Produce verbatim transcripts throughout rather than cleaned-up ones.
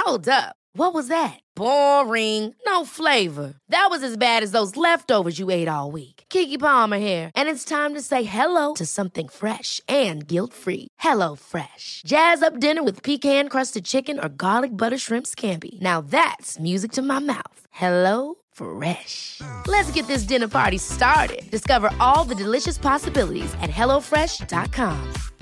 Hold up. What was that? Boring. No flavor. That was as bad as those leftovers you ate all week. Keke Palmer here. And it's time to say hello to something fresh and guilt-free. Hello Fresh. Jazz up dinner with pecan-crusted chicken or garlic butter shrimp scampi. Now that's music to my mouth. Hello Fresh. Let's get this dinner party started. Discover all the delicious possibilities at hello fresh dot com.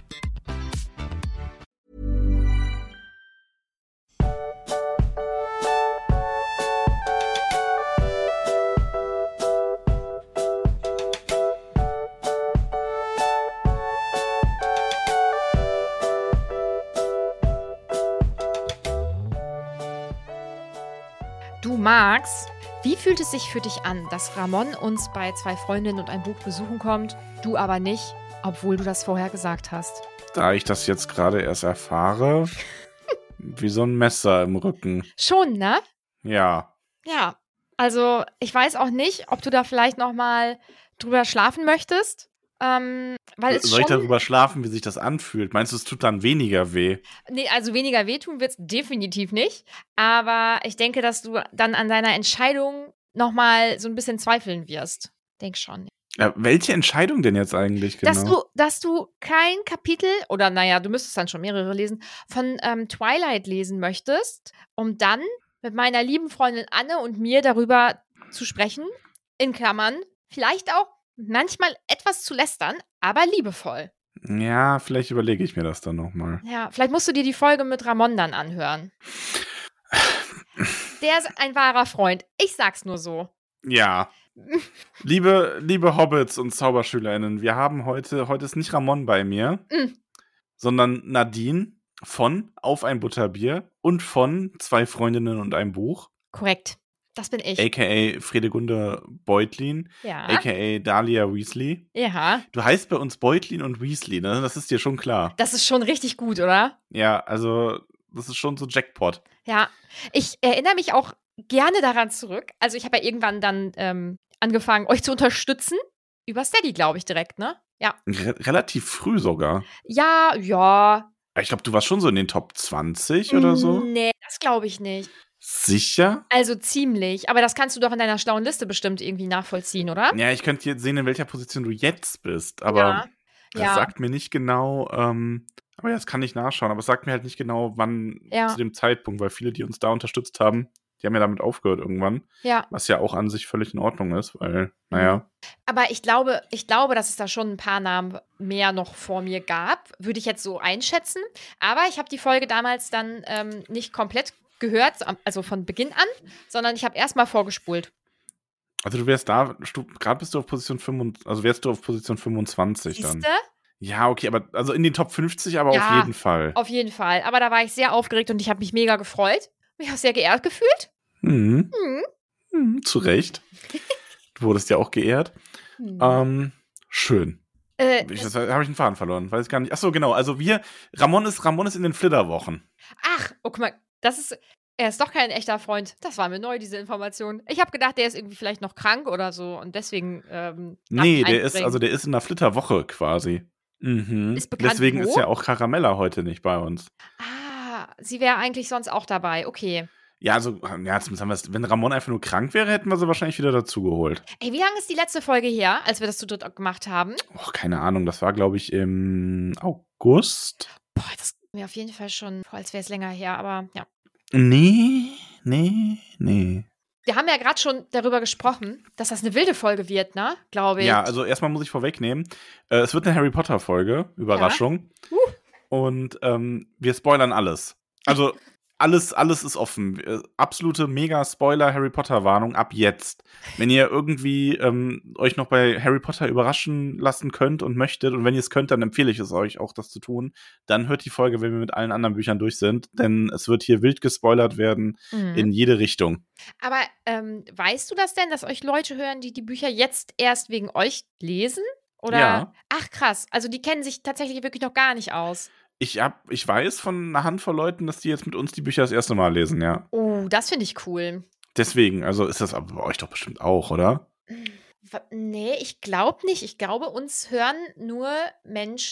Du Max, wie fühlt es sich für dich an, dass Ramon uns bei zwei Freundinnen und ein Buch besuchen kommt, du aber nicht, obwohl du das vorher gesagt hast? Da ich das jetzt gerade erst erfahre, wie so ein Messer im Rücken. Schon, ne? Ja. Ja, also ich weiß auch nicht, ob du da vielleicht noch mal drüber schlafen möchtest. Ähm, weil es Soll ich schon, darüber schlafen, wie sich das anfühlt? Meinst du, es tut dann weniger weh? Nee, also weniger wehtun wird es definitiv nicht. Aber ich denke, dass du dann an deiner Entscheidung noch mal so ein bisschen zweifeln wirst. Denk schon. Ja, welche Entscheidung denn jetzt eigentlich genau? Dass du, dass du kein Kapitel, oder naja, du müsstest dann schon mehrere lesen, von ähm, Twilight lesen möchtest, um dann mit meiner lieben Freundin Anne und mir darüber zu sprechen, in Klammern, vielleicht auch manchmal etwas zu lästern, aber liebevoll. Ja, vielleicht überlege ich mir das dann nochmal. Ja, vielleicht musst du dir die Folge mit Ramon dann anhören. Der ist ein wahrer Freund. Ich sag's nur so. Ja. Liebe, liebe Hobbits und ZauberschülerInnen, wir haben heute, heute ist nicht Ramon bei mir, Mm. sondern Nadine von Auf ein Butterbier und von Zwei Freundinnen und ein Buch. Korrekt. Das bin ich. A K A Fredegunde Beutlin, Ja. A K A Dahlia Weasley. Ja. Du heißt bei uns Beutlin und Weasley, ne? Das ist dir schon klar. Das ist schon richtig gut, oder? Ja, also das ist schon so Jackpot. Ja. Ich erinnere mich auch gerne daran zurück. Also ich habe ja irgendwann dann ähm, angefangen, euch zu unterstützen. Über Steady, glaube ich, direkt, ne? Ja. Re- relativ früh sogar. Ja, ja. Ich glaube, du warst schon so in den Top zwanzig oder so. Nee, das glaube ich nicht. Sicher? Also ziemlich. Aber das kannst du doch in deiner schlauen Liste bestimmt irgendwie nachvollziehen, oder? Ja, ich könnte jetzt sehen, in welcher Position du jetzt bist, aber Ja. das Ja. sagt mir nicht genau, ähm, aber ja, das kann ich nachschauen, aber es sagt mir halt nicht genau, wann Ja. zu dem Zeitpunkt, weil viele, die uns da unterstützt haben, die haben ja damit aufgehört irgendwann, Ja. was ja auch an sich völlig in Ordnung ist, weil, naja. Aber ich glaube, ich glaube, dass es da schon ein paar Namen mehr noch vor mir gab, würde ich jetzt so einschätzen. Aber ich habe die Folge damals dann ähm, nicht komplett gehört, also von Beginn an, sondern ich habe erstmal vorgespult. Also du wärst da, gerade bist du auf Position fünfundzwanzig, also wärst du auf Position fünfundzwanzig dann. Siehste? Ja, okay, aber also in den Top fünfzig, aber Ja. auf jeden Fall. Auf jeden Fall. Aber da war ich sehr aufgeregt und ich habe mich mega gefreut. Mich auch sehr geehrt gefühlt. Mhm. Mhm. Mhm, zu Recht. Du wurdest ja auch geehrt. Mhm. Ähm, schön. Äh, Ich, das habe ich einen Faden verloren, weiß ich gar nicht. Achso, genau. Also wir, Ramon ist, Ramon ist in den Flitterwochen. Ach, oh, guck mal, das ist, er ist doch kein echter Freund. Das war mir neu, diese Information. Ich habe gedacht, der ist irgendwie vielleicht noch krank oder so und deswegen ähm, darf Nee, ich der ist, einspringen. also der ist in der Flitterwoche quasi. Mhm. Ist bekannt Deswegen wo? ist ja auch Caramella heute nicht bei uns. Ah, sie wäre eigentlich sonst auch dabei. Okay. Ja, also, ja, zumindest haben wir es, wenn Ramon einfach nur krank wäre, hätten wir sie wahrscheinlich wieder dazugeholt. Ey, wie lange ist die letzte Folge her, als wir das zu dritt gemacht haben? Oh, keine Ahnung, das war, glaube ich, im August. Boah, das ist mir auf jeden Fall schon vor, als wäre es länger her, aber ja. Nee, nee, nee. Wir haben ja gerade schon darüber gesprochen, dass das eine wilde Folge wird, ne? Glaube ich. Ja, also erstmal muss ich vorwegnehmen, äh, es wird eine Harry Potter-Folge, Überraschung. Uh. Und ähm, wir spoilern alles. Also alles, alles ist offen. Äh, Absolute Mega-Spoiler, Harry Potter-Warnung ab jetzt. Wenn ihr irgendwie ähm, euch noch bei Harry Potter überraschen lassen könnt und möchtet, und wenn ihr es könnt, dann empfehle ich es euch auch, das zu tun, dann hört die Folge, wenn wir mit allen anderen Büchern durch sind, denn es wird hier wild gespoilert werden Mhm. in jede Richtung. Aber ähm, weißt du das denn, dass euch Leute hören, die die Bücher jetzt erst wegen euch lesen? Oder? Ja. Ach krass, also die kennen sich tatsächlich wirklich noch gar nicht aus. Ich, hab, ich weiß von einer Handvoll Leuten, dass die jetzt mit uns die Bücher das erste Mal lesen, ja. Oh, das finde ich cool. Deswegen, also ist das aber bei euch doch bestimmt auch, oder? W- Nee, ich glaube nicht. Ich glaube, uns hören nur Menschen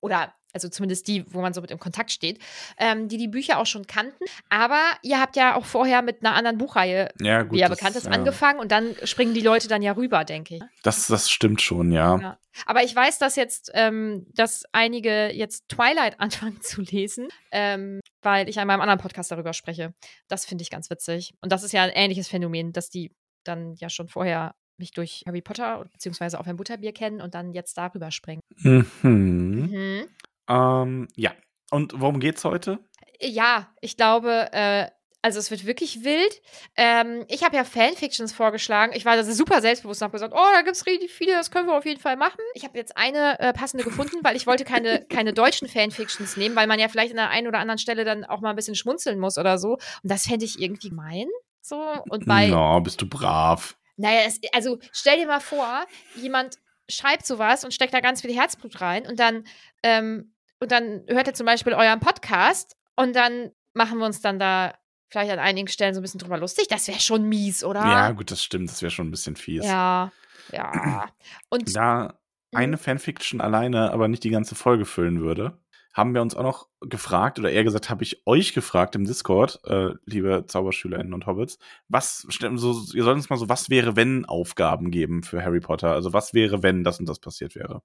oder also zumindest die, wo man so mit im Kontakt steht, ähm, die die Bücher auch schon kannten. Aber ihr habt ja auch vorher mit einer anderen Buchreihe, Ja, gut, die ja das- bekannt ist, ja. angefangen. Und dann springen die Leute dann ja rüber, denke ich. Das, das stimmt schon, ja. Ja. Aber ich weiß, dass jetzt, ähm, dass einige jetzt Twilight anfangen zu lesen, ähm, weil ich an meinem anderen Podcast darüber spreche. Das finde ich ganz witzig. Und das ist ja ein ähnliches Phänomen, dass die dann ja schon vorher mich durch Harry Potter beziehungsweise auf ein Butterbier kennen und dann jetzt darüber springen. Mhm. Mhm. Ähm, ja. Und worum geht's heute? Ja, ich glaube, äh, also es wird wirklich wild. Ähm, ich habe ja Fanfictions vorgeschlagen. Ich war da super selbstbewusst und habe gesagt, oh, da gibt es richtig viele, das können wir auf jeden Fall machen. Ich habe jetzt eine äh, passende gefunden, weil ich wollte keine, keine deutschen Fanfictions nehmen, weil man ja vielleicht an der einen oder anderen Stelle dann auch mal ein bisschen schmunzeln muss oder so. Und das fände ich irgendwie gemein. So. Und bei, Na, bist du brav. naja, es, also stell dir mal vor, jemand schreibt sowas und steckt da ganz viel Herzblut rein und dann, ähm, und dann hört er zum Beispiel euren Podcast und dann machen wir uns dann da vielleicht an einigen Stellen so ein bisschen drüber lustig. Das wäre schon mies, oder? Ja, gut, das stimmt. Das wäre schon ein bisschen fies. Ja, ja. Und Da eine Mhm. Fanfiction alleine aber nicht die ganze Folge füllen würde, haben wir uns auch noch gefragt, oder eher gesagt, habe ich euch gefragt im Discord, äh, liebe ZauberschülerInnen und Hobbits, was, so, ihr sollt uns mal so was wäre, wenn Aufgaben geben für Harry Potter. Also was wäre, wenn das und das passiert wäre.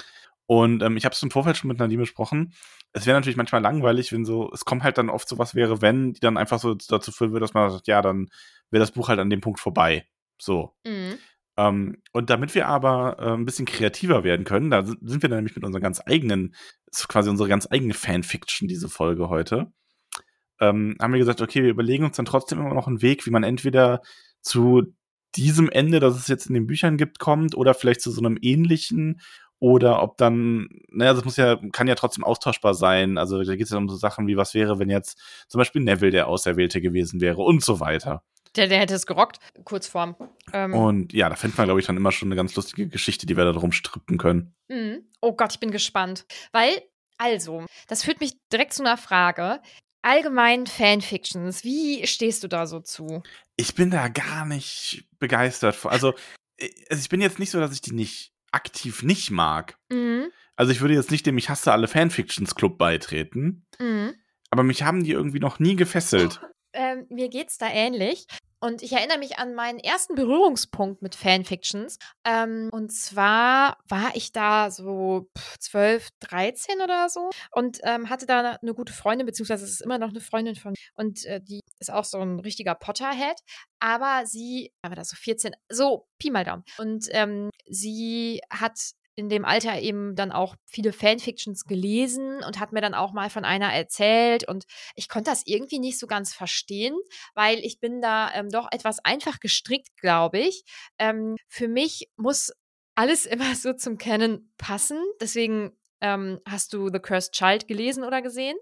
Und ähm, ich habe es im Vorfeld schon mit Nadine besprochen. Es wäre natürlich manchmal langweilig, wenn so, es kommt halt dann oft so was wäre, wenn, die dann einfach so dazu führen würde, dass man sagt, ja, dann wäre das Buch halt an dem Punkt vorbei. So. Mhm. Ähm, und damit wir aber äh, ein bisschen kreativer werden können, da sind sind wir dann nämlich mit unserer ganz eigenen, ist quasi unsere ganz eigene Fanfiction, diese Folge heute, ähm, haben wir gesagt, okay, wir überlegen uns dann trotzdem immer noch einen Weg, wie man entweder zu diesem Ende, das es jetzt in den Büchern gibt, kommt, oder vielleicht zu so einem ähnlichen, oder ob dann, naja, das muss ja, kann ja trotzdem austauschbar sein. Also da geht es ja um so Sachen wie, was wäre, wenn jetzt zum Beispiel Neville der Auserwählte gewesen wäre und so weiter. Der, der hätte es gerockt, Kurzform. Ähm, Und ja, da findet man, glaube ich, dann immer schon eine ganz lustige Geschichte, die wir da drum strippen können. mhm. Oh Gott, ich bin gespannt. Weil, also, das führt mich direkt zu einer Frage. Allgemein Fanfictions, wie stehst du da so zu? Ich bin da gar nicht begeistert vor. Also, äh, also ich bin jetzt nicht so, dass ich die nicht aktiv nicht mag. Mhm. Also ich würde jetzt nicht dem Ich hasse alle Fanfictions Club beitreten, Mhm. aber mich haben die irgendwie noch nie gefesselt. Ähm, mir geht's da ähnlich. Und ich erinnere mich an meinen ersten Berührungspunkt mit Fanfictions. Ähm, und zwar war ich da so zwölf, dreizehn oder so und ähm, hatte da eine gute Freundin, beziehungsweise es ist immer noch eine Freundin von mir. Und äh, die ist auch so ein richtiger Potterhead. Aber sie, aber da so vierzehn, so Pi mal Daumen. Und ähm, sie hat in dem Alter eben dann auch viele Fanfictions gelesen und hat mir dann auch mal von einer erzählt und ich konnte das irgendwie nicht so ganz verstehen, weil ich bin da ähm, doch etwas einfach gestrickt, glaube ich. Ähm, für mich muss alles immer so zum Canon passen, deswegen ähm, hast du The Cursed Child gelesen oder gesehen?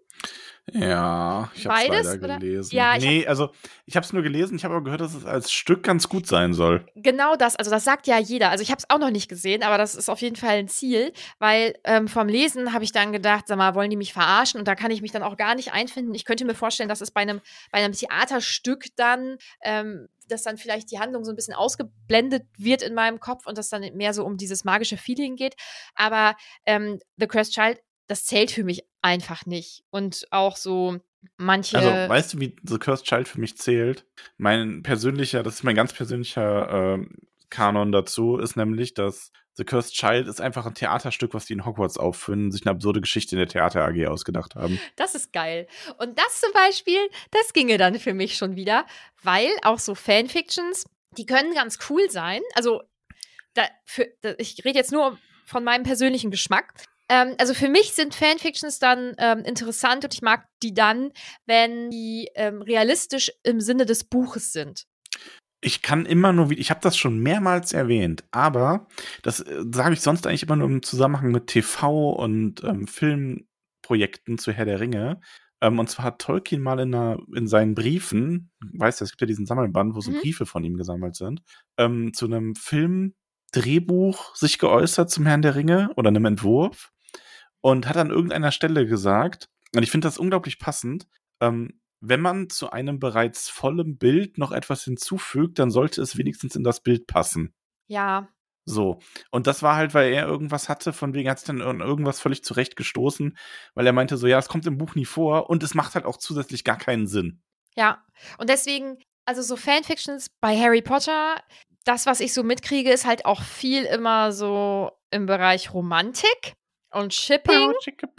Ja, ich habe es Beides, leider oder? gelesen. Ja, ich nee, also ich habe es nur gelesen, ich habe aber gehört, dass es als Stück ganz gut sein soll. Genau das, also das sagt ja jeder. Also ich habe es auch noch nicht gesehen, aber das ist auf jeden Fall ein Ziel, weil ähm, vom Lesen habe ich dann gedacht, sag mal, wollen die mich verarschen? Und da kann ich mich dann auch gar nicht einfinden. Ich könnte mir vorstellen, dass es bei einem, bei einem Theaterstück dann, ähm, dass dann vielleicht die Handlung so ein bisschen ausgeblendet wird in meinem Kopf und dass dann mehr so um dieses magische Feeling geht. Aber ähm, The Cursed Child, das zählt für mich einfach nicht. Und auch so manche. Also, weißt du, wie The Cursed Child für mich zählt? Mein persönlicher, das ist mein ganz persönlicher ähm, Kanon dazu, ist nämlich, dass The Cursed Child ist einfach ein Theaterstück, was die in Hogwarts aufführen, sich eine absurde Geschichte in der Theater-A G ausgedacht haben. Das ist geil. Und das zum Beispiel, das ginge dann für mich schon wieder, weil auch so Fanfictions, die können ganz cool sein. Also, da, für, da, ich rede jetzt nur von meinem persönlichen Geschmack. Ähm, also für mich sind Fanfictions dann ähm, interessant und ich mag die dann, wenn die ähm, realistisch im Sinne des Buches sind. Ich kann immer nur, ich habe das schon mehrmals erwähnt, aber das äh, sage ich sonst eigentlich immer nur im Zusammenhang mit T V und ähm, Filmprojekten zu Herr der Ringe. Ähm, und zwar hat Tolkien mal in, einer, in seinen Briefen, weißt du, es gibt ja diesen Sammelband, wo so Mhm. Briefe von ihm gesammelt sind, ähm, zu einem Filmdrehbuch sich geäußert zum Herrn der Ringe oder einem Entwurf und hat an irgendeiner Stelle gesagt, und ich finde das unglaublich passend, ähm, wenn man zu einem bereits vollen Bild noch etwas hinzufügt, dann sollte es wenigstens in das Bild passen. Ja. So. Und das war halt, weil er irgendwas hatte, von wegen hat sich dann an irgendwas völlig zurechtgestoßen, weil er meinte so, ja, das kommt im Buch nie vor und es macht halt auch zusätzlich gar keinen Sinn. Ja, und deswegen, also so Fanfictions bei Harry Potter, das, was ich so mitkriege, ist halt auch viel immer so im Bereich Romantik und Shipping.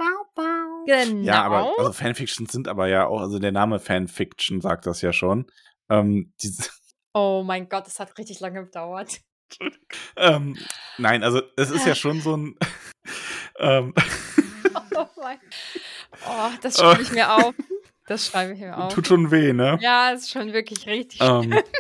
Genau. Ja, aber also Fanfictions sind aber ja auch, also der Name Fanfiction sagt das ja schon. Ähm, diese, Oh mein Gott, das hat richtig lange gedauert. ähm, nein, also es ist ja schon so ein ähm, Oh mein. Oh, das schreibe ich mir auf. Das schreibe ich mir auf. Tut schon weh, ne? Ja, ist schon wirklich richtig Ähm, schlimm.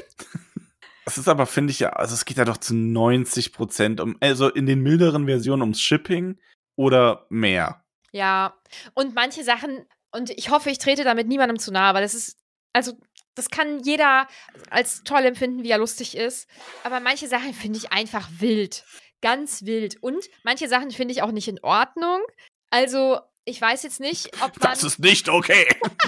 Es ist aber, finde ich ja, also es geht ja doch zu neunzig Prozent um, also in den milderen Versionen ums Shipping oder mehr. Ja, und manche Sachen, und ich hoffe, ich trete damit niemandem zu nahe, weil das ist, also das kann jeder als toll empfinden, wie er lustig ist. Aber manche Sachen finde ich einfach wild. Ganz wild. Und manche Sachen finde ich auch nicht in Ordnung. Also, ich weiß jetzt nicht, ob man. Das ist nicht okay.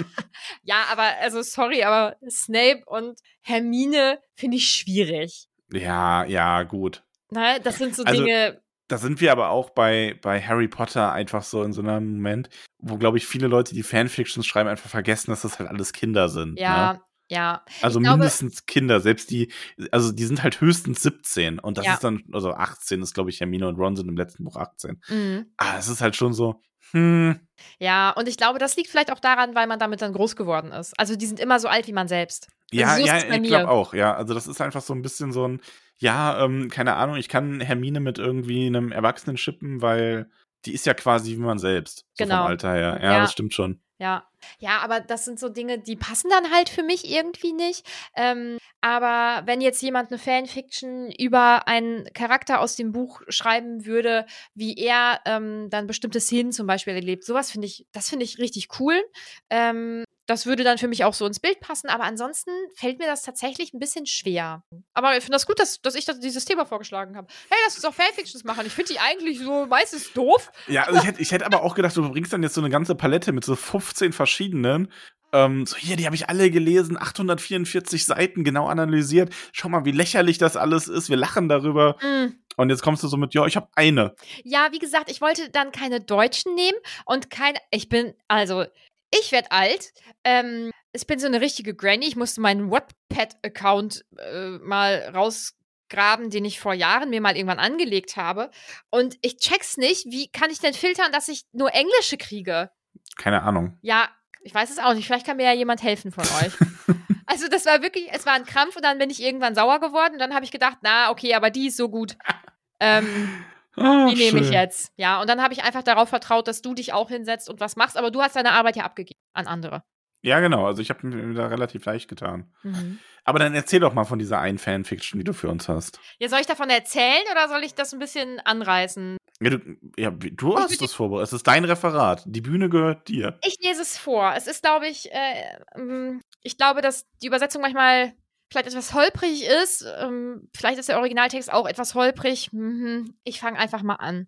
Ja, aber, also sorry, aber Snape und Hermine finde ich schwierig. Ja, ja, gut. Ne? Das sind so Also, Dinge. Da sind wir aber auch bei, bei Harry Potter einfach so in so einem Moment, wo, glaube ich, viele Leute, die Fanfictions schreiben, einfach vergessen, dass das halt alles Kinder sind. Ja, ne? ja. Also ich glaube, mindestens Kinder, selbst die, also die sind halt höchstens siebzehn und das Ja. ist dann, also achtzehn ist, glaube ich, Hermine und Ron sind im letzten Buch achtzehn. mhm. Ah, es ist halt schon so, hm, Ja, und ich glaube, das liegt vielleicht auch daran, weil man damit dann groß geworden ist. Also die sind immer so alt wie man selbst. ja, Also so ist ja, es bei ich mir. glaube auch, ja. Also das ist einfach so ein bisschen so ein, ja, ähm, keine Ahnung, ich kann Hermine mit irgendwie einem Erwachsenen shippen, weil die ist ja quasi wie man selbst, so Genau. vom Alter her. Ja, Ja. das stimmt schon. Ja. Ja, aber das sind so Dinge, die passen dann halt für mich irgendwie nicht. Ähm, aber wenn jetzt jemand eine Fanfiction über einen Charakter aus dem Buch schreiben würde, wie er ähm, dann bestimmte Szenen zum Beispiel erlebt, sowas finde ich, das finde ich richtig cool. Ähm, das würde dann für mich auch so ins Bild passen, aber ansonsten fällt mir das tatsächlich ein bisschen schwer. Aber ich finde das gut, dass, dass ich das, dieses Thema vorgeschlagen habe. Hey, lass uns doch Fanfictions machen. Ich finde die eigentlich so meistens doof. Ja, also ich hätte, ich hätte aber auch gedacht, du bringst dann jetzt so eine ganze Palette mit so fünfzehn verschiedenen. Ähm, so, hier, die habe ich alle gelesen, achthundertvierundvierzig Seiten genau analysiert. Schau mal, wie lächerlich das alles ist. Wir lachen darüber. Mm. Und jetzt kommst du so mit, ja, ich habe eine. Ja, wie gesagt, ich wollte dann keine Deutschen nehmen und keine. Ich bin, also, ich werde alt. Ähm, ich bin so eine richtige Granny. Ich musste meinen Wattpad-Account äh, mal rausgraben, den ich vor Jahren mir mal irgendwann angelegt habe. Und ich check's nicht. Wie kann ich denn filtern, dass ich nur Englische kriege? Keine Ahnung. Ja, ich weiß es auch nicht. Vielleicht kann mir ja jemand helfen von euch. Also, das war wirklich, es war ein Krampf und dann bin ich irgendwann sauer geworden. Und dann habe ich gedacht, na, okay, aber die ist so gut. Ähm. Oh, Die nehme ich schön. jetzt. Ja, und dann habe ich einfach darauf vertraut, dass du dich auch hinsetzt und was machst. Aber du hast deine Arbeit ja abgegeben an andere. Ja, genau. Also ich habe mir da relativ leicht getan. Mhm. Aber dann erzähl doch mal von dieser einen Fanfiction, die du für uns hast. Ja, soll ich davon erzählen oder soll ich das ein bisschen anreißen? Ja, du, ja, wie- du Ich hast würd das vorbereitet. Es ist dein Referat. Die Bühne gehört dir. Ich lese es vor. Es ist, glaube ich, äh, ähm, ich glaube, dass die Übersetzung manchmal vielleicht etwas holprig ist. Ähm, vielleicht ist der Originaltext auch etwas holprig. Mhm. Ich fange einfach mal an.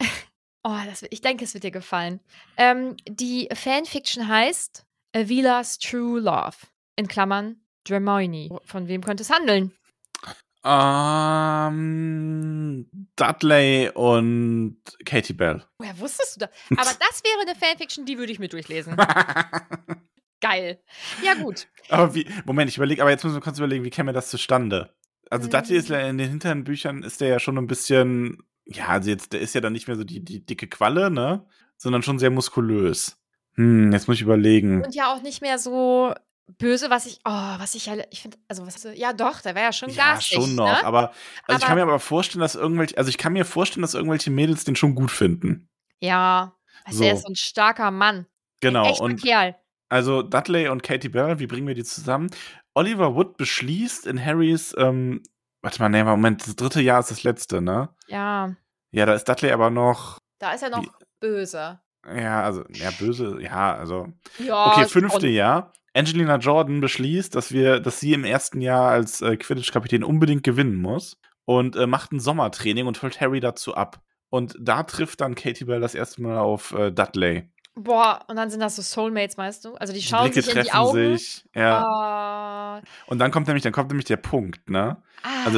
Oh, das, ich denke, es wird dir gefallen. Ähm, die Fanfiction heißt Avila's True Love. In Klammern Hermione. Von wem könnte es handeln? Ähm, Dudley und Katie Bell. Woher wusstest du das? Aber das wäre eine Fanfiction, die würde ich mir durchlesen. Geil. Ja, gut. Aber wie, Moment, ich überlege, aber jetzt müssen wir kurz überlegen, wie käme das zustande? Also, Mm. Dudley ist ja in den hinteren Büchern ist der ja schon ein bisschen, ja, also jetzt, der ist ja dann nicht mehr so die, die dicke Qualle, ne? Sondern schon sehr muskulös. Hm, jetzt muss ich überlegen. Und ja auch nicht mehr so böse, was ich, oh, was ich ja, ich finde, also was, ja doch, der war ja schon Ja, garstig, schon noch, ne? aber, also ich Aber- kann mir aber vorstellen, dass irgendwelche, also ich kann mir vorstellen, dass irgendwelche Mädels den schon gut finden. Ja, also So. er ist so ein starker Mann. Genau, Ein echter und Kerl. also Dudley und Katie Bell, wie bringen wir die zusammen? Oliver Wood beschließt in Harrys, ähm, warte mal, nee, Moment, das dritte Jahr ist das letzte, ne? Ja, Ja, da ist Dudley aber noch, da ist er noch Wie- böse. ja, also, ja, böse, ja, also. Ja, Okay, ist fünfte schon- Jahr. Angelina Jordan beschließt, dass wir, dass sie im ersten Jahr als äh, Quidditch-Kapitän unbedingt gewinnen muss und äh, macht ein Sommertraining und holt Harry dazu ab. Und da trifft dann Katie Bell das erste Mal auf äh, Dudley. Boah, und dann sind das so Soulmates, meinst du? Also die Die schauen Blicke sich in die treffen Augen. sich. Ja. Ah, Und dann kommt nämlich, dann kommt nämlich der Punkt, ne? ah, Also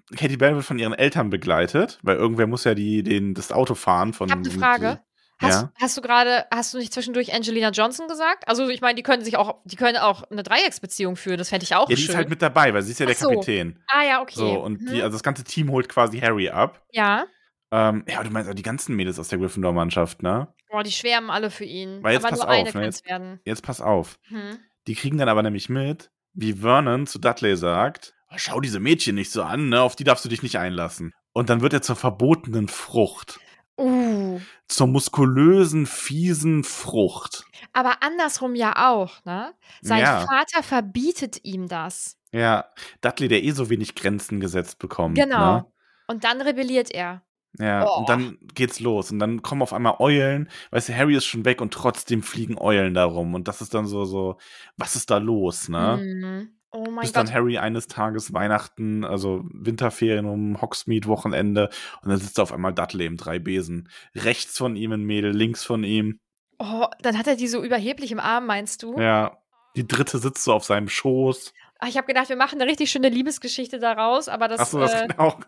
Katie Bell wird von ihren Eltern begleitet, weil irgendwer muss ja die, den, das Auto fahren. Von, Ich habe eine Frage. Hast, ja? hast du gerade, hast du nicht zwischendurch Angelina Johnson gesagt? Also ich meine, die können sich auch, die können auch eine Dreiecksbeziehung führen, das fände ich auch Ja, die schön. ist halt mit dabei, weil sie ist ja Ach der so. Kapitän. Ah ja, okay. So, und mhm. die, also das ganze Team holt quasi Harry ab. Ja. Ähm, ja, du meinst auch die ganzen Mädels aus der Gryffindor-Mannschaft, ne? Boah, die schwärmen alle für ihn. Weil jetzt aber pass nur auf, eine ne? könnte Jetzt, es werden. jetzt pass auf. Hm. Die kriegen dann aber nämlich mit, wie Vernon zu Dudley sagt, oh, schau diese Mädchen nicht so an, ne? Auf die darfst du dich nicht einlassen. Und dann wird er zur verbotenen Frucht. Uh. Zur muskulösen, fiesen Frucht. Aber andersrum ja auch, ne? Sein Ja. Vater verbietet ihm das. Ja, Dudley, der eh so wenig Grenzen gesetzt bekommt. Genau. Ne? Und dann rebelliert er. Ja, Oh. und dann geht's los. Und dann kommen auf einmal Eulen. Weißt du, Harry ist schon weg und trotzdem fliegen Eulen da rum. Und das ist dann so, so, was ist da los, ne? Mhm. Oh mein Bis Gott. dann Harry eines Tages Weihnachten, also Winterferien um Hogsmeade-Wochenende, und dann sitzt auf einmal Dudley im Dreibesen. Rechts von ihm ein Mädel, links von ihm. Oh, dann hat er die so überheblich im Arm, meinst du? Ja, die dritte sitzt so auf seinem Schoß. Ach, ich habe gedacht, wir machen eine richtig schöne Liebesgeschichte daraus, aber das, Ach so, das äh, genau.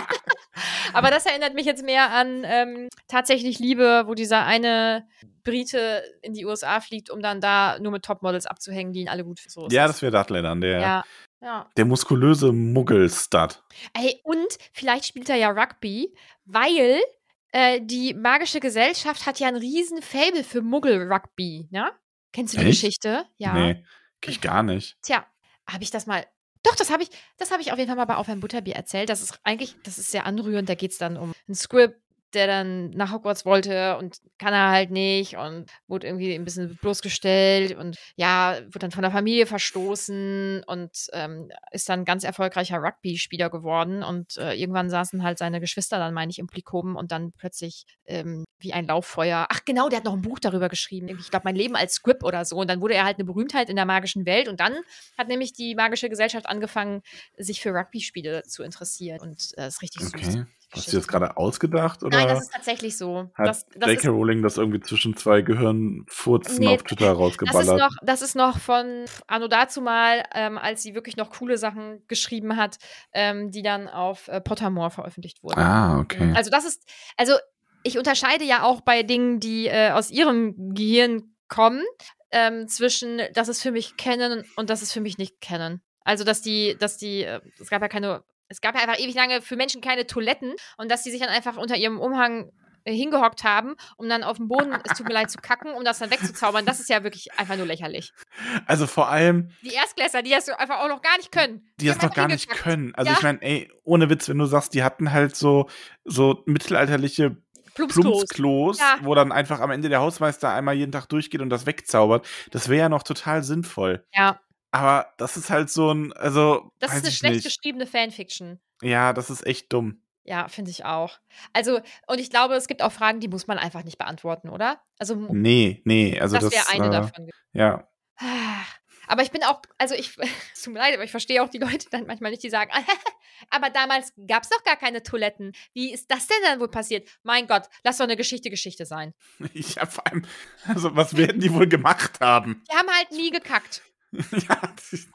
aber das erinnert mich jetzt mehr an ähm, tatsächlich Liebe, wo dieser eine Brite in die U S A fliegt, um dann da nur mit Topmodels abzuhängen, die ihn alle gut finden. So ist Ja, das das wäre Dudley dann, der, ja. Ja. der muskulöse Muggelstud. Ey, und vielleicht spielt er ja Rugby, weil äh, die magische Gesellschaft hat ja einen riesen Faible für Muggel-Rugby, ne? Kennst du die Echt? Geschichte? Ja. Nee, kenn ich gar nicht. Tja, habe ich das mal. Doch, das habe ich, das habe ich auf jeden Fall mal bei Auf ein Butterbier erzählt. Das ist eigentlich, das ist sehr anrührend. Da geht es dann um einen Squib, der dann nach Hogwarts wollte und kann er halt nicht und wurde irgendwie ein bisschen bloßgestellt und ja, wurde dann von der Familie verstoßen und ähm, ist dann ein ganz erfolgreicher Rugby-Spieler geworden und äh, irgendwann saßen halt seine Geschwister dann, meine ich, im Publikum und dann plötzlich ähm, wie ein Lauffeuer. Ach genau, der hat noch ein Buch darüber geschrieben. Ich glaube, mein Leben als Squib oder so. Und dann wurde er halt eine Berühmtheit in der magischen Welt und dann hat nämlich die magische Gesellschaft angefangen, sich für Rugby-Spiele zu interessieren und äh, ist richtig süß. Okay. Hast du das gerade ausgedacht? Oder Nein, das ist tatsächlich so. hat Das, das J K ist, Rowling das irgendwie zwischen zwei Gehirnfurzen Nee, auf Twitter das ist rausgeballert? noch, das ist noch von Anno dazu mal, ähm, als sie wirklich noch coole Sachen geschrieben hat, ähm, die dann auf äh, Pottermore veröffentlicht wurden. Ah, okay. Also das ist, also ich unterscheide ja auch bei Dingen, die äh, aus ihrem Gehirn kommen, ähm, zwischen das ist für mich kennen und das ist für mich nicht kennen. Also dass die, dass die, äh, es gab ja keine, es gab ja einfach ewig lange für Menschen keine Toiletten und dass die sich dann einfach unter ihrem Umhang äh, hingehockt haben, um dann auf dem Boden, es tut mir leid, zu kacken, um das dann wegzuzaubern, das ist ja wirklich einfach nur lächerlich. Also vor allem, Die Erstklässler, die das einfach auch noch gar nicht können. die das haben noch gar einfach nicht hingekackt. können. Also Ja. ich meine, ey, ohne Witz, wenn du sagst, die hatten halt so, so mittelalterliche Plumpsklos. Plumpsklos, Ja. wo dann einfach am Ende der Hausmeister einmal jeden Tag durchgeht und das wegzaubert. Das wäre ja noch total sinnvoll. Ja, Aber das ist halt so ein, also, das weiß ist eine ich schlecht nicht. geschriebene Fanfiction. Ja, das ist echt dumm. Ja, finde ich auch. Also, und ich glaube, es gibt auch Fragen, die muss man einfach nicht beantworten, oder? Also, mu- Nee, nee, also das das, wäre eine äh, davon. ja. Aber ich bin auch, also ich, es tut mir leid, aber ich verstehe auch die Leute dann manchmal nicht, die sagen, aber damals gab es doch gar keine Toiletten. Wie ist das denn dann wohl passiert? Mein Gott, lass doch eine Geschichte Geschichte sein. Ich hab vor allem, also was werden die wohl gemacht haben? Die haben halt nie gekackt. Ja, das-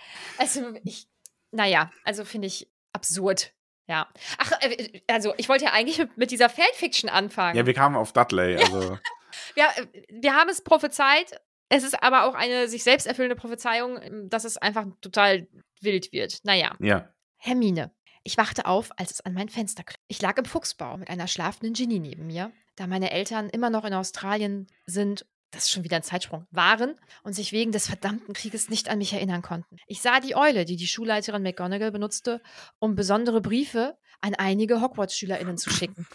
Also ich, naja, also finde ich absurd. Ja. Ach, äh, also ich wollte ja eigentlich mit, mit dieser Fanfiction anfangen. ja, wir kamen auf Dudley, also. Wir, wir haben es prophezeit. Es ist aber auch eine sich selbst erfüllende Prophezeiung, dass es einfach total wild wird. Naja. Ja. Hermine. Ich wachte auf, als es an mein Fenster klopfte. Ich lag im Fuchsbau mit einer schlafenden Ginny neben mir, da meine Eltern immer noch in Australien sind, das ist schon wieder ein Zeitsprung, waren und sich wegen des verdammten Krieges nicht an mich erinnern konnten. Ich sah die Eule, die die Schulleiterin McGonagall benutzte, um besondere Briefe an einige Hogwarts-SchülerInnen zu schicken.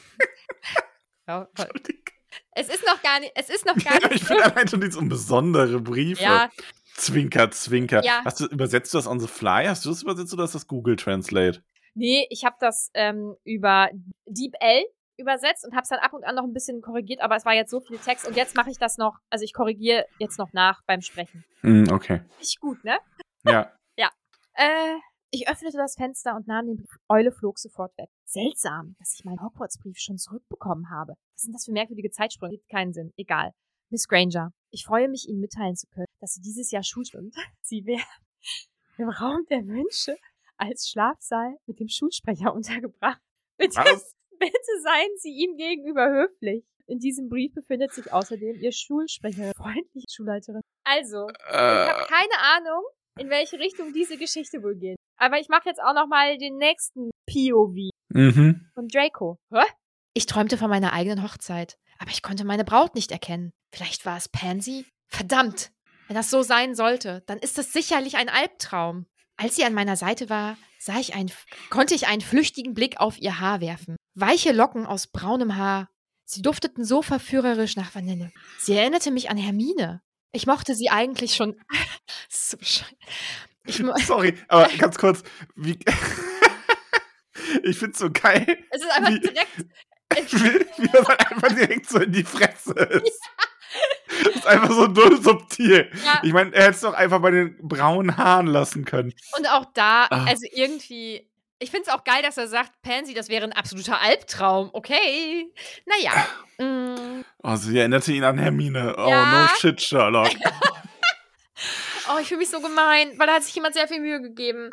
Ja, toll. Es ist noch gar nicht, es ist noch gar Ja, nicht ich finde allein schon diese besondere Briefe. Ja. Zwinker, zwinker. Ja. Hast du, übersetzt du das on the fly? Hast du das übersetzt oder ist das Google Translate? Nee, ich habe das ähm, über DeepL übersetzt und habe es dann ab und an noch ein bisschen korrigiert, aber es war jetzt so viel Text und jetzt mache ich das noch, also ich korrigiere jetzt noch nach beim Sprechen. Hm, okay. Nicht gut, ne? Ja. Äh, ich öffnete das Fenster und nahm den Brief. Eule flog sofort weg. Seltsam, dass ich meinen Hogwarts-Brief schon zurückbekommen habe. Was sind das für merkwürdige Zeitsprünge? Gibt keinen Sinn. Egal. Miss Granger, ich freue mich, Ihnen mitteilen zu können, dass Sie dieses Jahr Schulstund. Sie werden im Raum der Wünsche als Schlafsaal mit dem Schulsprecher untergebracht. Bitte, Was? bitte seien Sie ihm gegenüber höflich. In diesem Brief befindet sich außerdem Ihr Schulsprecher, freundliche Schulleiterin. Also, ich habe Äh, keine Ahnung, in welche Richtung diese Geschichte wohl geht. Aber ich mache jetzt auch noch mal den nächsten P O V mhm. von Draco. Hä? Ich träumte von meiner eigenen Hochzeit, aber ich konnte meine Braut nicht erkennen. Vielleicht war es Pansy? Verdammt! Wenn das so sein sollte, dann ist das sicherlich ein Albtraum. Als sie an meiner Seite war, sah ich ein, konnte ich einen flüchtigen Blick auf ihr Haar werfen. Weiche Locken aus braunem Haar. Sie dufteten so verführerisch nach Vanille. Sie erinnerte mich an Hermine. Ich mochte sie eigentlich schon. Das ist so bescheuert. Ich mo- Sorry, aber ganz kurz, wie. Ich find's so geil, es ist einfach Wie- direkt. wie, wie das halt einfach direkt so in die Fresse ist. Das ist einfach so null subtil. Ja. Ich meine, er hätte es doch einfach bei den braunen Haaren lassen können. Und auch da, Ah. also irgendwie. Ich finde es auch geil, dass er sagt, Pansy, das wäre ein absoluter Albtraum. Okay. Naja. Mm. Oh, sie erinnerte ihn an Hermine. Oh, Ja. no shit, Sherlock. Oh, ich fühle mich so gemein, weil da hat sich jemand sehr viel Mühe gegeben.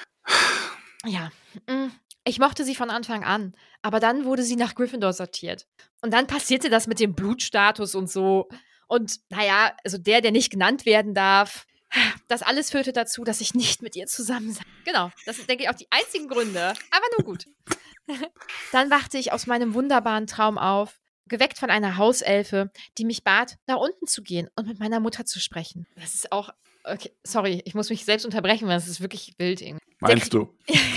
Ja. mm. Ich mochte sie von Anfang an, aber dann wurde sie nach Gryffindor sortiert. Und dann passierte das mit dem Blutstatus und so. Und naja, also der, der nicht genannt werden darf. Das alles führte dazu, dass ich nicht mit ihr zusammen sei. Genau, das sind, denke ich, auch die einzigen Gründe. Aber nun gut. Dann wachte ich aus meinem wunderbaren Traum auf, geweckt von einer Hauselfe, die mich bat, nach unten zu gehen und mit meiner Mutter zu sprechen. Das ist auch, okay, sorry, ich muss mich selbst unterbrechen, weil das ist wirklich wild irgendwie. Meinst du?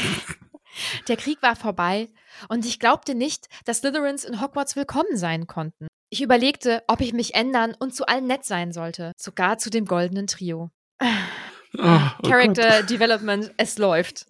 Der Krieg war vorbei und ich glaubte nicht, dass Slytherins in Hogwarts willkommen sein konnten. Ich überlegte, ob ich mich ändern und zu allen nett sein sollte, sogar zu dem goldenen Trio. Oh, oh Character Development, es läuft.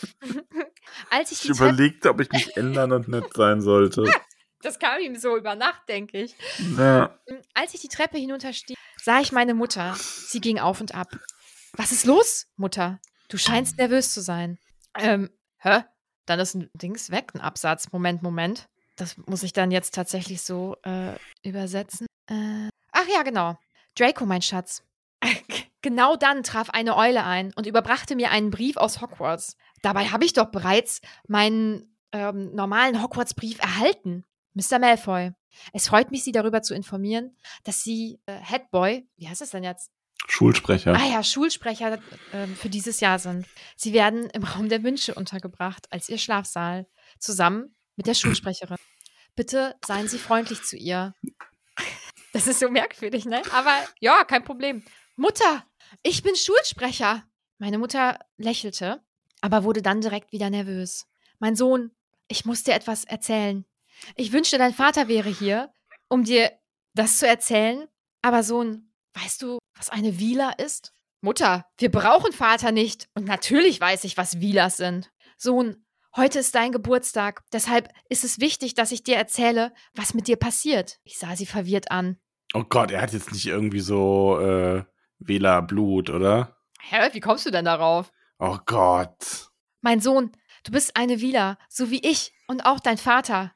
Als ich Ich die Treppe, überlegte, ob ich mich ändern und nett sein sollte. das kam ihm so über Nacht, denke ich. Ja. Als ich die Treppe hinunterstieg, sah ich meine Mutter. Sie ging auf und ab. Was ist los, Mutter? Du scheinst nervös zu sein. Ähm, hä? Dann ist ein Dings weg, ein Absatz. Moment, Moment. Das muss ich dann jetzt tatsächlich so äh, übersetzen. Äh, ach ja, genau. Draco, mein Schatz. Genau dann traf eine Eule ein und überbrachte mir einen Brief aus Hogwarts. Dabei habe ich doch bereits meinen ähm, normalen Hogwarts-Brief erhalten. Mister Malfoy, es freut mich, Sie darüber zu informieren, dass Sie äh, Headboy, wie heißt das denn jetzt? Schulsprecher. Ah ja, Schulsprecher äh, für dieses Jahr sind. Sie werden im Raum der Wünsche untergebracht, als Ihr Schlafsaal, zusammen mit der Schulsprecherin. Bitte seien Sie freundlich zu ihr. Das ist so merkwürdig, ne? Aber ja, kein Problem. Mutter, ich bin Schulsprecher. Meine Mutter lächelte, aber wurde dann direkt wieder nervös. Mein Sohn, ich muss dir etwas erzählen. Ich wünschte, dein Vater wäre hier, um dir das zu erzählen. Aber Sohn, weißt du, was eine Vila ist? Mutter, wir brauchen Vater nicht. Und natürlich weiß ich, was Vilas sind. Sohn, heute ist dein Geburtstag. Deshalb ist es wichtig, dass ich dir erzähle, was mit dir passiert. Ich sah sie verwirrt an. Oh Gott, er hat jetzt nicht irgendwie so äh, Wählerblut, oder? Hä, wie kommst du denn darauf? Oh Gott. Mein Sohn, du bist eine Vila, so wie ich und auch dein Vater.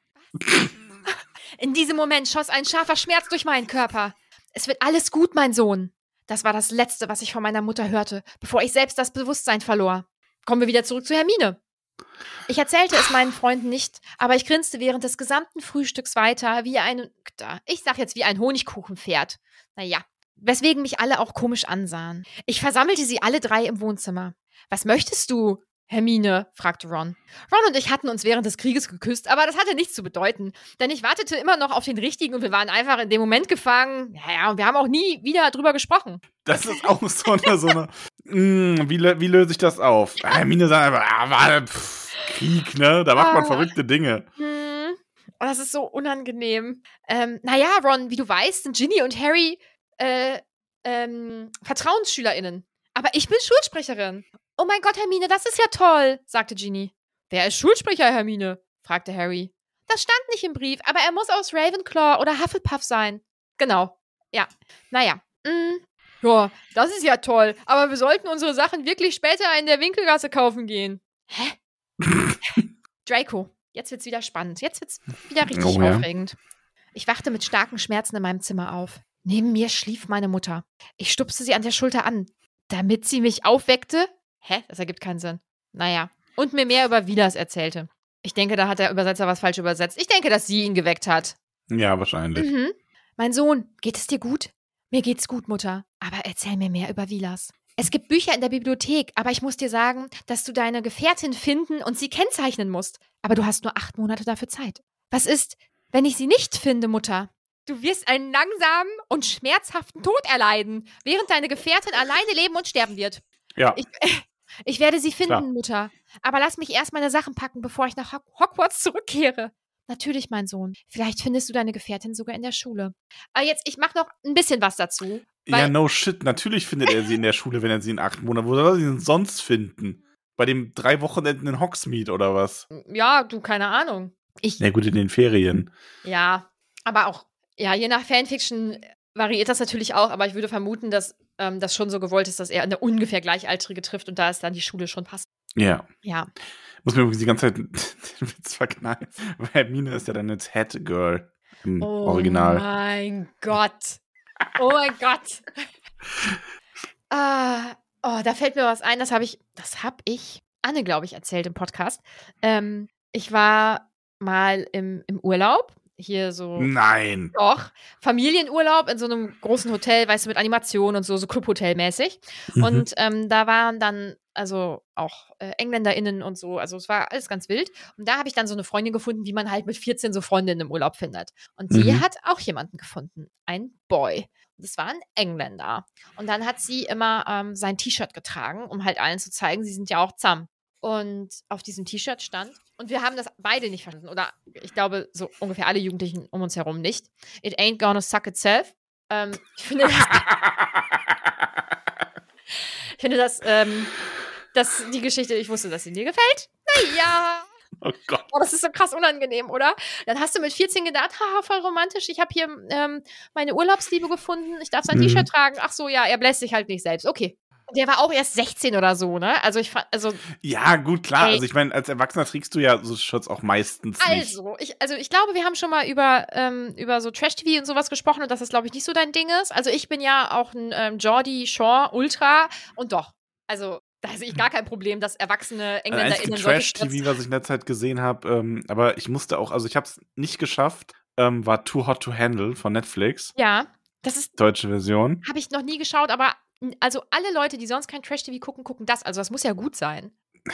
In diesem Moment schoss ein scharfer Schmerz durch meinen Körper. Es wird alles gut, mein Sohn. Das war das Letzte, was ich von meiner Mutter hörte, bevor ich selbst das Bewusstsein verlor. Kommen wir wieder zurück zu Hermine. Ich erzählte es meinen Freunden nicht, aber ich grinste während des gesamten Frühstücks weiter wie ein, ich sag jetzt wie ein Honigkuchenpferd. Naja, weswegen mich alle auch komisch ansahen. Ich versammelte sie alle drei im Wohnzimmer. Was möchtest du, Hermine? Fragte Ron. Ron und ich hatten uns während des Krieges geküsst, aber das hatte nichts zu bedeuten, denn ich wartete immer noch auf den Richtigen und wir waren einfach in dem Moment gefangen. Ja, ja, und wir haben auch nie wieder drüber gesprochen. Das ist auch so eine, so eine mm, wie, lö- wie löse ich das auf? Ah, Hermine sagt einfach, ah, warte, pff, Krieg, ne? Da macht man Ah. verrückte Dinge. Hm, das ist so unangenehm. Ähm, naja, Ron, wie du weißt, sind Ginny und Harry äh, ähm, VertrauensschülerInnen. Aber ich bin Schulsprecherin. Oh mein Gott, Hermine, das ist ja toll, sagte Ginny. Wer ist Schulsprecher, Hermine? Fragte Harry. Das stand nicht im Brief, aber er muss aus Ravenclaw oder Hufflepuff sein. Genau. Ja. Naja. Mm. Ja, das ist ja toll. Aber wir sollten unsere Sachen wirklich später in der Winkelgasse kaufen gehen. Hä? Draco, jetzt wird's wieder spannend. Jetzt wird's wieder richtig Oh ja. aufregend. Ich wachte mit starken Schmerzen in meinem Zimmer auf. Neben mir schlief meine Mutter. Ich stupste sie an der Schulter an, damit sie mich aufweckte. Hä? Das ergibt keinen Sinn. Naja. Und mir mehr über Vilas erzählte. Ich denke, da hat der Übersetzer was falsch übersetzt. Ich denke, dass sie ihn geweckt hat. Ja, wahrscheinlich. Mhm. Mein Sohn, geht es dir gut? Mir geht's gut, Mutter. Aber erzähl mir mehr über Vilas. Es gibt Bücher in der Bibliothek, aber ich muss dir sagen, dass du deine Gefährtin finden und sie kennzeichnen musst. Aber du hast nur acht Monate dafür Zeit. Was ist, wenn ich sie nicht finde, Mutter? Du wirst einen langsamen und schmerzhaften Tod erleiden, während deine Gefährtin alleine leben und sterben wird. Ja. Ich, ich werde sie finden, Klar. Mutter. Aber lass mich erst meine Sachen packen, bevor ich nach Ho- Hogwarts zurückkehre. Natürlich, mein Sohn. Vielleicht findest du deine Gefährtin sogar in der Schule. Aber jetzt, ich mache noch ein bisschen was dazu. Ja, Weil, no shit. Natürlich findet er sie in der Schule, wenn er sie in acht Monaten. Wo soll er sie denn sonst finden? Bei dem drei Wochenenden in Hogsmeade oder was? ja, du, keine Ahnung. Ich, Ja, gut, in den Ferien. ja, aber auch, ja, je nach Fanfiction variiert das natürlich auch, aber ich würde vermuten, dass ähm, das schon so gewollt ist, dass er eine ungefähr Gleichaltrige trifft und da ist dann die Schule schon passt. Ja. Ja. Muss mir übrigens die ganze Zeit den Witz verkneifen. Weil Hermine ist ja dann jetzt Head Girl im Oh Original. mein Gott. Oh mein Gott. Ah, oh, da fällt mir was ein, das habe ich, das habe ich Anne, glaube ich, erzählt im Podcast. Ähm, ich war mal im, im Urlaub, hier so, Nein. doch, Familienurlaub in so einem großen Hotel, weißt du, mit Animation und so, so Clubhotel-mäßig. Mhm. Und ähm, da waren dann also auch äh, EngländerInnen und so, also es war alles ganz wild. Und da habe ich dann so eine Freundin gefunden, wie man halt mit vierzehn so Freundinnen im Urlaub findet. Und die Mhm. hat auch jemanden gefunden, ein Boy. Das war ein Engländer. Und dann hat sie immer ähm, sein T-Shirt getragen, um halt allen zu zeigen, sie sind ja auch zusammen. Und auf diesem T-Shirt stand, und wir haben das beide nicht verstanden, oder ich glaube, so ungefähr alle Jugendlichen um uns herum nicht. It ain't gonna suck itself. Ähm, ich finde das, ich finde das, ähm, das, die Geschichte, ich wusste, dass sie dir gefällt. Naja. Oh Gott. Oh, das ist so krass unangenehm, oder? Dann hast du mit vierzehn gedacht, haha, voll romantisch, ich habe hier ähm, meine Urlaubsliebe gefunden, ich darf sein Mhm. T-Shirt tragen. Ach so, ja, er bläst sich halt nicht selbst. Okay. Der war auch erst sechzehn oder so, ne? Also ich fand, also, Ja, gut, klar. Ey. Also ich meine, als Erwachsener trägst du ja so Shirts auch meistens nicht. also, ich, also ich glaube, wir haben schon mal über, ähm, über so Trash-T V und sowas gesprochen und dass das, glaube ich, nicht so dein Ding ist. Also ich bin ja auch ein ähm, Geordie Shore Ultra und doch, also da sehe ich gar kein Problem, dass erwachsene Das einzige EngländerInnen solche Trash-T V, Shirts- was ich in der Zeit gesehen habe, ähm, aber ich musste auch, also ich habe es nicht geschafft, ähm, war Too Hot to Handle von Netflix, Ja, das ist, deutsche Version. habe ich noch nie geschaut, aber also alle Leute, die sonst kein Trash-T V gucken, gucken das. Also das muss ja gut sein.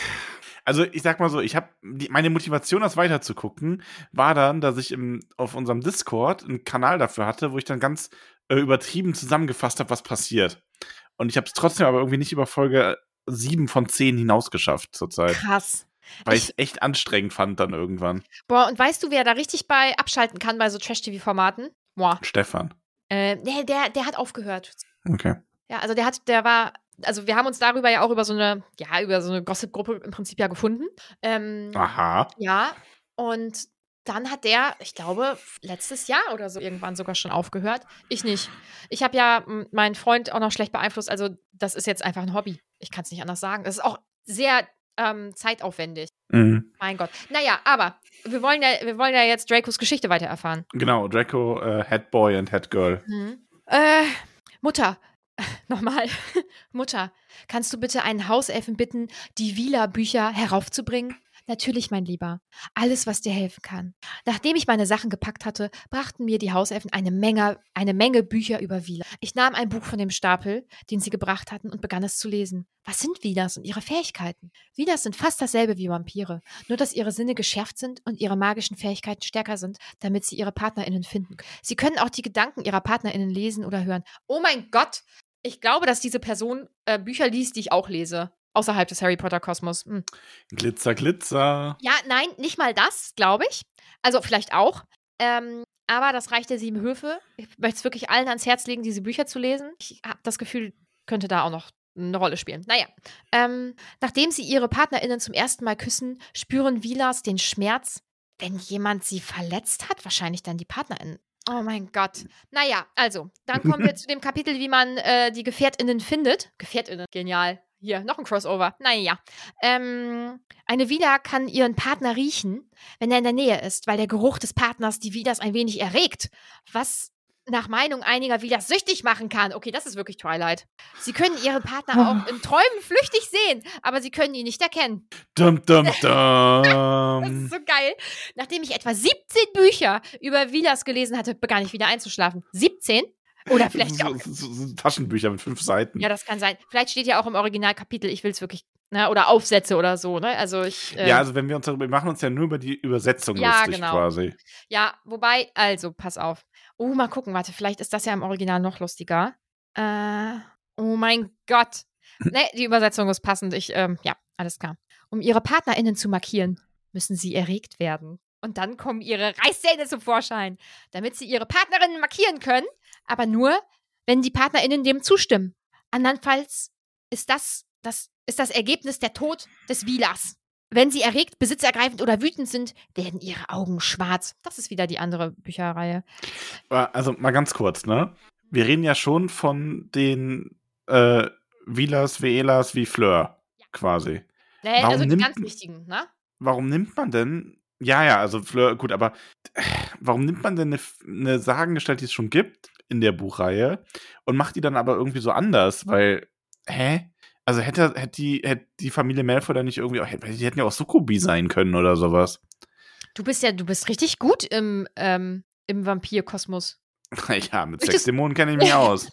Also ich sag mal so, ich habe meine Motivation, das weiterzugucken, war dann, dass ich im, auf unserem Discord einen Kanal dafür hatte, wo ich dann ganz äh, übertrieben zusammengefasst habe, was passiert. Und ich habe es trotzdem aber irgendwie nicht über Folge sieben von zehn hinausgeschafft zurzeit, Krass. weil ich Ich- es echt anstrengend fand dann irgendwann. Boah, und weißt du, wer da richtig bei abschalten kann bei so Trash-T V-Formaten? Boah. Stefan. Äh, nee, der, der hat aufgehört. Okay. Ja, also der hat, der war, also wir haben uns darüber ja auch über so eine, ja, über so eine Gossip-Gruppe im Prinzip ja gefunden. Ähm, Aha. Ja, und dann hat der, ich glaube, letztes Jahr oder so irgendwann sogar schon aufgehört. Ich nicht. Ich habe ja m, meinen Freund auch noch schlecht beeinflusst. Also das ist jetzt einfach ein Hobby. Ich kann es nicht anders sagen. Das ist auch sehr ähm, zeitaufwendig. Mhm. Mein Gott. Naja, aber wir wollen ja, wir wollen ja jetzt Dracos Geschichte weiter erfahren. Genau, Draco, äh, Head Boy und Head Girl. Mhm. Äh, Mutter. Nochmal. Mutter, kannst du bitte einen Hauselfen bitten, die Wieler-Bücher heraufzubringen? Natürlich, mein Lieber. Alles, was dir helfen kann. Nachdem ich meine Sachen gepackt hatte, brachten mir die Hauselfen eine Menge, eine Menge Bücher über Wieler. Ich nahm ein Buch von dem Stapel, den sie gebracht hatten, und begann es zu lesen. Was sind Wielers und ihre Fähigkeiten? Wielers sind fast dasselbe wie Vampire, nur dass ihre Sinne geschärft sind und ihre magischen Fähigkeiten stärker sind, damit sie ihre PartnerInnen finden. Sie können auch die Gedanken ihrer PartnerInnen lesen oder hören. Oh mein Gott! Ich glaube, dass diese Person äh, Bücher liest, die ich auch lese. Außerhalb des Harry Potter-Kosmos. Hm. Glitzer, Glitzer. Ja, nein, nicht mal das, glaube ich. Also vielleicht auch. Ähm, aber das reicht der sieben Höfe. Ich möchte es wirklich allen ans Herz legen, diese Bücher zu lesen. Ich habe das Gefühl, könnte da auch noch eine Rolle spielen. Naja. Ähm, nachdem sie ihre PartnerInnen zum ersten Mal küssen, spüren Wielers den Schmerz, wenn jemand sie verletzt hat. Wahrscheinlich dann die PartnerInnen. Oh mein Gott. Naja, also, dann kommen wir zu dem Kapitel, wie man äh, die GefährtInnen findet. GefährtInnen, genial. Hier, noch ein Crossover. Naja. Ähm, eine Wieler kann ihren Partner riechen, wenn er in der Nähe ist, weil der Geruch des Partners die Wielers ein wenig erregt. Was nach Meinung einiger wieder süchtig machen kann. Okay, das ist wirklich Twilight. Sie können ihren Partner auch in Träumen flüchtig sehen, aber sie können ihn nicht erkennen. Dum, dum, dum. Das ist so geil. Nachdem ich etwa siebzehn Bücher über Vilas gelesen hatte, begann ich wieder einzuschlafen. siebzehn? Oder vielleicht so, auch. so, so Taschenbücher mit fünf Seiten. Ja, das kann sein. Vielleicht steht ja auch im Originalkapitel, ich will es wirklich, ne, oder Aufsätze oder so, ne? Also ich. Äh, ja, also wenn wir uns darüber, wir machen uns ja nur über die Übersetzung ja, lustig genau. quasi. Ja, wobei, also, pass auf. Oh, mal gucken, warte, vielleicht ist das ja im Original noch lustiger. Äh, oh mein Gott. Ne, die Übersetzung ist passend. Ich, ähm, ja, alles klar. Um ihre PartnerInnen zu markieren, müssen sie erregt werden. Und dann kommen ihre Reißzähne zum Vorschein, damit sie ihre Partnerinnen markieren können, aber nur, wenn die PartnerInnen dem zustimmen. Andernfalls ist das, das, ist das Ergebnis der Tod des Vilas. Wenn sie erregt, besitzergreifend oder wütend sind, werden ihre Augen schwarz. Das ist wieder die andere Bücherreihe. Also mal ganz kurz, ne? Wir reden ja schon von den äh, Vilas, Veelas wie Fleur, quasi. Nee, also die ganz wichtigen, ne? Warum nimmt man denn, ja, ja, also Fleur, gut, aber äh, warum nimmt man denn eine, eine Sagengestalt, die es schon gibt in der Buchreihe und macht die dann aber irgendwie so anders? Weil, hä? Also hätte, hätte, die, hätte die Familie Malfoy da nicht irgendwie, auch, die hätten ja auch Succubi sein können oder sowas. Du bist ja, du bist richtig gut im, ähm, im Vampir-Kosmos. Ja, mit Sexdämonen kenne ich mich aus.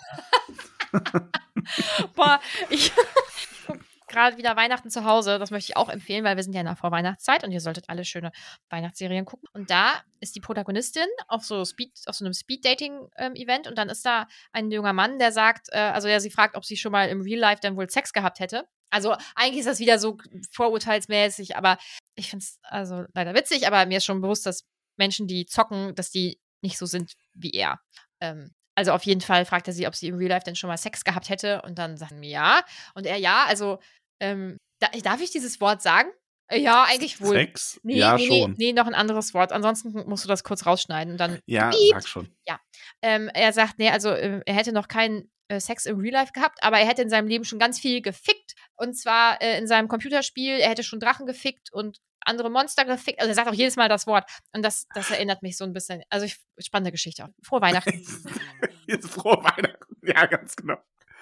Boah, ich gucke gerade wieder Weihnachten zu Hause. Das möchte ich auch empfehlen, weil wir sind ja in der Vorweihnachtszeit und ihr solltet alle schöne Weihnachtsserien gucken. Und da ist die Protagonistin auf so Speed, auf so einem Speed-Dating-Event und dann ist da ein junger Mann, der sagt, äh, also der sie fragt, ob sie schon mal im Real Life dann wohl Sex gehabt hätte. Also eigentlich ist das wieder so vorurteilsmäßig, aber ich finde es also leider witzig, aber mir ist schon bewusst, dass Menschen, die zocken, dass die nicht so sind wie er. Ähm, also auf jeden Fall fragt er sie, ob sie im Real Life denn schon mal Sex gehabt hätte und dann sagt er mir ja. Und er ja, also ähm, da, darf ich dieses Wort sagen? Äh, ja, eigentlich wohl. Sex? Nee, ja, nee, schon. Nee, nee, noch ein anderes Wort. Ansonsten musst du das kurz rausschneiden und dann. Ja, piep. sag schon. Ja. Ähm, er sagt, nee, also äh, er hätte noch keinen äh, Sex im Real Life gehabt, aber er hätte in seinem Leben schon ganz viel gefickt. Und zwar äh, in seinem Computerspiel, er hätte schon Drachen gefickt und andere Monster gefickt. Also er sagt auch jedes Mal das Wort. Und das, das erinnert mich so ein bisschen. Also ich, spannende Geschichte. Frohe Weihnachten. Frohe Weihnachten. Ja, ganz genau.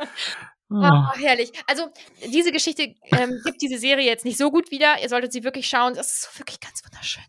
Oh, herrlich. Also, diese Geschichte ähm, gibt diese Serie jetzt nicht so gut wieder. Ihr solltet sie wirklich schauen. Das ist so wirklich ganz wunderschön.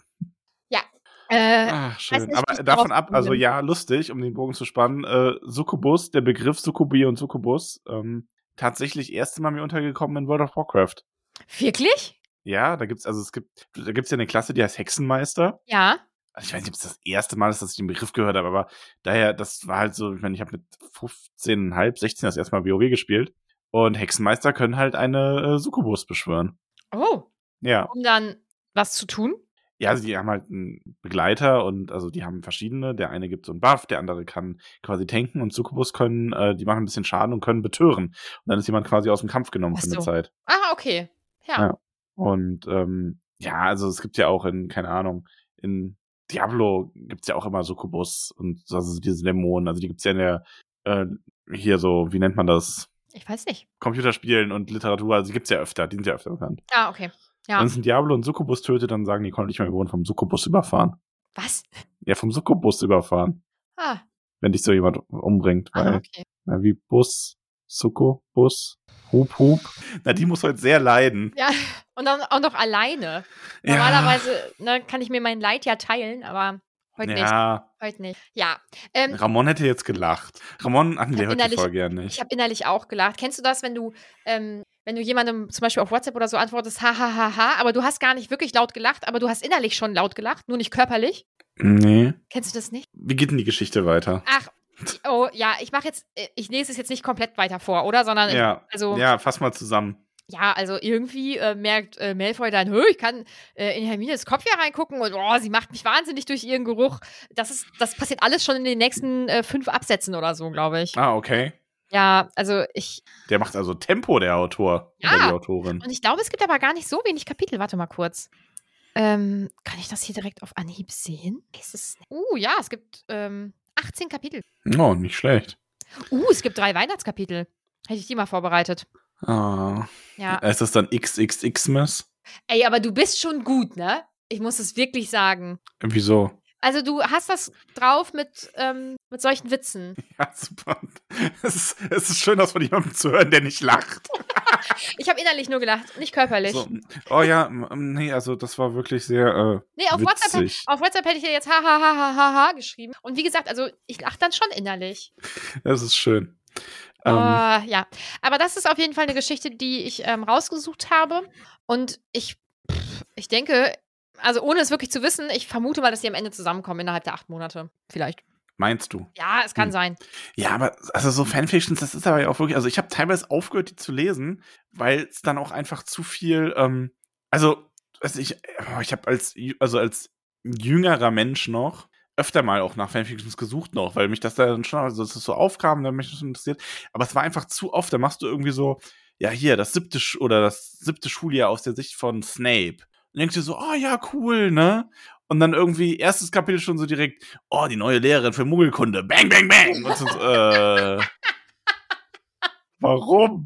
Ja. Äh, Ach, schön. nicht, Aber davon ab, also ja, lustig, um den Bogen zu spannen, äh, Succubus, der Begriff Succubi und Succubus, ähm, tatsächlich erste Mal mir untergekommen in World of Warcraft. Wirklich? Ja, da gibt's, also es gibt, da gibt's ja eine Klasse, die heißt Hexenmeister. Ja. Also ich weiß nicht, ob es das erste Mal ist, dass ich den Begriff gehört habe, aber daher, das war halt so, ich meine, ich habe mit fünfzehn Komma fünf, sechzehn das erste Mal WoW gespielt und Hexenmeister können halt eine äh, Succubus beschwören. Oh. Ja. Um dann was zu tun? Ja, also die haben halt einen Begleiter und also die haben verschiedene. Der eine gibt so einen Buff, der andere kann quasi tanken und Succubus können, äh, die machen ein bisschen Schaden und können betören. Und dann ist jemand quasi aus dem Kampf genommen Ach für eine so. Zeit. Ah, okay. Ja. ja. Und ähm, ja, also es gibt ja auch in, keine Ahnung, in Diablo gibt's ja auch immer Succubus und also diese Dämonen, also die gibt's ja in der, äh, hier so, wie nennt man das? Ich weiß nicht. Computerspielen und Literatur, also die gibt's ja öfter, die sind ja öfter bekannt. Ah, okay. Ja. Wenn es ein Diablo und Succubus tötet, dann sagen die, konnte nicht mehr, wir wurden vom Succubus überfahren. Was? Ja, vom Succubus überfahren. Ah. Wenn dich so jemand umbringt, weil, Ah, okay. ja, wie Bus, Succubus, Hup, Hup. Na, die muss heute sehr leiden. Ja, und dann auch noch alleine. Ja. Normalerweise ne, kann ich mir mein Leid ja teilen, aber heute Ja. nicht. Heute nicht. Ja. Ähm, Ramon hätte jetzt gelacht. Ramon, ach, der hört die innerlich- Folge ja nicht. Ich habe innerlich auch gelacht. Kennst du das, wenn du, ähm, wenn du jemandem zum Beispiel auf WhatsApp oder so antwortest, ha, ha, ha, ha, aber du hast gar nicht wirklich laut gelacht, aber du hast innerlich schon laut gelacht, nur nicht körperlich? Nee. Kennst du das nicht? Wie geht denn die Geschichte weiter? Ach, oh, ja, ich mache jetzt, äh, ich lese es jetzt nicht komplett weiter vor, oder? Sondern, Ja, also, ja, fass mal zusammen. ja, also irgendwie äh, merkt äh, Malfoy dann, hö, ich kann äh, in Hermines Kopf hier reingucken und oh, sie macht mich wahnsinnig durch ihren Geruch. Das ist, das passiert alles schon in den nächsten äh, fünf Absätzen oder so, glaube ich. Ah, okay. Ja, also ich, Der macht also Tempo, der Autor. Ja. Oder die Autorin. und ich glaube, es gibt aber gar nicht so wenig Kapitel. Warte mal kurz. Ähm, kann ich das hier direkt auf Anhieb sehen? Ist es, uh, ja, es gibt ähm, achtzehn Kapitel. Oh, nicht schlecht. Uh, es gibt drei Weihnachtskapitel. Hätte ich die mal vorbereitet. Ah. Ja. Ist das dann X X X-Mas? Ey, aber du bist schon gut, ne? Ich muss es wirklich sagen. Wieso? Also du hast das drauf mit, ähm, mit solchen Witzen. Ja, super. Es ist, es ist schön, das von jemandem zu hören, der nicht lacht. Ich habe innerlich nur gelacht, nicht körperlich. So. Oh ja, m- nee, also das war wirklich sehr äh, Nee, auf WhatsApp, witzig. auf WhatsApp hätte ich dir jetzt ha ha ha ha ha ha geschrieben. Und wie gesagt, also ich lache dann schon innerlich. Das ist schön. Äh, Ähm, ja, aber das ist auf jeden Fall eine Geschichte, die ich ähm, rausgesucht habe. Und ich, pff, ich denke, also ohne es wirklich zu wissen, ich vermute mal, dass die am Ende zusammenkommen innerhalb der acht Monate. Vielleicht. meinst du? Ja, es kann Hm. sein. Ja, aber also so Fanfictions, das ist aber ja auch wirklich, also ich habe teilweise aufgehört, die zu lesen, weil es dann auch einfach zu viel, ähm, also, also ich, oh, ich habe als, jü- also als jüngerer Mensch noch öfter mal auch nach Fanfictions gesucht noch, weil mich das da dann schon, also dass es so aufkam, dann mich das interessiert, aber es war einfach zu oft, da machst du irgendwie so, ja hier, das siebte Sch oder das siebte Schuljahr aus der Sicht von Snape. Und denkst dir so, oh ja, cool, ne? Und dann irgendwie erstes Kapitel schon so direkt, oh, die neue Lehrerin für Muggelkunde. Bang, bang, bang. Und so, äh, warum?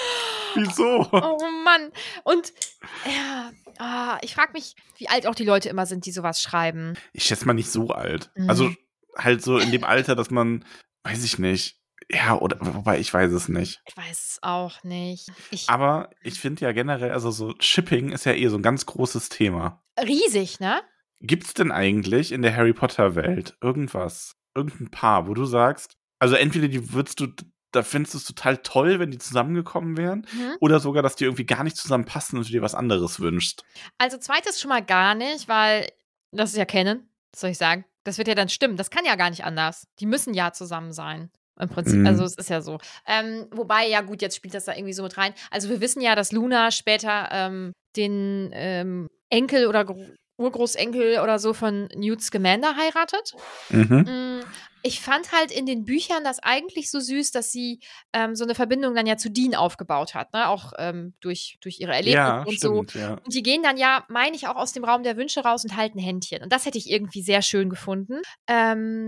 Wieso? Oh Mann. Und ja, ah, ich frage mich, wie alt auch die Leute immer sind, die sowas schreiben. Ich schätze mal nicht so alt. Mhm. Also halt so in dem Alter, dass man, weiß ich nicht. Ja, oder, wobei ich weiß es nicht. Ich weiß es auch nicht. Ich, Aber ich finde ja generell, also so Shipping ist ja eh so ein ganz großes Thema. riesig, ne? Gibt's denn eigentlich in der Harry Potter Welt irgendwas, irgendein Paar, wo du sagst, also entweder die würdest du, da findest du es total toll, wenn die zusammengekommen wären, Mhm. oder sogar, dass die irgendwie gar nicht zusammenpassen und du dir was anderes wünschst. Also zweites schon mal gar nicht, weil das ist ja Canon, was soll ich sagen? Das wird ja dann stimmen. Das kann ja gar nicht anders. Die müssen ja zusammen sein. Im Prinzip, Mhm. also es ist ja so. Ähm, wobei, ja gut, jetzt spielt das da irgendwie so mit rein. Also wir wissen ja, dass Luna später ähm, den ähm, Enkel oder Gro- Urgroßenkel oder so von Newt Scamander heiratet. Mhm. Mm, Ich fand halt in den Büchern das eigentlich so süß, dass sie ähm, so eine Verbindung dann ja zu Dean aufgebaut hat, ne? Auch ähm, durch, durch ihre Erlebnisse Ja, und so. stimmt, ja. Und die gehen dann ja, meine ich, auch aus dem Raum der Wünsche raus und halten Händchen. Und das hätte ich irgendwie sehr schön gefunden. Ähm,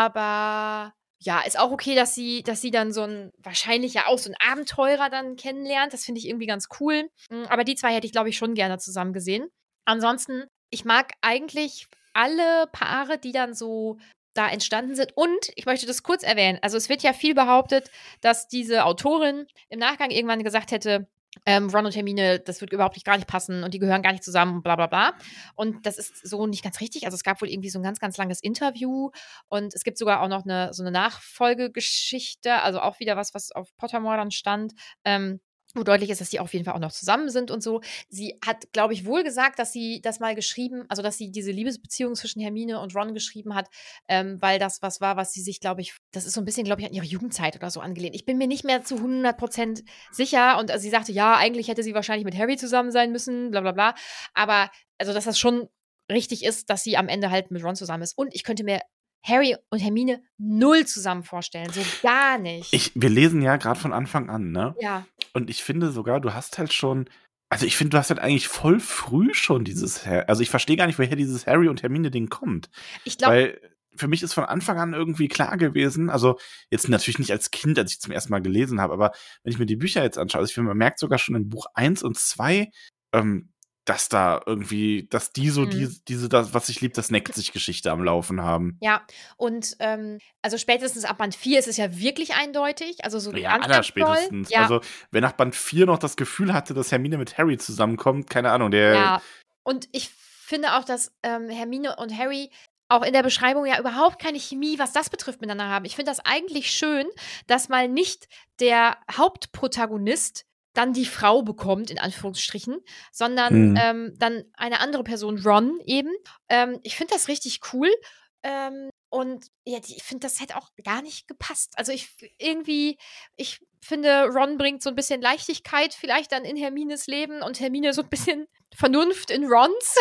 aber ja, ist auch okay, dass sie, dass sie dann so ein, wahrscheinlich ja auch so ein Abenteurer dann kennenlernt. Das finde ich irgendwie ganz cool. Mm, Aber die zwei hätte ich, glaube ich, schon gerne zusammen gesehen. Ansonsten, ich mag eigentlich alle Paare, die dann so da entstanden sind. Und ich möchte das kurz erwähnen. Also es wird ja viel behauptet, dass diese Autorin im Nachgang irgendwann gesagt hätte, ähm, Ron und Hermine, das wird überhaupt nicht gar nicht passen und die gehören gar nicht zusammen, bla bla bla. Und das ist so nicht ganz richtig. Also es gab wohl irgendwie so ein ganz, ganz langes Interview und es gibt sogar auch noch eine so eine Nachfolgegeschichte, also auch wieder was, was auf Pottermore dann stand, ähm, wo deutlich ist, dass die auf jeden Fall auch noch zusammen sind und so. Sie hat, glaube ich, wohl gesagt, dass sie das mal geschrieben, also dass sie diese Liebesbeziehung zwischen Hermine und Ron geschrieben hat, ähm, weil das was war, was sie sich, glaube ich, das ist so ein bisschen, glaube ich, an ihre Jugendzeit oder so angelehnt. Ich bin mir nicht mehr zu hundert Prozent sicher und äh, sie sagte, ja, eigentlich hätte sie wahrscheinlich mit Harry zusammen sein müssen, bla bla bla. Aber, also, dass das schon richtig ist, dass sie am Ende halt mit Ron zusammen ist. Und ich könnte mir Harry und Hermine null zusammen vorstellen, so gar nicht. Ich, wir lesen ja gerade von Anfang an, ne? ja. Und ich finde sogar, du hast halt schon, also ich finde, du hast halt eigentlich voll früh schon dieses, Har- also ich verstehe gar nicht, woher dieses Harry und Hermine-Ding kommt. Ich glaube, Weil für mich ist von Anfang an irgendwie klar gewesen, also jetzt natürlich nicht als Kind, als ich zum ersten Mal gelesen habe, aber wenn ich mir die Bücher jetzt anschaue, also ich finde, man merkt sogar schon in Buch eins und zwei, ähm, dass da irgendwie, dass die so Mhm. die, diese, das, was ich lieb, das neckt sich Geschichte am Laufen haben. ja, und ähm, also spätestens ab Band vier ist es ja wirklich eindeutig. Also so Ja, ganz, aller ganz doll. spätestens. Ja, Also, wer nach Band vier noch das Gefühl hatte, dass Hermine mit Harry zusammenkommt, keine Ahnung, der. ja. Und ich finde auch, dass ähm, Hermine und Harry auch in der Beschreibung ja überhaupt keine Chemie, was das betrifft, miteinander haben. Ich finde das eigentlich schön, dass mal nicht der Hauptprotagonist dann die Frau bekommt, in Anführungsstrichen, sondern Mhm. ähm, dann eine andere Person, Ron eben. Ähm, ich finde das richtig cool. Ähm, und ja, die- ich finde, das hätte auch gar nicht gepasst. Also ich irgendwie, ich finde, Ron bringt so ein bisschen Leichtigkeit vielleicht dann in Hermines Leben und Hermine so ein bisschen Vernunft in Rons.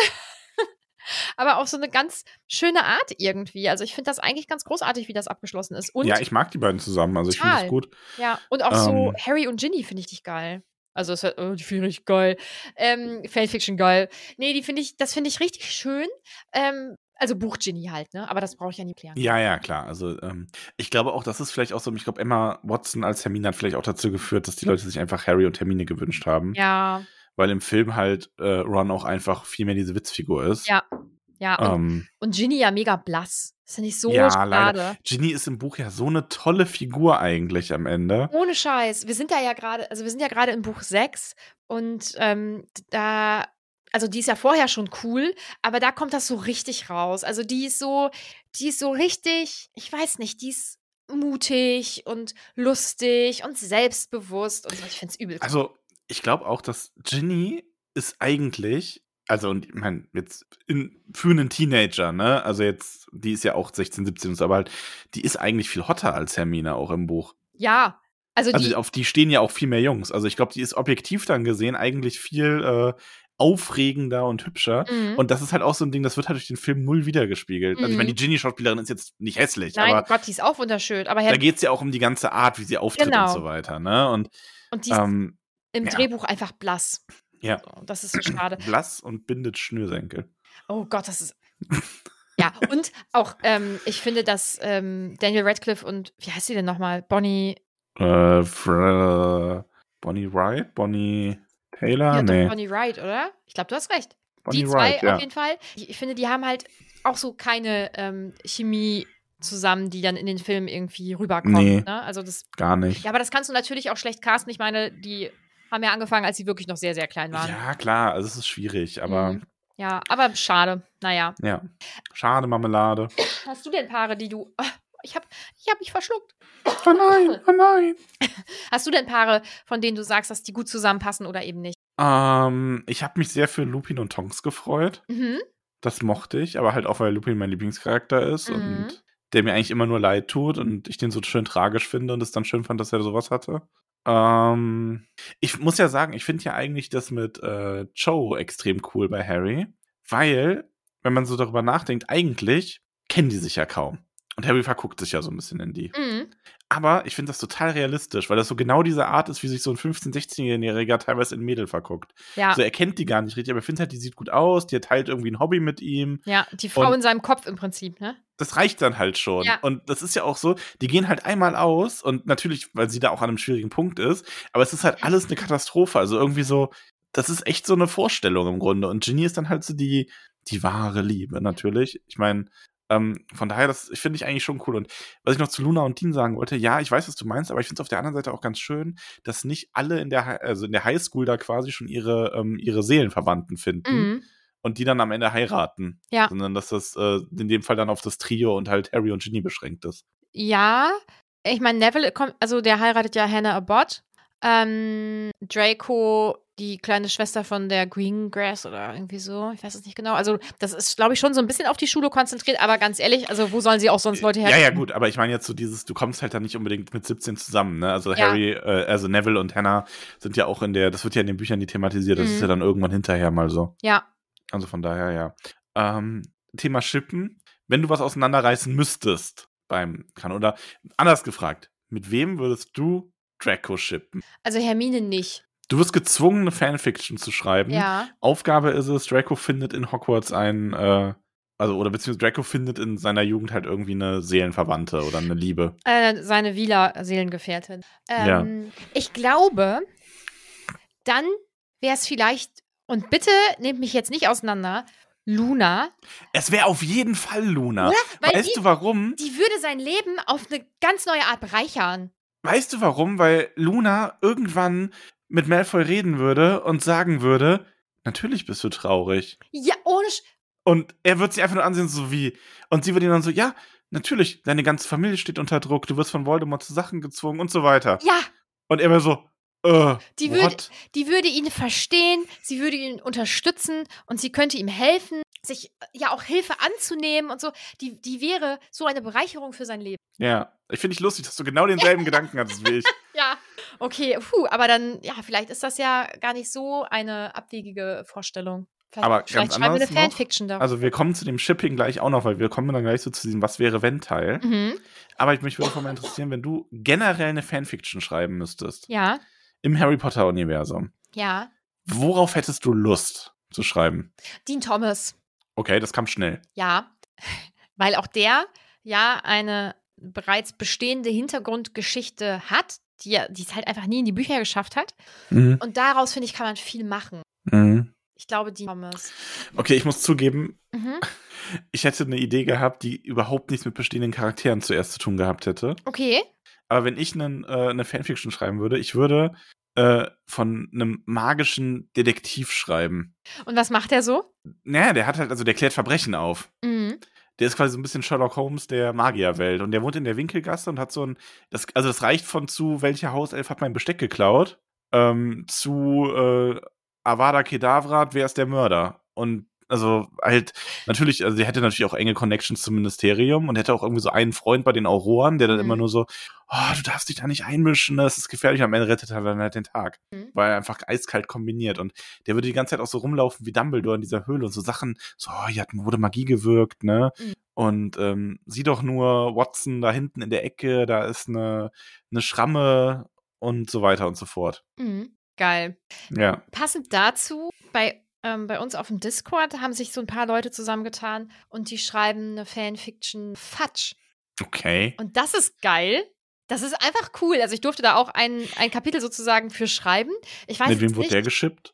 Aber auf so eine ganz schöne Art irgendwie. Also ich finde das eigentlich ganz großartig, wie das abgeschlossen ist. Und Ja, ich mag die beiden zusammen, also ich finde das total. gut. Ja, und auch so Ähm. Harry und Ginny finde ich dich geil. Also das, oh, die finde ich geil. Ähm, Fanfiction geil. Nee, die finde ich, das finde ich richtig schön. Ähm, also Buch Ginny halt, ne? Aber das brauche ich ja nie klären. Ja, ja, klar. Also, ähm, ich glaube auch, das ist vielleicht auch so, ich glaube, Emma Watson als Hermine hat vielleicht auch dazu geführt, dass die Leute sich einfach Harry und Hermine gewünscht haben. Ja, Weil im Film halt äh, Ron auch einfach viel mehr diese Witzfigur ist. ja. Ja, und, Ähm, und Ginny ja mega blass. Das finde ich so ja, schade. leider. Ginny ist im Buch ja so eine tolle Figur eigentlich am Ende. Ohne Scheiß. Wir sind da ja gerade, also wir sind ja gerade in Buch sechs und ähm, da, also die ist ja vorher schon cool, aber da kommt das so richtig raus. Also die ist so, die ist so richtig, ich weiß nicht, die ist mutig und lustig und selbstbewusst und so. Ich finde es übel. Also, ich glaube auch, dass Ginny ist eigentlich, also, und ich meine, jetzt in, für einen Teenager, ne? Also jetzt, die ist ja auch sechzehn, siebzehn und so, aber halt, die ist eigentlich viel hotter als Hermine auch im Buch. Ja, also die, Also auf die stehen ja auch viel mehr Jungs. Also ich glaube, die ist objektiv dann gesehen eigentlich viel äh, aufregender und hübscher. Mhm. Und das ist halt auch so ein Ding, das wird halt durch den Film null wiedergespiegelt. Also ich meine, Mhm. die Ginny-Schauspielerin ist jetzt nicht hässlich, nein, aber Gott, die ist auch wunderschön. Aber Herr, da geht es ja auch um die ganze Art, wie sie auftritt Genau. und so weiter. Ne? Und und die ist ähm, im ja. Drehbuch einfach blass. ja, So, das ist so schade. blass und bindet Schnürsenkel. Oh Gott, das ist. Ja, und auch, ähm, ich finde, dass ähm, Daniel Radcliffe und, wie heißt sie denn nochmal? Bonnie. Äh, Fr- Bonnie Wright? Bonnie Taylor? Ja, nee. doch Bonnie Wright, oder? Ich glaube, du hast recht. Bonnie Die zwei Wright, ja. auf jeden Fall. Ich, ich finde, die haben halt auch so keine ähm, Chemie zusammen, die dann in den Filmen irgendwie rüberkommt. Nee. Ne? Also das. Gar nicht. Ja, aber das kannst du natürlich auch schlecht casten. Ich meine, die haben ja angefangen, als sie wirklich noch sehr, sehr klein waren. Ja, klar, also es ist schwierig, aber Mhm. Ja, aber schade. Naja. ja. Schade, Marmelade. Hast du denn Paare, die du. Ich hab, ich hab mich verschluckt. Oh nein, oh nein. Hast du denn Paare, von denen du sagst, dass die gut zusammenpassen oder eben nicht? Ähm, ich habe mich sehr für Lupin und Tonks gefreut. Mhm. Das mochte ich, aber halt auch, weil Lupin mein Lieblingscharakter ist Mhm. und der mir eigentlich immer nur leid tut und ich den so schön tragisch finde und es dann schön fand, dass er sowas hatte. Ähm, ich muss ja sagen, ich finde ja eigentlich das mit äh, Cho extrem cool bei Harry, weil, wenn man so darüber nachdenkt, eigentlich kennen die sich ja kaum. Und Harry verguckt sich ja so ein bisschen in die. Mhm. Aber ich finde das total realistisch, weil das so genau diese Art ist, wie sich so ein fünfzehn-, sechzehnjähriger teilweise in Mädel verguckt. Ja. Also er kennt die gar nicht richtig, aber er findet halt, die sieht gut aus, die teilt irgendwie ein Hobby mit ihm. Ja, die Frau Und- in seinem Kopf im Prinzip, ne? Das reicht dann halt schon. Ja. Und das ist ja auch so, die gehen halt einmal aus und natürlich, weil sie da auch an einem schwierigen Punkt ist, aber es ist halt alles eine Katastrophe. Also irgendwie so, das ist echt so eine Vorstellung im Grunde. Und Ginny ist dann halt so die, die wahre Liebe, natürlich. Ich meine, ähm, von daher, das finde ich eigentlich schon cool. Und was ich noch zu Luna und Dean sagen wollte, ja, ich weiß, was du meinst, aber ich finde es auf der anderen Seite auch ganz schön, dass nicht alle in der, Hi- also in der Highschool da quasi schon ihre, ähm, ihre Seelenverwandten finden Mhm. und die dann am Ende heiraten. Ja. Sondern dass das äh, in dem Fall dann auf das Trio und halt Harry und Ginny beschränkt ist. Ja, ich meine, Neville kommt, also der heiratet ja Hannah Abbott. Ähm, Draco, die kleine Schwester von der Greengrass oder irgendwie so, ich weiß es nicht genau. Also, das ist, glaube ich, schon so ein bisschen auf die Schule konzentriert, aber ganz ehrlich, also wo sollen sie auch sonst Leute Ja, herkriegen? ja, gut, aber ich meine jetzt so dieses, du kommst halt dann nicht unbedingt mit siebzehn zusammen, ne? Also Ja. Harry, äh, also Neville und Hannah sind ja auch in der, das wird ja in den Büchern nie thematisiert, das Mhm. ist ja dann irgendwann hinterher mal so. Ja. Also von daher, ja. Ähm, Thema Shippen, wenn du was auseinanderreißen müsstest beim kann oder anders gefragt, mit wem würdest du Draco shippen? Also Hermine nicht. Du wirst gezwungen, eine Fanfiction zu schreiben. Ja. Aufgabe ist es, Draco findet in Hogwarts ein, äh, also, oder beziehungsweise Draco findet in seiner Jugend halt irgendwie eine Seelenverwandte oder eine Liebe. Äh, seine Vila-Seelengefährtin. Ähm, Ich glaube, dann wäre es vielleicht, und bitte nehmt mich jetzt nicht auseinander, Luna. Es wäre auf jeden Fall Luna. Oder? Weil Weißt die- du warum? Die würde sein Leben auf eine ganz neue Art bereichern. Weißt du warum? Weil Luna irgendwann mit Malfoy reden würde und sagen würde, natürlich bist du traurig. Ja, ohne Sch Und er wird sie einfach nur ansehen, so wie, und sie würde ihm dann so, ja, natürlich, deine ganze Familie steht unter Druck, du wirst von Voldemort zu Sachen gezwungen und so weiter. Ja, Und er wäre so, äh, die what? würde, die würde ihn verstehen, sie würde ihn unterstützen und sie könnte ihm helfen, sich äh, ja auch Hilfe anzunehmen und so. Die, die wäre so eine Bereicherung für sein Leben. Ja, ich finde ich lustig, dass du genau denselben Gedanken hattest wie ich. Ja, okay, puh, aber dann, ja, vielleicht ist das ja gar nicht so eine abwegige Vorstellung. Vielleicht, Aber vielleicht ganz schreiben wir eine anders noch, Fanfiction darüber. Also wir kommen zu dem Shipping gleich auch noch, weil wir kommen dann gleich so zu diesem Was-wäre-wenn-Teil. Mhm. Aber ich mich würde voll mal interessieren, wenn du generell eine Fanfiction schreiben müsstest Ja, im Harry Potter-Universum. ja. Worauf hättest du Lust zu schreiben? Dean Thomas. Okay, das kam schnell. Ja, weil auch der ja eine bereits bestehende Hintergrundgeschichte hat, die, er- die es halt einfach nie in die Bücher geschafft hat. Mhm. Und daraus, finde ich, kann man viel machen. Mhm. Ich glaube, die Pommes. Okay, ich muss zugeben, Mhm. ich hätte eine Idee gehabt, die überhaupt nichts mit bestehenden Charakteren zuerst zu tun gehabt hätte. Okay. Aber wenn ich einen, äh, eine Fanfiction schreiben würde, ich würde äh, von einem magischen Detektiv schreiben. Und was macht er so? Naja, der hat halt, also der klärt Verbrechen auf. Mhm. Der ist quasi so ein bisschen Sherlock Holmes der Magierwelt. Und der wohnt in der Winkelgasse und hat so ein, das, also das reicht von zu, welcher Hauself hat mein Besteck geklaut, ähm, zu äh, Avada Kedavra, wer ist der Mörder? Und also halt, natürlich, also der hätte natürlich auch enge Connections zum Ministerium und hätte auch irgendwie so einen Freund bei den Auroren, der dann Mhm. immer nur so, oh, du darfst dich da nicht einmischen, das ist gefährlich. Am Ende rettet er dann halt den Tag. Mhm. Weil er einfach eiskalt kombiniert. Und der würde die ganze Zeit auch so rumlaufen wie Dumbledore in dieser Höhle und so Sachen, so, oh, hier hat, wurde Magie gewirkt, ne? Mhm. Und ähm, sieh doch nur, Watson da hinten in der Ecke, da ist eine, eine Schramme und so weiter und so fort. Mhm. Geil. Ja. Passend dazu, bei, ähm, bei uns auf dem Discord haben sich so ein paar Leute zusammengetan und die schreiben eine Fanfiction Fatsch. Okay. Und das ist geil. Das ist einfach cool. Also ich durfte da auch ein, ein Kapitel sozusagen für schreiben. Ich weiß Mit wem jetzt wurde nicht. der geschippt?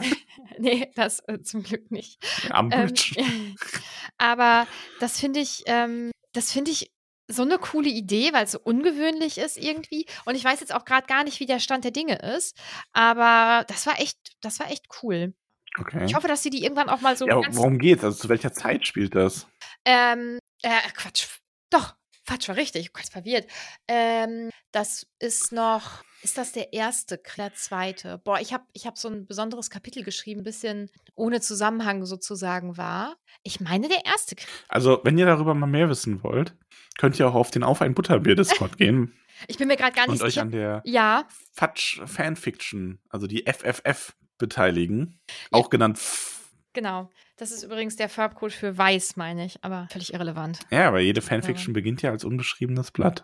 Nee, das äh, zum Glück nicht. Umbridge. Ähm, aber das finde ich, ähm, das finde ich so eine coole Idee, weil es so ungewöhnlich ist irgendwie. Und ich weiß jetzt auch gerade gar nicht, wie der Stand der Dinge ist. Aber das war echt, das war echt cool. Okay. Ich hoffe, dass sie die irgendwann auch mal so Ja, aber ganz. worum geht's? Also zu welcher Zeit spielt das? Ähm, äh, Quatsch. Doch, Quatsch war richtig. Quatsch, verwirrt. Ähm, das ist noch. Ist das der erste, der zweite? Boah, ich habe ich hab so ein besonderes Kapitel geschrieben, ein bisschen ohne Zusammenhang sozusagen war. Ich meine, der erste. Also, wenn ihr darüber mal mehr wissen wollt, könnt ihr auch auf den Auf ein Butterbier-Discord gehen Ich bin mir gerade gar nicht und euch sicher. an der Ja, Fatsch Fanfiction, also die F F F, beteiligen. Auch genannt F. genau. Das ist übrigens der Farbcode für weiß, meine ich, aber völlig irrelevant. Ja, aber jede Fanfiction beginnt ja als unbeschriebenes Blatt.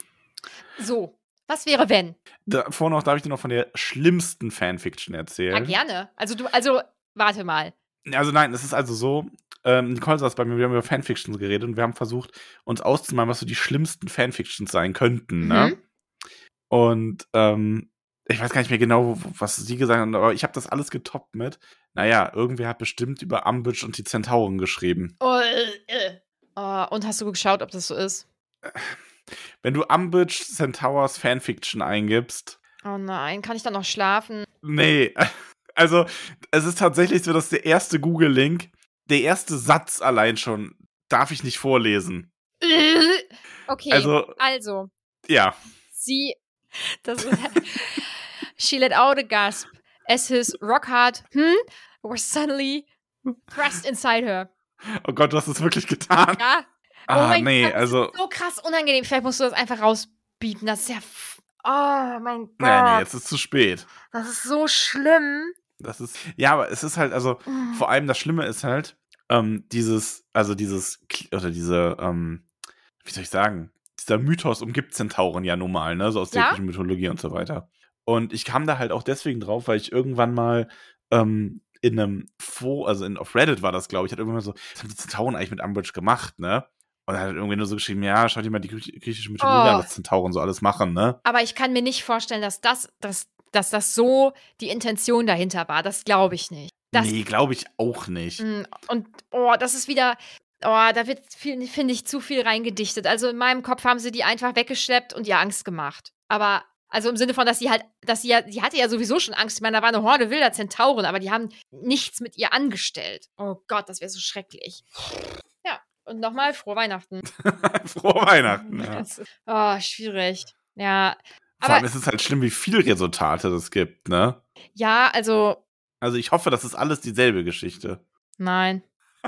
So, was wäre, wenn? Davor noch darf ich dir noch von der schlimmsten Fanfiction Ja, erzählen. gerne. Also du, also, warte mal. Also nein, es ist also so, ähm, Nicole saß bei mir, wir haben über Fanfictions geredet und wir haben versucht, uns auszumalen, was so die schlimmsten Fanfictions sein könnten, ne? Mhm. Und ähm, ich weiß gar nicht mehr genau, was sie gesagt hat, aber ich habe das alles getoppt mit, naja, irgendwer hat bestimmt über Umbridge und die Zentauren geschrieben. Oh, äh, äh. Oh, und hast du geschaut, ob das so ist? Wenn du Umbridge Centaurs Fanfiction eingibst, Oh nein, kann ich dann noch schlafen? nee, also es ist tatsächlich so, dass der erste Google-Link, der erste Satz allein schon, darf ich nicht vorlesen. Okay, Also, also, ja. sie, das she let out a gasp as his rock hard hm was suddenly thrust inside her. Oh Gott, du hast es wirklich getan. Ja. Ah, oh mein nee, Gott, das also. ist so krass unangenehm. Vielleicht musst du das einfach rausbieten. Das ist ja. f- Oh mein Gott. Nee, nee, jetzt ist zu spät. Das ist so schlimm. Das ist. Ja, aber es ist halt, also, Mm. vor allem das Schlimme ist halt, ähm, dieses, also dieses, oder diese, ähm, wie soll ich sagen, dieser Mythos umgibt Zentauren ja nun mal, ne, so aus der Ja? griechischen Mythologie und so weiter. Und ich kam da halt auch deswegen drauf, weil ich irgendwann mal ähm, in einem Fo, also in, auf Reddit war das, glaube ich, hat irgendwann mal so, was haben die Zentauren eigentlich mit Umbridge gemacht, ne? Und er hat irgendwie nur so geschrieben, ja, schaut dir mal die Grie- griechische Mythologie Oh. an, was Zentauren so alles machen, ne? Aber ich kann mir nicht vorstellen, dass das, dass, dass das so die Intention dahinter war. Das glaube ich nicht. Das, Nee, glaube ich auch nicht. Mm, Und oh, das ist wieder. Oh, da wird, viel- finde ich, zu viel reingedichtet. Also in meinem Kopf haben sie die einfach weggeschleppt und ihr Angst gemacht. Aber, also im Sinne von, dass sie halt, dass sie ja, die hatte ja sowieso schon Angst. Ich meine, da war eine Horde wilder Zentauren, aber die haben nichts mit ihr angestellt. Oh Gott, das wäre so schrecklich. Ja, und nochmal frohe Weihnachten. Frohe Weihnachten, ja. Das ist- Oh, schwierig. Ja, Vor aber allem ist es halt schlimm, wie viele Resultate es gibt, ne? ja, also, Also ich hoffe, das ist alles dieselbe Geschichte. nein,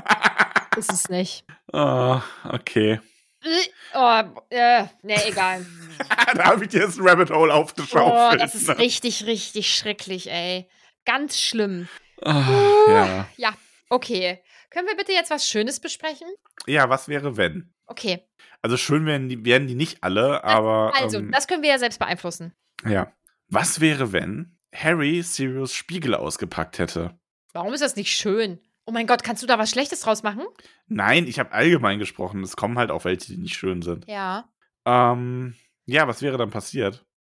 ist es nicht. Oh, okay. Äh, Oh, äh, nee, egal. Da habe ich dir jetzt ein Rabbit Hole Oh, aufgeschaufelt. das ist ne? richtig, richtig schrecklich, ey. Ganz schlimm. Oh, ja. Ja, okay. Können wir bitte jetzt was Schönes besprechen? Ja, was wäre, wenn? Okay. Also schön werden die, werden die nicht alle, aber Also, ähm, das können wir ja selbst beeinflussen. ja. Was wäre, wenn Harry Sirius Spiegel ausgepackt hätte? Warum ist das nicht schön? Oh mein Gott, kannst du da was Schlechtes draus machen? Nein, ich habe allgemein gesprochen. Es kommen halt auch welche, die nicht schön sind. Ja. Ähm, ja, was wäre dann passiert?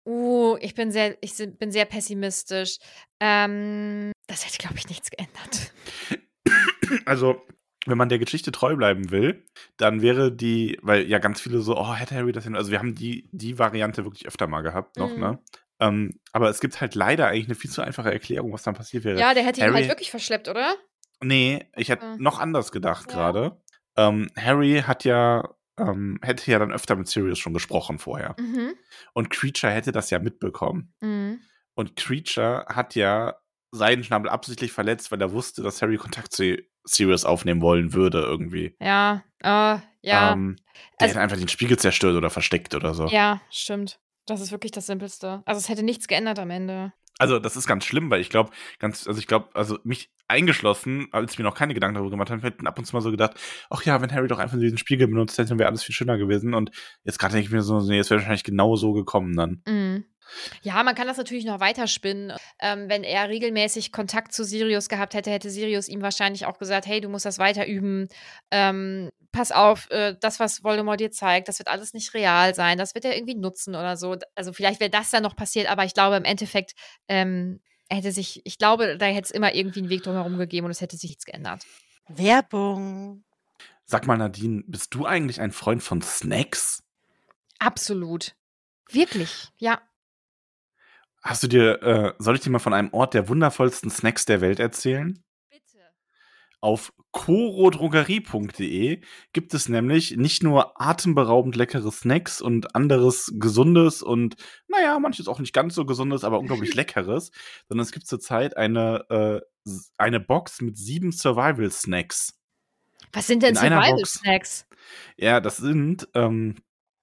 Uh, ich bin sehr, ich si- bin sehr pessimistisch. Ähm, das hätte, glaube ich, nichts geändert. Also, wenn man der Geschichte treu bleiben will, dann wäre die, weil ja ganz viele so, oh, hätte Harry das hin, also wir haben die, die Variante wirklich öfter mal gehabt noch, Mhm. ne? Ähm, aber es gibt halt leider eigentlich eine viel zu einfache Erklärung, was dann passiert wäre. Ja, der hätte ihn Harry, halt wirklich verschleppt, oder? nee, ich hätte Ah. noch anders gedacht Ja. gerade. Ähm, Harry hat ja, ähm, hätte ja dann öfter mit Sirius schon gesprochen vorher. Mhm. Und Creature hätte das ja mitbekommen. Mhm. Und Creature hat ja Seidenschnabel absichtlich verletzt, weil er wusste, dass Harry Kontakt zu Sirius aufnehmen wollen würde irgendwie. Ja, äh, ja. Ähm, der Also- hätte einfach den Spiegel zerstört oder versteckt oder so. Ja, stimmt. Das ist wirklich das Simpelste. Also es hätte nichts geändert am Ende. Also das ist ganz schlimm, weil ich glaube, ganz, also ich glaube, also mich eingeschlossen, als ich mir noch keine Gedanken darüber gemacht habe, hätten ab und zu mal so gedacht, ach ja, wenn Harry doch einfach diesen Spiegel benutzt hätte, wäre alles viel schöner gewesen. Und jetzt gerade denke ich mir so, nee, es wäre wahrscheinlich genau so gekommen dann. Mhm. Ja, man kann das natürlich noch weiterspinnen. Ähm, wenn er regelmäßig Kontakt zu Sirius gehabt hätte, hätte Sirius ihm wahrscheinlich auch gesagt, hey, du musst das weiter üben. Ähm, pass auf, äh, das, was Voldemort dir zeigt, das wird alles nicht real sein. Das wird er irgendwie nutzen oder so. Also vielleicht wäre das dann noch passiert, aber ich glaube im Endeffekt ähm, hätte sich, ich glaube, da hätte es immer irgendwie einen Weg drumherum gegeben und es hätte sich nichts geändert. Werbung. Sag mal, Nadine, bist du eigentlich ein Freund von Snacks? Absolut. Wirklich, ja. Hast du dir, äh, soll ich dir mal von einem Ort der wundervollsten Snacks der Welt erzählen? Bitte. Auf corodrogerie punkt de gibt es nämlich nicht nur atemberaubend leckere Snacks und anderes Gesundes und, naja, manches auch nicht ganz so Gesundes, aber unglaublich Leckeres, sondern es gibt zurzeit eine, äh, s- eine Box mit sieben Survival-Snacks. Was sind denn In einer Survival Box. Snacks? Ja, das sind ähm,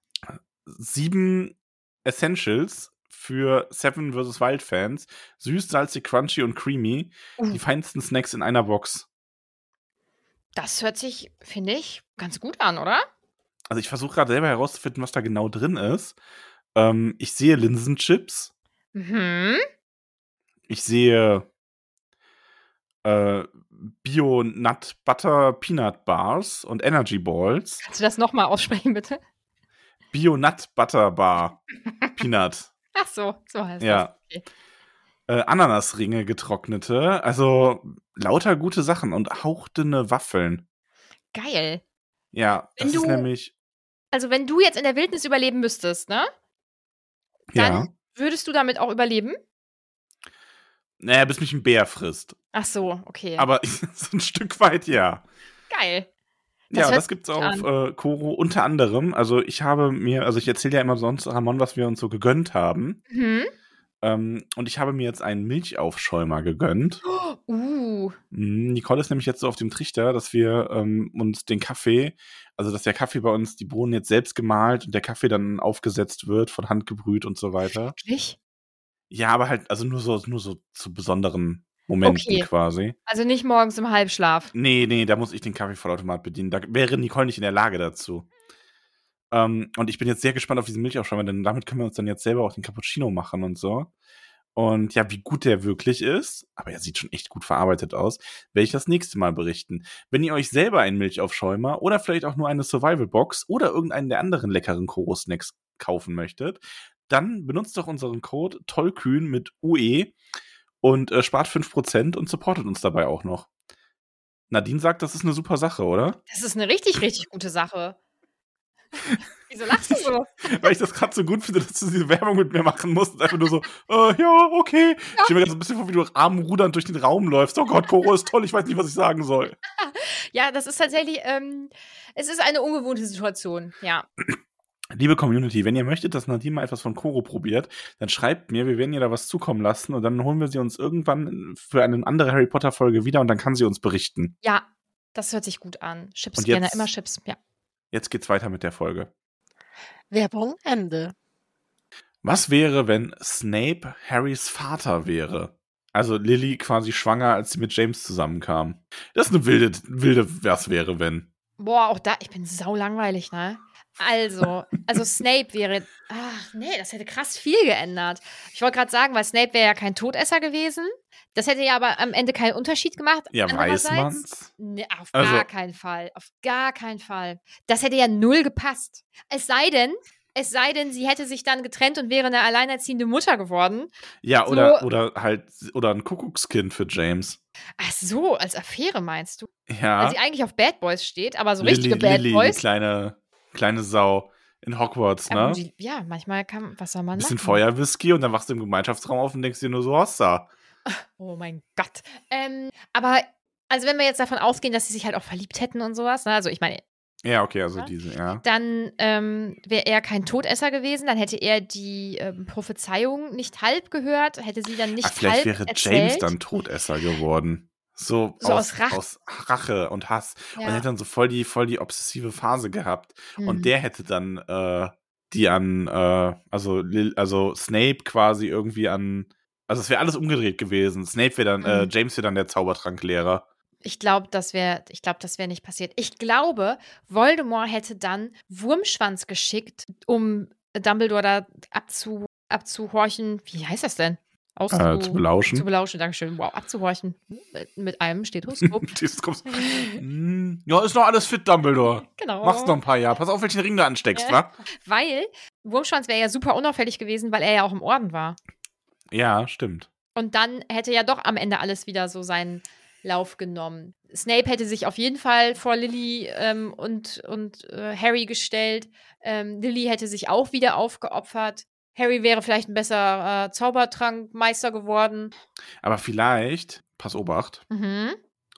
sieben Essentials für Seven versus. Wild Fans. Süß, salzig, crunchy und creamy. Uh. Die feinsten Snacks in einer Box. Das hört sich, finde ich, ganz gut an, oder? Also ich versuche gerade selber herauszufinden, was da genau drin ist. Ähm, ich sehe Linsenchips. Mhm. Ich sehe äh, Bio Nut Butter Peanut Bars und Energy Balls. Kannst du das nochmal aussprechen, bitte? Bio Nut Butter Bar Peanut. Ach so, so heißt Ja. das. Okay. Äh, Ananasringe getrocknete. Also lauter gute Sachen und hauchdünne Waffeln. Geil. Ja, Wenn das ist du- nämlich. Also wenn du jetzt in der Wildnis überleben müsstest, ne? Dann Ja. würdest du damit auch überleben? Naja, bis mich ein Bär frisst. Ach so, okay. Aber so ein Stück weit ja. Geil. Das ja, hört das gibt's sich auf äh, Koro unter anderem. Also ich habe mir, also ich erzähle ja immer sonst Ramon, was wir uns so gegönnt haben. Mhm. Ähm, und ich habe mir jetzt einen Milchaufschäumer gegönnt. Uh. Mm, Nicole ist nämlich jetzt so auf dem Trichter, dass wir ähm, uns den Kaffee, also dass der Kaffee bei uns, die Bohnen jetzt selbst gemahlt und der Kaffee dann aufgesetzt wird, von Hand gebrüht und so weiter. Wirklich? Ja, aber halt, also nur so, nur so zu besonderen Momenten Okay. quasi. Also nicht morgens im Halbschlaf. Nee, nee, da muss ich den Kaffeevollautomat bedienen. Da wäre Nicole nicht in der Lage dazu. Ähm, und ich bin jetzt sehr gespannt auf diesen Milchaufschäumer, denn damit können wir uns dann jetzt selber auch den Cappuccino machen und so. Und ja, wie gut der wirklich ist, aber er sieht schon echt gut verarbeitet aus, werde ich das nächste Mal berichten. Wenn ihr euch selber einen Milchaufschäumer oder vielleicht auch nur eine Survival-Box oder irgendeinen der anderen leckeren Koro-Snacks kaufen möchtet, dann benutzt doch unseren Code tollkühn mit U E und äh, spart fünf Prozent und supportet uns dabei auch noch. Nadine sagt, das ist eine super Sache, oder? Das ist eine richtig, richtig gute Sache. Wieso lachst du so? Weil ich das gerade so gut finde, dass du diese Werbung mit mir machen musst und einfach nur so, äh, ja, okay. Ich stelle mir gerade so ein bisschen vor, wie du armrudernd durch den Raum läufst. Oh Gott, Koro ist toll, ich weiß nicht, was ich sagen soll. Ja, das ist tatsächlich, ähm, es ist eine ungewohnte Situation, ja. Liebe Community, wenn ihr möchtet, dass Nadine mal etwas von Koro probiert, dann schreibt mir, wir werden ihr da was zukommen lassen und dann holen wir sie uns irgendwann für eine andere Harry Potter Folge wieder und dann kann sie uns berichten. Ja, das hört sich gut an. Chips Und gerne, jetzt- immer Chips, ja. Jetzt geht's weiter mit der Folge. Werbung Ende. Was wäre, wenn Snape Harrys Vater wäre? Also Lily quasi schwanger, als sie mit James zusammenkam. Das ist eine wilde, wilde, was wäre, wenn. Boah, auch da, ich bin sau langweilig, ne? Also, also Snape wäre, ach nee, das hätte krass viel geändert. Ich wollte gerade sagen, weil Snape wäre ja kein Todesser gewesen. Das hätte ja aber am Ende keinen Unterschied gemacht. Ja, weiß Andererseits- man's? Nee, auf Also- gar keinen Fall. Auf gar keinen Fall. Das hätte ja null gepasst. Es sei denn, Es sei denn, sie hätte sich dann getrennt und wäre eine alleinerziehende Mutter geworden. Ja, So- oder, oder halt, oder ein Kuckuckskind für James. Ach so, als Affäre meinst du? Ja. Weil sie eigentlich auf Bad Boys steht, aber so Lily, richtige Bad Lily, Boys. die kleine, kleine Sau in Hogwarts, Aber ne? die, ja, manchmal kann, was soll man Ein bisschen machen? Feuerwhisky und dann wachst du im Gemeinschaftsraum auf und denkst dir nur so, Hossa. Oh mein Gott. Ähm, aber, also wenn wir jetzt davon ausgehen, dass sie sich halt auch verliebt hätten und sowas, ne? Also ich meine, Ja, okay, also Ja. diese, ja. dann ähm, wäre er kein Todesser gewesen, dann hätte er die ähm, Prophezeiung nicht halb gehört, hätte sie dann nicht Ach, vielleicht halb wäre erzählt. James dann Todesser geworden. So, So aus, aus Rache. aus Rache und Hass. Ja. Und hätte dann so voll die, voll die obsessive Phase gehabt. Mhm. Und der hätte dann äh, die an, äh, also, Lil- also Snape quasi irgendwie an, also es wäre alles umgedreht gewesen. Snape wäre dann, äh, Mhm. James wäre dann der Zaubertranklehrer. Ich glaube, das wäre, ich glaube, das wäre nicht passiert. Ich glaube, Voldemort hätte dann Wurmschwanz geschickt, um Dumbledore da abzu, abzuhorchen. Wie heißt das denn? Auszu, Äh, zu belauschen. Zu belauschen, Dankeschön. Wow, abzuhorchen. Mit, mit einem Stethoskop. Dieses Kopf- Hm, ja, ist noch alles fit, Dumbledore. Genau. Mach's noch ein paar Jahre. Pass auf, welchen Ring du ansteckst, Ja. wa? Weil Wurmschwanz wäre ja super unauffällig gewesen, weil er ja auch im Orden war. Ja, stimmt. Und dann hätte ja doch am Ende alles wieder so seinen Lauf genommen. Snape hätte sich auf jeden Fall vor Lily ähm, und, und äh, Harry gestellt. Ähm, Lily hätte sich auch wieder aufgeopfert. Harry wäre vielleicht ein besserer äh, Zaubertrankmeister geworden. Aber vielleicht, pass Obacht, Mhm.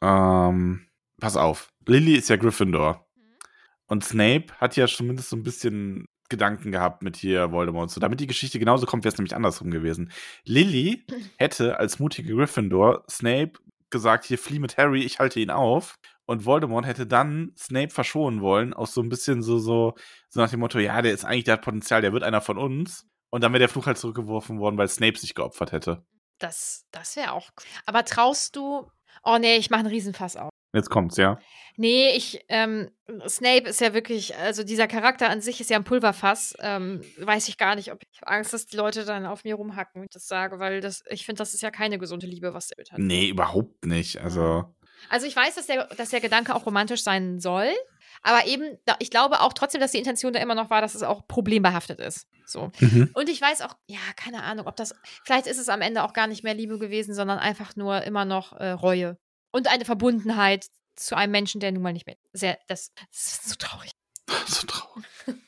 ähm, pass auf, Lily ist ja Gryffindor. Und Snape hat ja zumindest so ein bisschen Gedanken gehabt mit hier Voldemort und so. Damit die Geschichte genauso kommt, wäre es nämlich andersrum gewesen. Lily hätte als mutige Gryffindor Snape gesagt, hier flieh mit Harry, ich halte ihn auf. Und Voldemort hätte dann Snape verschonen wollen, aus so ein bisschen so, so, so nach dem Motto, ja, der ist eigentlich, der hat Potenzial, der wird einer von uns. Und dann wäre der Fluch halt zurückgeworfen worden, weil Snape sich geopfert hätte. Das, das wäre auch cool. Aber traust du. Oh nee, ich mache einen Riesenfass auf. Jetzt kommt's, ja. Nee, ich, ähm, Snape ist ja wirklich, also dieser Charakter an sich ist ja ein Pulverfass. Ähm, weiß ich gar nicht, ob ich habe Angst, dass die Leute dann auf mir rumhacken, wenn ich das sage, weil das, ich finde, das ist ja keine gesunde Liebe, was der mit hat. Nee, überhaupt nicht. Also, Also ich weiß, dass der, dass der Gedanke auch romantisch sein soll, aber eben, da- ich glaube auch trotzdem, dass die Intention da immer noch war, dass es auch problembehaftet ist. So. mhm. Und ich weiß auch, ja, keine Ahnung, ob das, vielleicht ist es am Ende auch gar nicht mehr Liebe gewesen, sondern einfach nur immer noch äh, Reue. Und eine Verbundenheit zu einem Menschen, der nun mal nicht mehr, sehr, das, das ist so traurig. So traurig.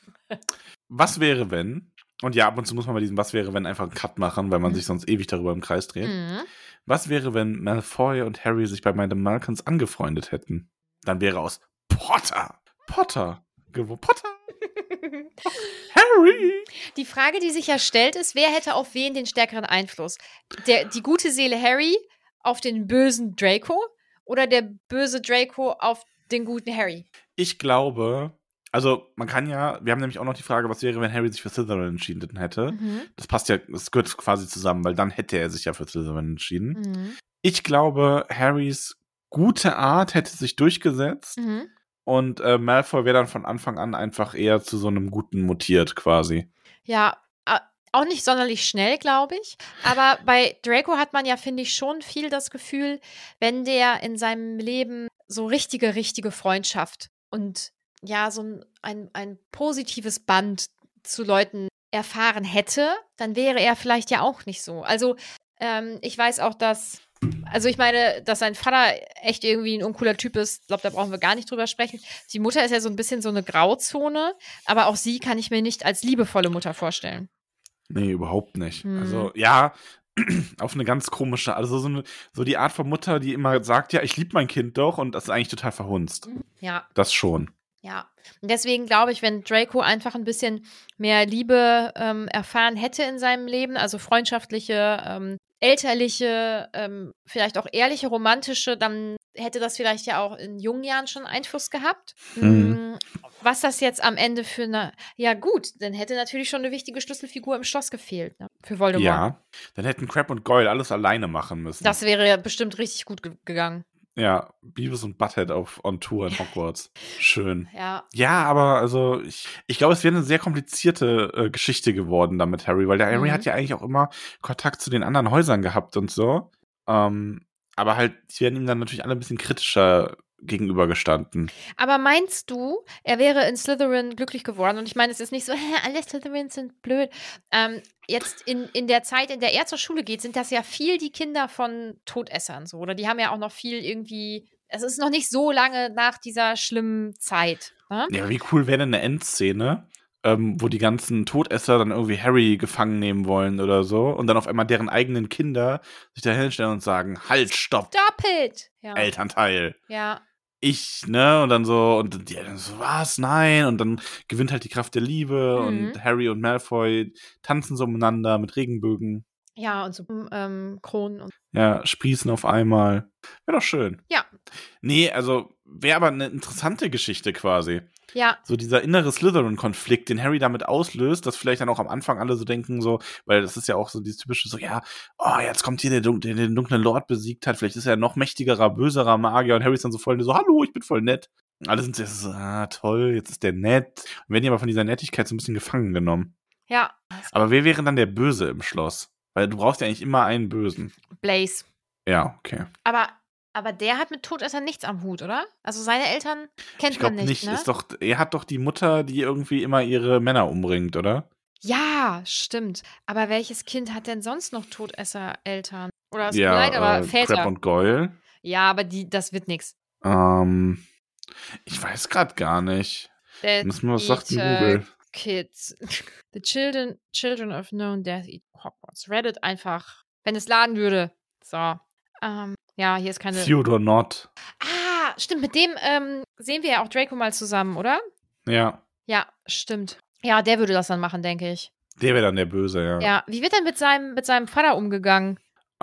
Was wäre, wenn, und ja, ab und zu muss man bei diesem Was wäre, wenn einfach einen Cut machen, weil man Mhm. sich sonst ewig darüber im Kreis dreht. Mhm. Was wäre, wenn Malfoy und Harry sich bei Madame Malkins angefreundet hätten? Dann wäre aus Potter, Potter, geworden. Potter, Harry. Die Frage, die sich ja stellt, ist, wer hätte auf wen den stärkeren Einfluss? Der, die gute Seele Harry auf den bösen Draco oder der böse Draco auf den guten Harry? Ich glaube, also man kann ja, wir haben nämlich auch noch die Frage, was wäre, wenn Harry sich für Slytherin entschieden hätte. Mhm. Das passt ja, das gehört quasi zusammen, weil dann hätte er sich ja für Slytherin entschieden. Mhm. Ich glaube, Harrys gute Art hätte sich durchgesetzt Mhm. und äh, Malfoy wäre dann von Anfang an einfach eher zu so einem Guten mutiert quasi. Ja, a- auch nicht sonderlich schnell, glaube ich. Aber bei Draco hat man ja, finde ich, schon viel das Gefühl, wenn der in seinem Leben so richtige, richtige Freundschaft und ja, so ein, ein, ein positives Band zu Leuten erfahren hätte, dann wäre er vielleicht ja auch nicht so. Also, ähm, ich weiß auch, dass, also ich meine, dass sein Vater echt irgendwie ein uncooler Typ ist, ich glaube, da brauchen wir gar nicht drüber sprechen. Die Mutter ist ja so ein bisschen so eine Grauzone, aber auch sie kann ich mir nicht als liebevolle Mutter vorstellen. Nee, überhaupt nicht. Hm. Also, ja, auf eine ganz komische, also so, eine, so die Art von Mutter, die immer sagt, ja, ich liebe mein Kind doch und das ist eigentlich total verhunzt. Ja, Das schon. ja. Und deswegen glaube ich, wenn Draco einfach ein bisschen mehr Liebe ähm, erfahren hätte in seinem Leben, also freundschaftliche, ähm, elterliche, ähm, vielleicht auch ehrliche, romantische, dann hätte das vielleicht ja auch in jungen Jahren schon Einfluss gehabt. Mhm. Mm, Was das jetzt am Ende für eine, ja gut, dann hätte natürlich schon eine wichtige Schlüsselfigur im Schloss gefehlt, ne? Für Voldemort. Ja, dann hätten Crabbe und Goyle alles alleine machen müssen. Das wäre bestimmt richtig gut ge gegangen. Ja, Beavis und Butthead auf on Tour in Hogwarts. Schön. Ja. Ja, aber also ich, ich glaube, es wäre eine sehr komplizierte äh, Geschichte geworden dann mit Harry, weil der Harry Mhm. hat ja eigentlich auch immer Kontakt zu den anderen Häusern gehabt und so. Ähm, aber halt, die werden ihm dann natürlich alle ein bisschen kritischer gegenübergestanden. Aber meinst du, er wäre in Slytherin glücklich geworden? Und ich meine, es ist nicht so, hä, alle Slytherins sind blöd. Ähm, jetzt in, in der Zeit, in der er zur Schule geht, sind das ja viel die Kinder von Todessern so. Oder die haben ja auch noch viel irgendwie, es ist noch nicht so lange nach dieser schlimmen Zeit. Ne? Ja, wie cool wäre denn eine Endszene, ähm, wo die ganzen Todesser dann irgendwie Harry gefangen nehmen wollen oder so und dann auf einmal deren eigenen Kinder sich da hinstellen und sagen, halt, stopp, Stop it! Ja. Elternteil. Ja. Ich, ne, und dann so, und die dann so, was, nein, und dann gewinnt halt die Kraft der Liebe Mhm. und Harry und Malfoy tanzen so umeinander mit Regenbögen, Ja, und so ähm, Kronen und. ja, sprießen auf einmal. Wäre doch schön. Ja. Nee, also, wäre aber eine interessante Geschichte quasi. Ja. So dieser innere Slytherin-Konflikt, den Harry damit auslöst, dass vielleicht dann auch am Anfang alle so denken, so, weil das ist ja auch so dieses typische, so, ja, oh, jetzt kommt hier der, Dun- der den dunklen Lord besiegt hat, vielleicht ist er ein noch mächtigerer, böserer Magier und Harry ist dann so voll so, hallo, ich bin voll nett. Und alle sind so, ah, toll, jetzt ist der nett. Und werden die aber von dieser Nettigkeit so ein bisschen gefangen genommen. Ja. Aber wer wäre dann der Böse im Schloss? Weil du brauchst ja eigentlich immer einen Bösen. Blaze. Ja, okay. Aber, aber der hat mit Todessern nichts am Hut, oder? Also seine Eltern kennt Ich glaube man nicht, nicht, ne? ist doch, er hat doch die Mutter, die irgendwie immer ihre Männer umbringt, oder? Ja, stimmt. Aber welches Kind hat denn sonst noch Todesser-Eltern? Oder es tut Ja, mir leid, aber äh, Väter. Crabbe und Goyle. Ja, aber die, das wird nix. Ähm, ich weiß gerade gar nicht. Death Müssen wir, was sagt denn Eater Google? Kids. The children, children of known death eat Hogwarts. Reddit einfach. Wenn es laden würde. So. Ähm, ja, hier ist keine. Theodore Nott. Ah, stimmt. Mit dem ähm, sehen wir ja auch Draco mal zusammen, oder? Ja, Ja, stimmt. Ja, der würde das dann machen, denke ich. der wäre dann der Böse, ja. Ja, wie wird denn mit seinem, mit seinem Vater umgegangen?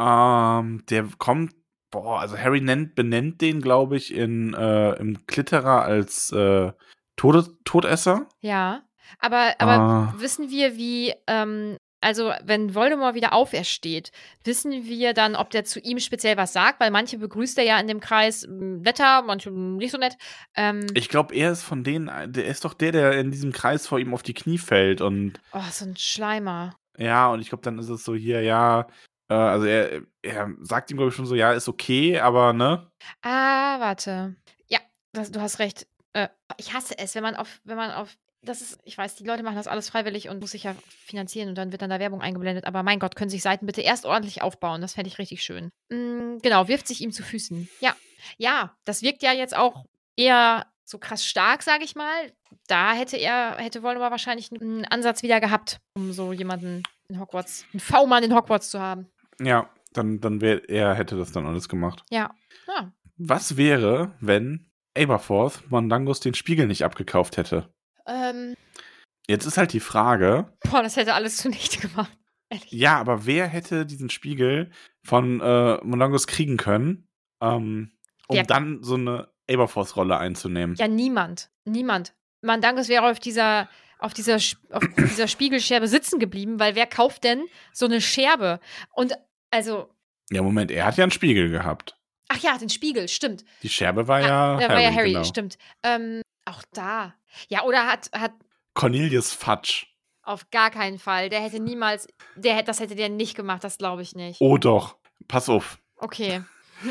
Ähm, der kommt, boah, also Harry nennt, benennt den, glaube ich, in, äh, im Klitterer als äh, Tode, Todesser. Ja, aber, aber Ah. wissen wir, wie, ähm, also wenn Voldemort wieder aufersteht, wissen wir dann, ob der zu ihm speziell was sagt? Weil manche begrüßt er ja in dem Kreis m, netter, manche m, nicht so nett. Ähm, Ich glaube, er ist von denen, der ist doch der, der in diesem Kreis vor ihm auf die Knie fällt und oh, so ein Schleimer. ja, und ich glaube, dann ist es so hier, ja, äh, also er, er sagt ihm, glaube ich, schon so, ja, ist okay, aber ne? Ah, warte. Ja, das, du hast recht. Äh, ich hasse es, wenn man auf, wenn man auf, das ist, ich weiß, die Leute machen das alles freiwillig und muss sich ja finanzieren und dann wird dann da Werbung eingeblendet. Aber mein Gott, können sich Seiten bitte erst ordentlich aufbauen. Das fände ich richtig schön. Mm, genau, wirft sich ihm zu Füßen. Ja, ja, das wirkt ja jetzt auch eher so krass stark, sage ich mal. Da hätte er, hätte Voldemort wahrscheinlich einen Ansatz wieder gehabt, um so jemanden in Hogwarts, einen V-Mann in Hogwarts zu haben. Ja, dann, dann wäre er hätte das dann alles gemacht. Ja. Ja. Was wäre, wenn Aberforth Mondangus den Spiegel nicht abgekauft hätte? Ähm, Jetzt ist halt die Frage, boah, das hätte alles zunichte gemacht. Ehrlich. ja, aber wer hätte diesen Spiegel von äh, Mondangus kriegen können, ähm, um Der- dann so eine Aberforth-Rolle einzunehmen? Ja, niemand. Niemand. Mandangus wäre auf dieser, auf dieser, Sp- auf dieser Spiegelscherbe sitzen geblieben, weil wer kauft denn so eine Scherbe? Und also, Ja, Moment, er hat ja einen Spiegel gehabt. ach ja, den Spiegel, stimmt. Die Scherbe war ja Da Harry, war ja Harry, genau. stimmt. Ähm, auch da. Ja, oder hat, hat Cornelius Fudge. auf gar keinen Fall. Der hätte niemals, der, hätte- das hätte der nicht gemacht, das glaube ich nicht. Oh doch, pass auf. Okay.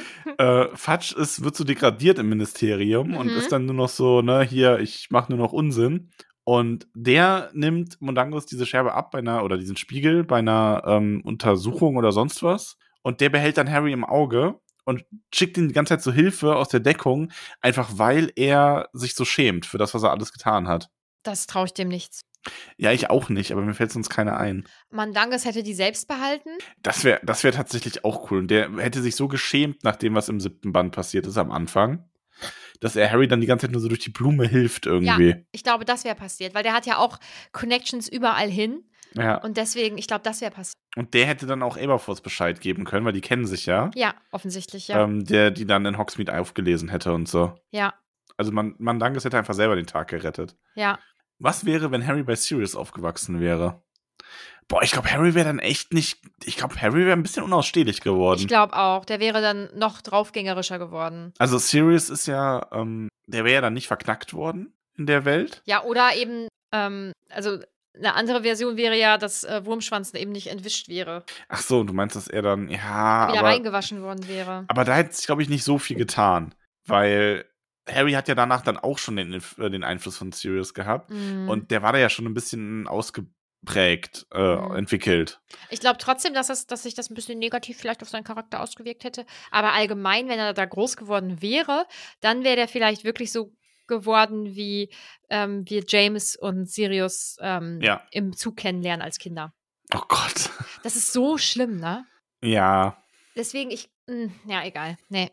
äh, Fudge ist, wird so degradiert im Ministerium und Mhm. ist dann nur noch so, ne, hier, ich mache nur noch Unsinn. Und der nimmt Mondangus diese Scherbe ab bei einer, oder diesen Spiegel bei einer ähm, Untersuchung oder sonst was. Und der behält dann Harry im Auge und schickt ihn die ganze Zeit zur Hilfe aus der Deckung, einfach weil er sich so schämt für das, was er alles getan hat. Das traue ich dem nichts. Ja, ich auch nicht, aber mir fällt sonst keiner ein. Mandangus hätte die selbst behalten. Das wäre das wär tatsächlich auch cool. Und der hätte sich so geschämt nach dem, was im siebten Band passiert ist am Anfang, dass er Harry dann die ganze Zeit nur so durch die Blume hilft irgendwie. Ich glaube, das wäre passiert, weil der hat ja auch Connections überall hin. Ja. Und deswegen, ich glaube, das wäre passiert. Und der hätte dann auch Aberforth Bescheid geben können, weil die kennen sich ja. Ja, offensichtlich, ja. Ähm, der die dann in Hogsmeade aufgelesen hätte und so. Ja, Also man, Mandangus hätte einfach selber den Tag gerettet. ja. Was wäre, wenn Harry bei Sirius aufgewachsen wäre? Boah, ich glaube, Harry wäre dann echt nicht. Ich glaube, Harry wäre ein bisschen unausstehlich geworden. Ich glaube auch. Der wäre dann noch draufgängerischer geworden. Also Sirius ist ja, ähm, der wäre ja dann nicht verknackt worden in der Welt. Ja, oder eben, ähm, also eine andere Version wäre ja, dass äh, Wurmschwanz eben nicht entwischt wäre. Ach so, du meinst, dass er dann, ja, Wieder aber, reingewaschen worden wäre. aber da hätte sich, glaube ich, nicht so viel getan. Weil Harry hat ja danach dann auch schon den, äh, den Einfluss von Sirius gehabt. Mhm. Und der war da ja schon ein bisschen ausgeprägt, äh, Mhm. entwickelt. Ich glaube trotzdem, dass, es, dass sich das ein bisschen negativ vielleicht auf seinen Charakter ausgewirkt hätte. Aber allgemein, wenn er da groß geworden wäre, dann wäre der vielleicht wirklich so geworden, wie ähm, wir James und Sirius ähm, Ja. im Zug kennenlernen als Kinder. Oh Gott. Das ist so schlimm, ne? Ja. Deswegen, ich, mh, ja, egal. Nee.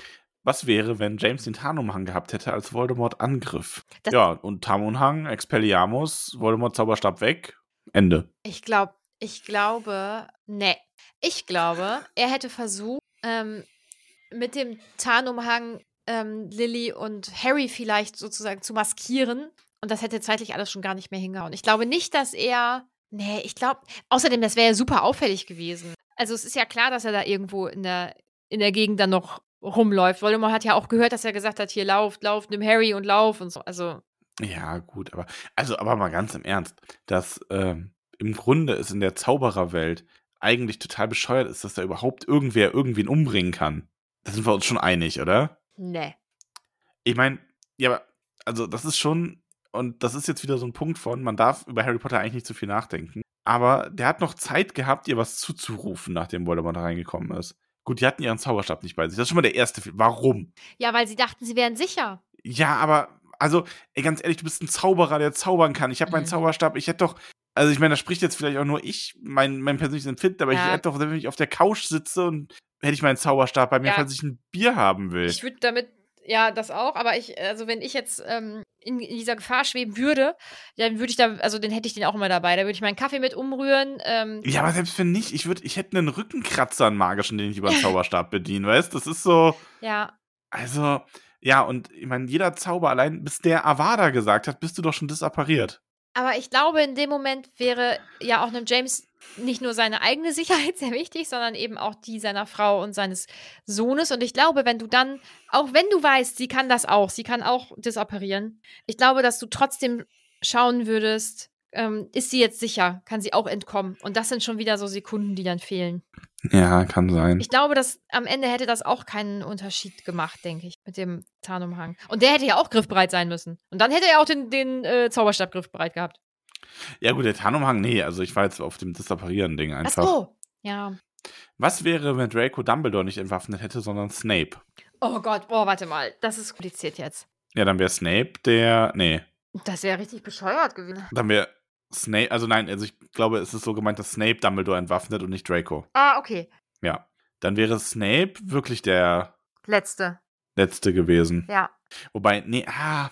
Was wäre, wenn James den Tarnumhang gehabt hätte, als Voldemort angriff? Das- Ja, und Tarnumhang, Expelliarmus, Voldemort Zauberstab weg, Ende. Ich glaube, ich glaube, nee. Ich glaube, er hätte versucht, ähm, mit dem Tarnumhang ähm, Lily und Harry vielleicht sozusagen zu maskieren. Und das hätte zeitlich alles schon gar nicht mehr hingehauen. Ich glaube nicht, dass er. Nee, ich glaube. Außerdem, das wäre ja super auffällig gewesen. Also, es ist ja klar, dass er da irgendwo in der, in der Gegend dann noch rumläuft. Voldemort hat ja auch gehört, dass er gesagt hat: hier, lauft, lauft, nimm Harry und lauf und so. Also. Ja, gut, aber also, aber mal ganz im Ernst, dass ähm, im Grunde es in der Zaubererwelt eigentlich total bescheuert ist, dass da überhaupt irgendwer irgendwen umbringen kann. Da sind wir uns schon einig, oder? Nee. Ich meine, ja, aber, also das ist schon, und das ist jetzt wieder so ein Punkt von, man darf über Harry Potter eigentlich nicht zu viel nachdenken, aber der hat noch Zeit gehabt, ihr was zuzurufen, nachdem Voldemort da reingekommen ist. Gut, die hatten ihren Zauberstab nicht bei sich. Das ist schon mal der erste Fehler. Warum? Ja, weil sie dachten, sie wären sicher. Ja, aber, also, ey, ganz ehrlich, du bist ein Zauberer, der zaubern kann. Ich habe meinen Mhm. Zauberstab, ich hätte doch, also ich meine, da spricht jetzt vielleicht auch nur ich, mein, mein persönliches Empfinden, aber Ja. ich hätte doch, wenn ich auf der Couch sitze und hätte ich meinen Zauberstab bei mir, Ja. falls ich ein Bier haben will. Ich würde damit, ja, das auch, aber ich, also wenn ich jetzt ähm, in, in dieser Gefahr schweben würde, dann würde ich da, also den hätte ich den auch immer dabei. Da würde ich meinen Kaffee mit umrühren. Ähm, Ja, aber selbst wenn nicht, ich würde, ich hätte einen Rückenkratzer, einen magischen, den ich über den Zauberstab bediene, weißt? Das ist so, ja, also, ja, und ich meine, jeder Zauber, allein bis der Avada gesagt hat, bist du doch schon disappariert. aber ich glaube, in dem Moment wäre ja auch einem James nicht nur seine eigene Sicherheit sehr wichtig, sondern eben auch die seiner Frau und seines Sohnes. Und ich glaube, wenn du dann, auch wenn du weißt, sie kann das auch, sie kann auch disapparieren, ich glaube, dass du trotzdem schauen würdest, ähm, ist sie jetzt sicher, kann sie auch entkommen. Und das sind schon wieder so Sekunden, die dann fehlen. Ja, kann sein. Ich glaube, dass am Ende hätte das auch keinen Unterschied gemacht, denke ich, mit dem Tarnumhang. Und der hätte ja auch griffbereit sein müssen. Und dann hätte er auch den, den äh, Zauberstab griffbereit gehabt. Ja, gut, der Tarnumhang, nee, also ich war jetzt auf dem Disapparieren-Ding Ach einfach. so. Ja. Was wäre, wenn Draco Dumbledore nicht entwaffnet hätte, sondern Snape? Oh Gott, boah, warte mal. Das ist kompliziert jetzt. Ja, dann wäre Snape der, nee, Das wäre richtig bescheuert gewesen. dann wäre Snape, also nein, also ich glaube, es ist so gemeint, dass Snape Dumbledore entwaffnet und nicht Draco. Ah, okay. Ja. Dann wäre Snape wirklich der Letzte. Letzte gewesen. Ja. Wobei, nee, ah,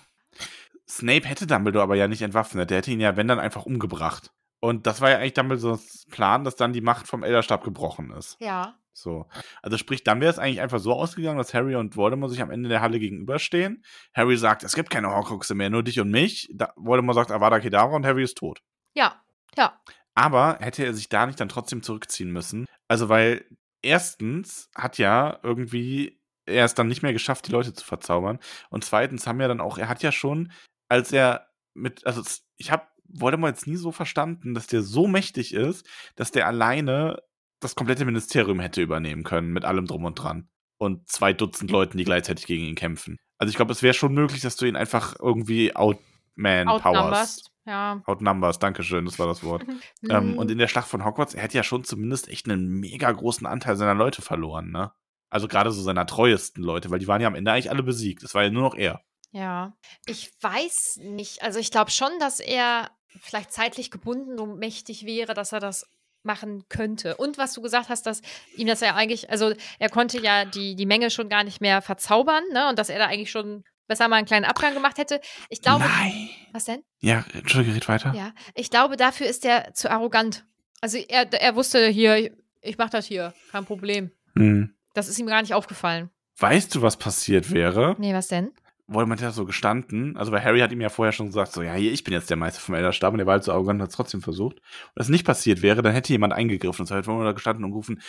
Snape hätte Dumbledore aber ja nicht entwaffnet. Der hätte ihn ja, wenn, dann einfach umgebracht. Und das war ja eigentlich Dumbledores Plan, dass dann die Macht vom Elderstab gebrochen ist. Ja. So. Also sprich, dann wäre es eigentlich einfach so ausgegangen, dass Harry und Voldemort sich am Ende der Halle gegenüberstehen. Harry sagt, es gibt keine Horcruxe mehr, nur dich und mich. Da, Voldemort sagt Avada Kedavra und Harry ist tot. Ja. Ja. Aber hätte er sich da nicht dann trotzdem zurückziehen müssen? Also, weil erstens hat ja irgendwie er es dann nicht mehr geschafft, die Leute zu verzaubern. Und zweitens haben ja dann auch, er hat ja schon, als er mit, also ich habe Voldemort jetzt nie so verstanden, dass der so mächtig ist, dass der alleine das komplette Ministerium hätte übernehmen können, mit allem drum und dran. Und zwei Dutzend Leuten, die gleichzeitig gegen ihn kämpfen. Also ich glaube, es wäre schon möglich, dass du ihn einfach irgendwie outman-powerst. Outnumbers. Ja. Outnumbers, dankeschön, das war das Wort. Mhm. ähm, und in der Schlacht von Hogwarts, er hat ja schon zumindest echt einen mega großen Anteil seiner Leute verloren, ne? Also gerade so seiner treuesten Leute, weil die waren ja am Ende eigentlich alle besiegt. Es war ja nur noch er. Ja. Ich weiß nicht. Also ich glaube schon, dass er vielleicht zeitlich gebunden so mächtig wäre, dass er das machen könnte. Und was du gesagt hast, dass ihm das ja eigentlich, also er konnte ja die, die Menge schon gar nicht mehr verzaubern, ne? Und dass er da eigentlich schon besser mal einen kleinen Abgang gemacht hätte. Ich glaube. Nein. Was denn? Ja, Entschuldige, red weiter. Ja, ich glaube, dafür ist er zu arrogant. Also er, er wusste hier, ich mach das hier, kein Problem. Hm. Das ist ihm gar nicht aufgefallen. Weißt du, was passiert wäre? Nee, was denn? Voldemort hat ja so gestanden, also weil Harry hat ihm ja vorher schon gesagt, so, ja, hier, ich bin jetzt der Meister vom Elderstab, und er war halt so arrogant und hat es trotzdem versucht. Und das nicht passiert wäre, dann hätte jemand eingegriffen, und so hätte Voldemort da gestanden und gerufen,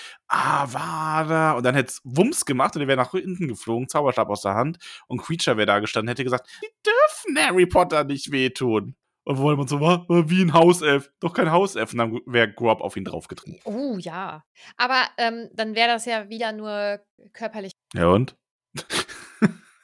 Avada, und dann hätte es Wumms gemacht und er wäre nach hinten geflogen, Zauberstab aus der Hand, und Creature wäre da gestanden, hätte gesagt, die dürfen Harry Potter nicht wehtun. Und Voldemort so, war wie ein Hauself, doch kein Hauself, und dann wäre Grob auf ihn draufgetreten. Oh, ja. Aber ähm, dann wäre das ja wieder nur körperlich. Ja, und?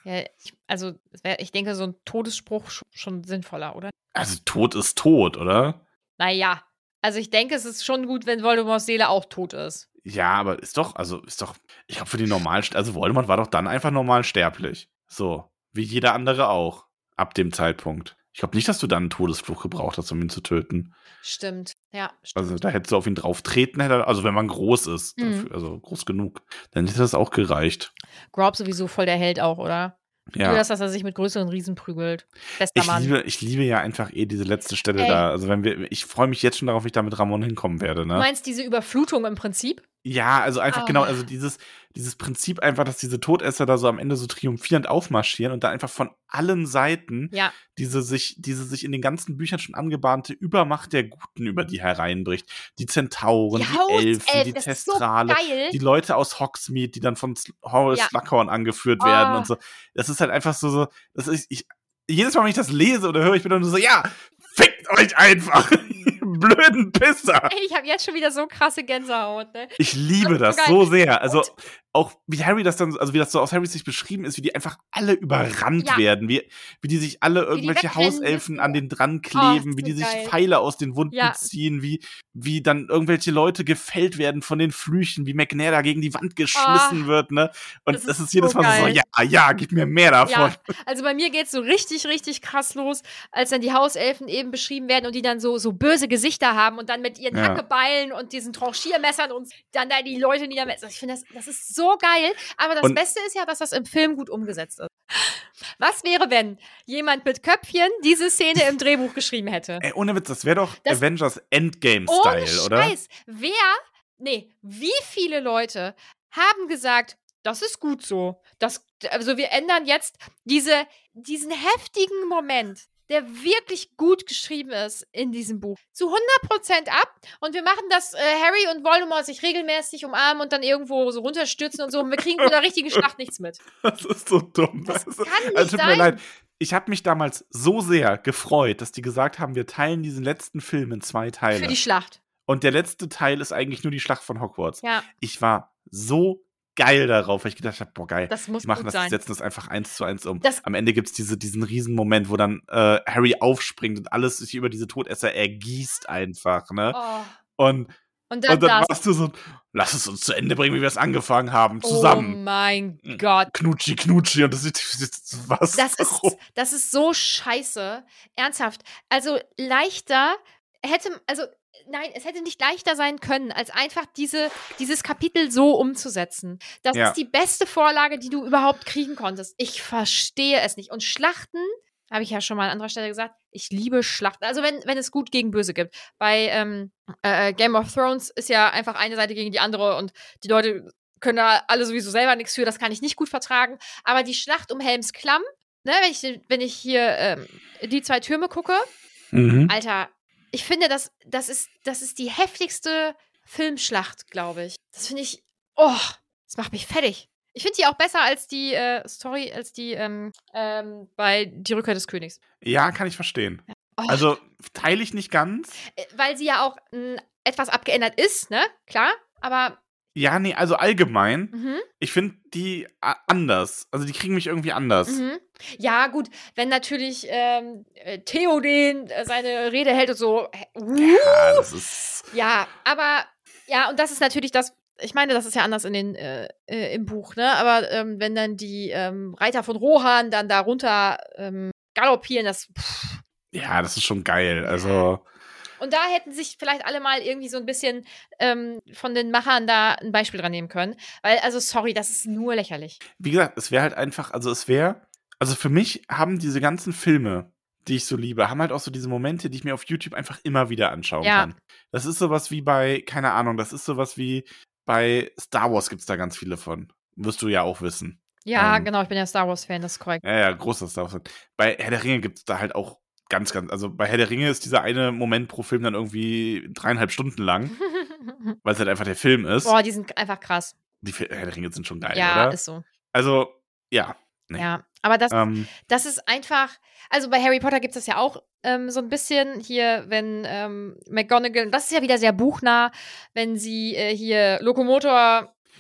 Ja, ich, also es wär, ich denke, so ein Todesspruch sch- schon sinnvoller, oder? Also Tod ist tot, oder? Naja, also ich denke, es ist schon gut, wenn Voldemorts Seele auch tot ist. Ja, aber ist doch, also ist doch, ich glaube für die normalen, also Voldemort war doch dann einfach normal sterblich. So, wie jeder andere auch, ab dem Zeitpunkt. Ich glaube nicht, dass du dann einen Todesfluch gebraucht hast, um ihn zu töten. Stimmt, ja, stimmt. Also da hättest du auf ihn drauf treten, hätte er, also wenn man groß ist, Mhm. dafür, also groß genug, dann hätte das auch gereicht. Grob sowieso voll der Held auch, oder? Ja. Nur das, dass er sich mit größeren Riesen prügelt. Bester Ich Mann. liebe, ich liebe ja einfach eh diese letzte Stelle Ey. da. Also wenn wir, ich freue mich jetzt schon darauf, wie ich da mit Ramon hinkommen werde, Du ne? meinst diese Überflutung im Prinzip? Ja, also einfach Ah. genau, also dieses, dieses Prinzip einfach, dass diese Todesser da so am Ende so triumphierend aufmarschieren und da einfach von allen Seiten Ja. diese sich, diese sich in den ganzen Büchern schon angebahnte Übermacht der Guten über die hereinbricht. Die Zentauren, Die die, Hauselfen, Elfen, die das ist so Testrale, geil. die Leute aus Hogsmeade, die dann von Sl- Horace Ja. Slughorn angeführt werden Ah. und so. Das ist halt einfach so, so das ist, ich, jedes Mal, wenn ich das lese oder höre, ich bin dann nur so, ja, fickt euch einfach, ihr blöden Pisser. Ey, ich habe jetzt schon wieder so krasse Gänsehaut, ne? Ich liebe das geil. so sehr. Also auch wie Harry das dann, also wie das so aus Harrys Sicht beschrieben ist, wie die einfach alle überrannt Ja. werden, wie, wie die sich alle irgendwelche wegrennen Hauselfen müssen. an den dran Oh, kleben, ist wie so die sich geil. Pfeile aus den Wunden Ja. ziehen, wie, wie dann irgendwelche Leute gefällt werden von den Flüchen, wie McNair da gegen die Wand geschmissen wird, ne? Und das das ist ist jedes so Mal so, geil. ja, ja, gib mir mehr davon. Ja, also bei mir geht's so richtig, richtig krass los, als dann die Hauselfen eben beschrieben werden und die dann so, so böse Gesichter haben und dann mit ihren Ja. Hackebeilen und diesen Tranchiermessern und dann da die Leute niedermetzen. Ich finde, das, das ist so geil. Aber das Und- Beste ist ja, dass das im Film gut umgesetzt ist. Was wäre, wenn jemand mit Köpfchen diese Szene im Drehbuch geschrieben hätte? Ey, ohne Witz, das wäre doch Das- Avengers Ohne Endgame-Style, oder? Scheiß. Wer, nee, wie viele Leute haben gesagt, das ist gut so. Das, also wir ändern jetzt diese, diesen heftigen Moment, der wirklich gut geschrieben ist in diesem Buch, zu hundert Prozent ab und wir machen, dass äh, Harry und Voldemort sich regelmäßig umarmen und dann irgendwo so runterstürzen und so und wir kriegen von der richtigen Schlacht nichts mit. Das ist so dumm. Das ist- kann nicht also, tut mir sein. leid. Ich habe mich damals so sehr gefreut, dass die gesagt haben, wir teilen diesen letzten Film in zwei Teile. Für die Schlacht. Und der letzte Teil ist eigentlich nur die Schlacht von Hogwarts. Ja, Ich war so geil darauf, weil ich gedacht habe, boah, geil. das muss Die machen gut das, sein. die setzen das einfach eins zu eins um. Das- Am Ende gibt's diese, diesen riesen Moment, wo dann äh, Harry aufspringt und alles sich über diese Todesser ergießt einfach, ne? Oh. Und, Und dann, und dann das. warst du so, lass es uns zu Ende bringen, wie wir es angefangen haben, Oh zusammen. mein Gott. Knutschi, knutschi und das ist, was? Das ist, Warum? das ist so scheiße. Ernsthaft. Also leichter hätte, also nein, es hätte nicht leichter sein können, als einfach diese, dieses Kapitel so umzusetzen. Das Ja. ist die beste Vorlage, die du überhaupt kriegen konntest. Ich verstehe es nicht. Und Schlachten, habe ich ja schon mal an anderer Stelle gesagt, ich liebe Schlachten. Also wenn, wenn es gut gegen böse gibt. Bei ähm, äh, Game of Thrones ist ja einfach eine Seite gegen die andere und die Leute können da alle sowieso selber nichts für, das kann ich nicht gut vertragen. Aber die Schlacht um Helms Klamm, ne, wenn ich, wenn ich hier ähm, die zwei Türme gucke, Mhm. Alter, ich finde, das, das, ist, das ist die heftigste Filmschlacht, glaube ich. Das finde ich, oh, das macht mich fertig. Ich finde die auch besser als die äh, Story, als die ähm, ähm, bei Die Rückkehr des Königs. Ja, kann ich verstehen. Oh, Also teile ich nicht ganz. äh, weil sie ja auch mh, etwas abgeändert ist, ne? Klar, aber Ja, nee, also allgemein. mhm, Ich finde die a- anders. Also die kriegen mich irgendwie anders. mhm. Ja, gut, wenn natürlich ähm, äh, Theoden äh, seine Rede hält und so, hä, uh, Ja, das ist. ja, aber ja, und das ist natürlich das, ich meine, das ist ja anders in den, äh, äh, im Buch, ne? Aber ähm, wenn dann die ähm, Reiter von Rohan dann da runter ähm, galoppieren, das. Pff. Ja, das ist schon geil. Also. Und da hätten sich vielleicht alle mal irgendwie so ein bisschen ähm, von den Machern da ein Beispiel dran nehmen können. Weil, also, sorry, das ist nur lächerlich. Wie gesagt, es wäre halt einfach, also es wäre, also für mich haben diese ganzen Filme, die ich so liebe, haben halt auch so diese Momente, die ich mir auf YouTube einfach immer wieder anschauen Ja. kann. Das ist sowas wie bei, keine Ahnung, das ist sowas wie bei Star Wars gibt's da ganz viele von. Wirst du ja auch wissen. Ja, Ähm. genau, ich bin ja Star Wars-Fan, das ist korrekt. Ja, ja, großer Star Wars. Bei Herr der Ringe gibt's da halt auch ganz, ganz, also bei Herr der Ringe ist dieser eine Moment pro Film dann irgendwie dreieinhalb Stunden lang, weil es halt einfach der Film ist. Boah, die sind einfach krass. Die Fi- Herr der Ringe sind schon geil, Ja, oder? ist so. Also, ja. Nee. Ja, aber das, Ähm, das ist einfach, also bei Harry Potter gibt es das ja auch ähm, so ein bisschen hier, wenn ähm, McGonagall, das ist ja wieder sehr buchnah, wenn sie äh, hier Lokomotor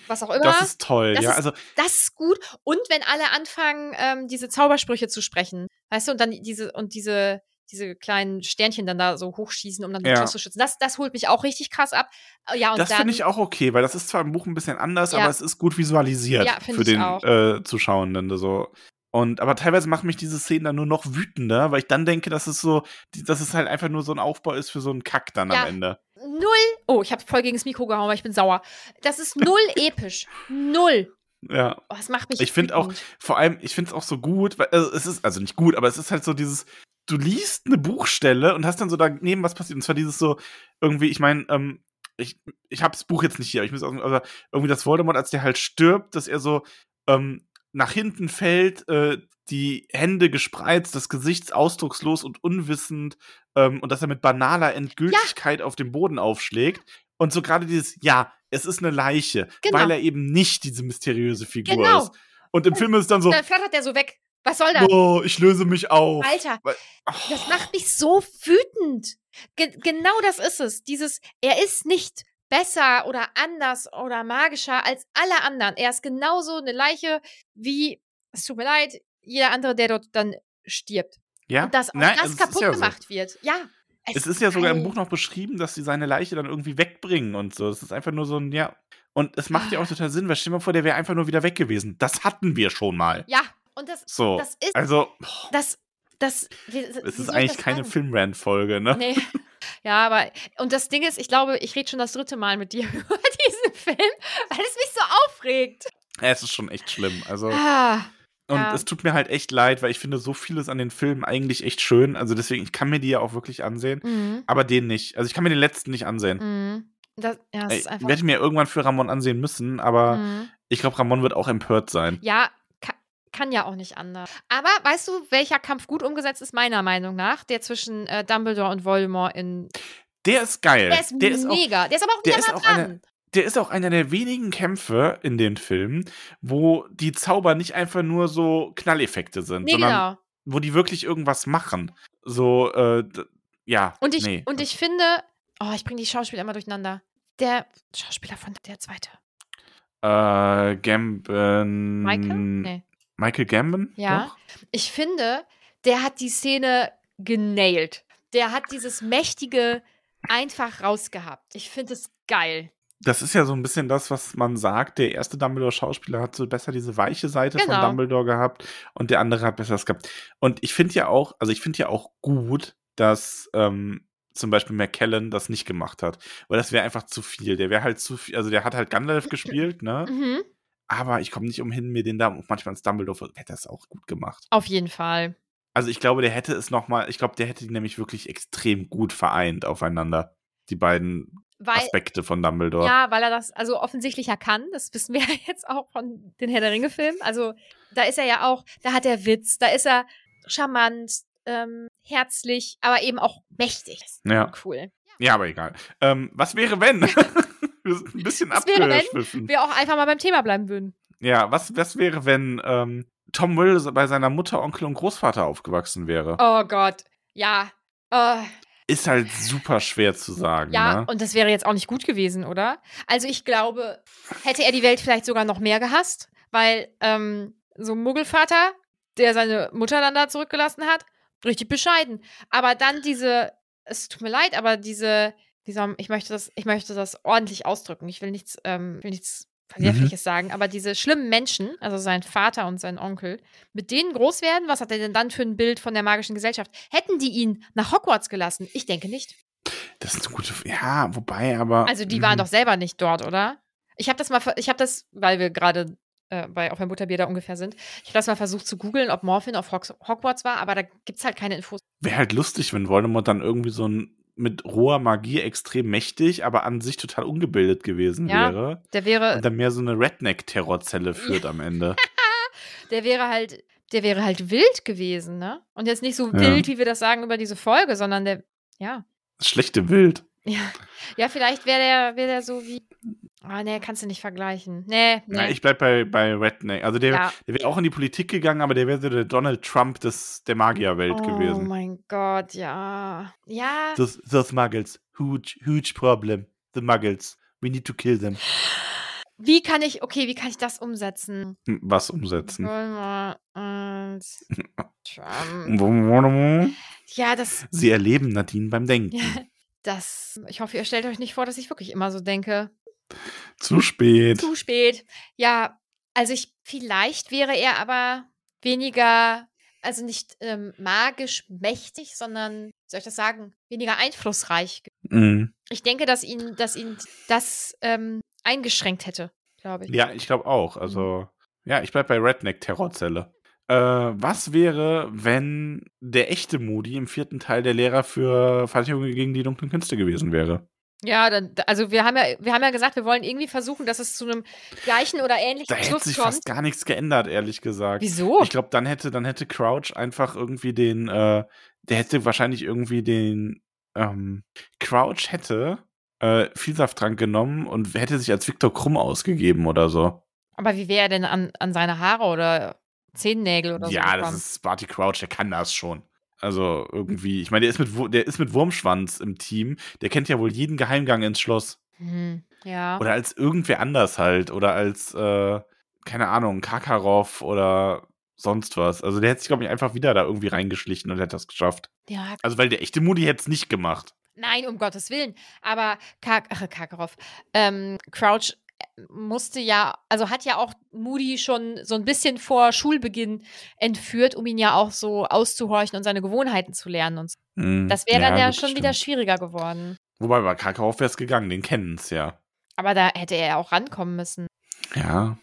was auch immer. Das ist toll, das ja. ist, Also, das ist gut. Und wenn alle anfangen, ähm, diese Zaubersprüche zu sprechen, weißt du, und dann diese, und diese, diese kleinen Sternchen dann da so hochschießen, um dann die Ja. Schloss zu schützen. Das, das holt mich auch richtig krass ab. Ja, und das dann, finde ich auch okay, weil das ist zwar im Buch ein bisschen anders, Ja. aber es ist gut visualisiert Ja, find für ich den auch. äh, Zuschauenden. So. Und, aber teilweise machen mich diese Szenen dann nur noch wütender, weil ich dann denke, dass es so, die- dass es halt einfach nur so ein Aufbau ist für so einen Kack dann Ja. am Ende. null. Oh, ich habe voll gegen das Mikro gehauen, weil ich bin sauer. Das ist null episch. Null. Ja. Oh, das macht mich Ich finde auch, wütend. vor allem, ich finde es auch so gut, weil also es ist, also nicht gut, aber es ist halt so dieses, du liest eine Buchstelle und hast dann so daneben was passiert. Und zwar dieses so, irgendwie, ich meine, ähm, ich, ich habe das Buch jetzt nicht hier, aber ich muss auch, aber irgendwie das Voldemort, als der halt stirbt, dass er so ähm, nach hinten fällt, äh, die Hände gespreizt, das Gesicht ausdruckslos und unwissend ähm, und dass er mit banaler Endgültigkeit auf dem Boden aufschlägt. Und so gerade dieses, ja, es ist eine Leiche, Genau. weil er eben nicht diese mysteriöse Figur Genau. ist. Und im Film ist es dann so, Dann flattert der so weg. Was soll das? oh, ich löse mich auf. Alter, Weil- das macht mich so wütend. Ge genau das ist es. Dieses, er ist nicht besser oder anders oder magischer als alle anderen. Er ist genauso eine Leiche wie, es tut mir leid, jeder andere, der dort dann stirbt. Ja? Und dass auch Nein, das es ist kaputt ja so. gemacht wird. Ja. Es ist ja sogar im geil. Buch noch beschrieben, dass sie seine Leiche dann irgendwie wegbringen und so. Es ist einfach nur so ein, ja. Und es macht ja auch total Sinn, weil stell dir mal vor, der wäre einfach nur wieder weg gewesen. Das hatten wir schon mal. Ja, und das, So. das ist, Also, boah, das, das, wie, wie es soll ist ich eigentlich das keine sagen? Filmrand-Folge, ne? Nee. Ja, aber, und das Ding ist, ich glaube, ich rede schon das dritte Mal mit dir über diesen Film, weil es mich so aufregt. Ja, es ist schon echt schlimm. Also, Ah, und ja. es tut mir halt echt leid, weil ich finde so vieles an den Filmen eigentlich echt schön. Also deswegen, ich kann mir die ja auch wirklich ansehen, Mhm. aber den nicht. Also ich kann mir den letzten nicht ansehen. Mhm. Das, ja, das Ey, ist Ich einfach. werde mir irgendwann für Ramon ansehen müssen, aber Mhm. ich glaube, Ramon wird auch empört sein. Ja, ka kann ja auch nicht anders. Aber weißt du, welcher Kampf gut umgesetzt ist, meiner Meinung nach? Der zwischen äh, Dumbledore und Voldemort in. Der ist geil. Der ist der ist auch, mega. Der ist aber auch der wieder ist nah auch dran. eine- der ist auch einer der wenigen Kämpfe in den Filmen, wo die Zauber nicht einfach nur so Knalleffekte sind, Nee, sondern genau. wo die wirklich irgendwas machen. So, äh, d- ja. Und ich, nee. und ich finde, oh, ich bringe die Schauspieler immer durcheinander. Der Schauspieler von der zweite. Äh, Gambon. Michael? Nee. Michael Gambon? Ja. Doch? Ich finde, der hat die Szene genailt. Der hat dieses Mächtige einfach rausgehabt. Ich finde es geil. Das ist ja so ein bisschen das, was man sagt. Der erste Dumbledore-Schauspieler hat so besser diese weiche Seite von Genau. Dumbledore gehabt und der andere hat besser das gehabt. Und ich finde ja auch, also ich finde ja auch gut, dass ähm, zum Beispiel McKellen das nicht gemacht hat. Weil das wäre einfach zu viel. Der wäre halt zu viel, also der hat halt Gandalf gespielt, ne? Mhm. Aber ich komme nicht umhin, mir den da manchmal als Dumbledore, hätte das auch gut gemacht. Auf jeden Fall. Also ich glaube, der hätte es nochmal, ich glaube, der hätte die nämlich wirklich extrem gut vereint aufeinander. Die beiden Weil, Aspekte von Dumbledore. ja, weil er das also offensichtlich ja kann. Das wissen wir ja jetzt auch von den Herr der Ringe-Filmen. Also da ist er ja auch, da hat er Witz, da ist er charmant, ähm, herzlich, aber eben auch mächtig. Ja. Cool. Ja, aber egal. Ähm, was wäre, wenn? Wir sind ein bisschen Was wäre, wenn abgeschwiffen. wir auch einfach mal beim Thema bleiben würden. Ja, was, was wäre, wenn ähm, Tom Riddle bei seiner Mutter, Onkel und Großvater aufgewachsen wäre? Oh Gott. Ja. Äh, Ist halt super schwer zu sagen, ja, ne? und das wäre jetzt auch nicht gut gewesen, oder? Also ich glaube, hätte er die Welt vielleicht sogar noch mehr gehasst, weil ähm, so ein Muggelvater, der seine Mutter dann da zurückgelassen hat, richtig bescheiden. Aber dann diese, es tut mir leid, aber diese, dieser, ich möchte das, ich möchte das ordentlich ausdrücken. Ich will nichts, ähm, will nichts Verwerfliches sagen, aber diese schlimmen Menschen, also sein Vater und sein Onkel, mit denen groß werden, was hat er denn dann für ein Bild von der magischen Gesellschaft? Hätten die ihn nach Hogwarts gelassen? Ich denke nicht. Das ist eine gute, ja, wobei, aber. Also die mhm. waren doch selber nicht dort, oder? Ich habe das mal, ver- ich habe das, weil wir gerade äh, bei auf ein Butterbier da ungefähr sind, ich habe das mal versucht zu googeln, ob Morphin auf Hogs- Hogwarts war, aber da gibt's halt keine Infos. Wäre halt lustig, wenn Voldemort dann irgendwie so ein mit roher Magie extrem mächtig, aber an sich total ungebildet gewesen Ja, wäre. Der wäre, Und dann mehr so eine Redneck-Terrorzelle führt am Ende. der wäre halt, der wäre halt wild gewesen, ne? Und jetzt nicht so Ja. wild, wie wir das sagen über diese Folge, sondern der, ja, Das schlechte Wild. ja, ja, vielleicht wäre der, wäre der so wie, ah, nee, kannst du nicht vergleichen. Nee, nee. Na, ich bleib bei, bei Redneck. Also der, Ja. der wäre auch in die Politik gegangen, aber der wäre so der Donald Trump des, der Magierwelt Oh gewesen. mein Gott, ja. Ja. Those, those Muggles. Huge, huge problem. The Muggles. We need to kill them. wie kann ich, okay, wie kann ich das umsetzen? Was umsetzen? Und, ja, das, Sie erleben Nadine beim Denken. das, ich hoffe, ihr stellt euch nicht vor, dass ich wirklich immer so denke. Zu spät. Zu spät. Ja, also ich, vielleicht wäre er aber weniger, also nicht ähm, magisch mächtig, sondern, wie soll ich das sagen, weniger einflussreich. Mhm. Ich denke, dass ihn, dass ihn das ähm, eingeschränkt hätte, glaube ich. Ja, ich glaube auch. Also, ja, ich bleib bei Redneck-Terrorzelle. Äh, was wäre, wenn der echte Moody im vierten Teil der Lehrer für Verteidigung gegen die dunklen Künste gewesen wäre? Ja, dann, also wir haben ja, wir haben ja gesagt, wir wollen irgendwie versuchen, dass es zu einem gleichen oder ähnlichen Da hätte Schluss sich kommt. fast gar nichts geändert, ehrlich gesagt. Wieso? Ich glaube, dann hätte, dann hätte Crouch einfach irgendwie den, äh, der hätte wahrscheinlich irgendwie den, ähm, Crouch hätte äh, Vielsafttrank genommen und hätte sich als Viktor Krumm ausgegeben oder so. Aber wie wäre er denn an, an seine Haare oder Zehennägel oder so Ja, das gekommen? ist Barty Crouch, der kann das schon. Also irgendwie, ich meine, der ist mit, Wu- der ist mit Wurmschwanz im Team. Der kennt ja wohl jeden Geheimgang ins Schloss. Hm, ja. Oder als irgendwer anders halt. Oder als, äh, keine Ahnung, Kakarov oder sonst was. Also der hätte sich, glaube ich, einfach wieder da irgendwie reingeschlichen und hätte das geschafft. Ja, Also weil der echte Moody hätte es nicht gemacht. nein, um Gottes Willen. Aber Kak ach, Kakarov, ähm, Crouch äh, musste ja, also hat ja auch Moody schon so ein bisschen vor Schulbeginn entführt, um ihn ja auch so auszuhorchen und seine Gewohnheiten zu lernen. Und so. Hm, Das wäre dann ja gut, schon stimmt. wieder schwieriger geworden. Wobei bei Kakarov wäre es gegangen, den kennen es ja. Aber da hätte er ja auch rankommen müssen. Ja.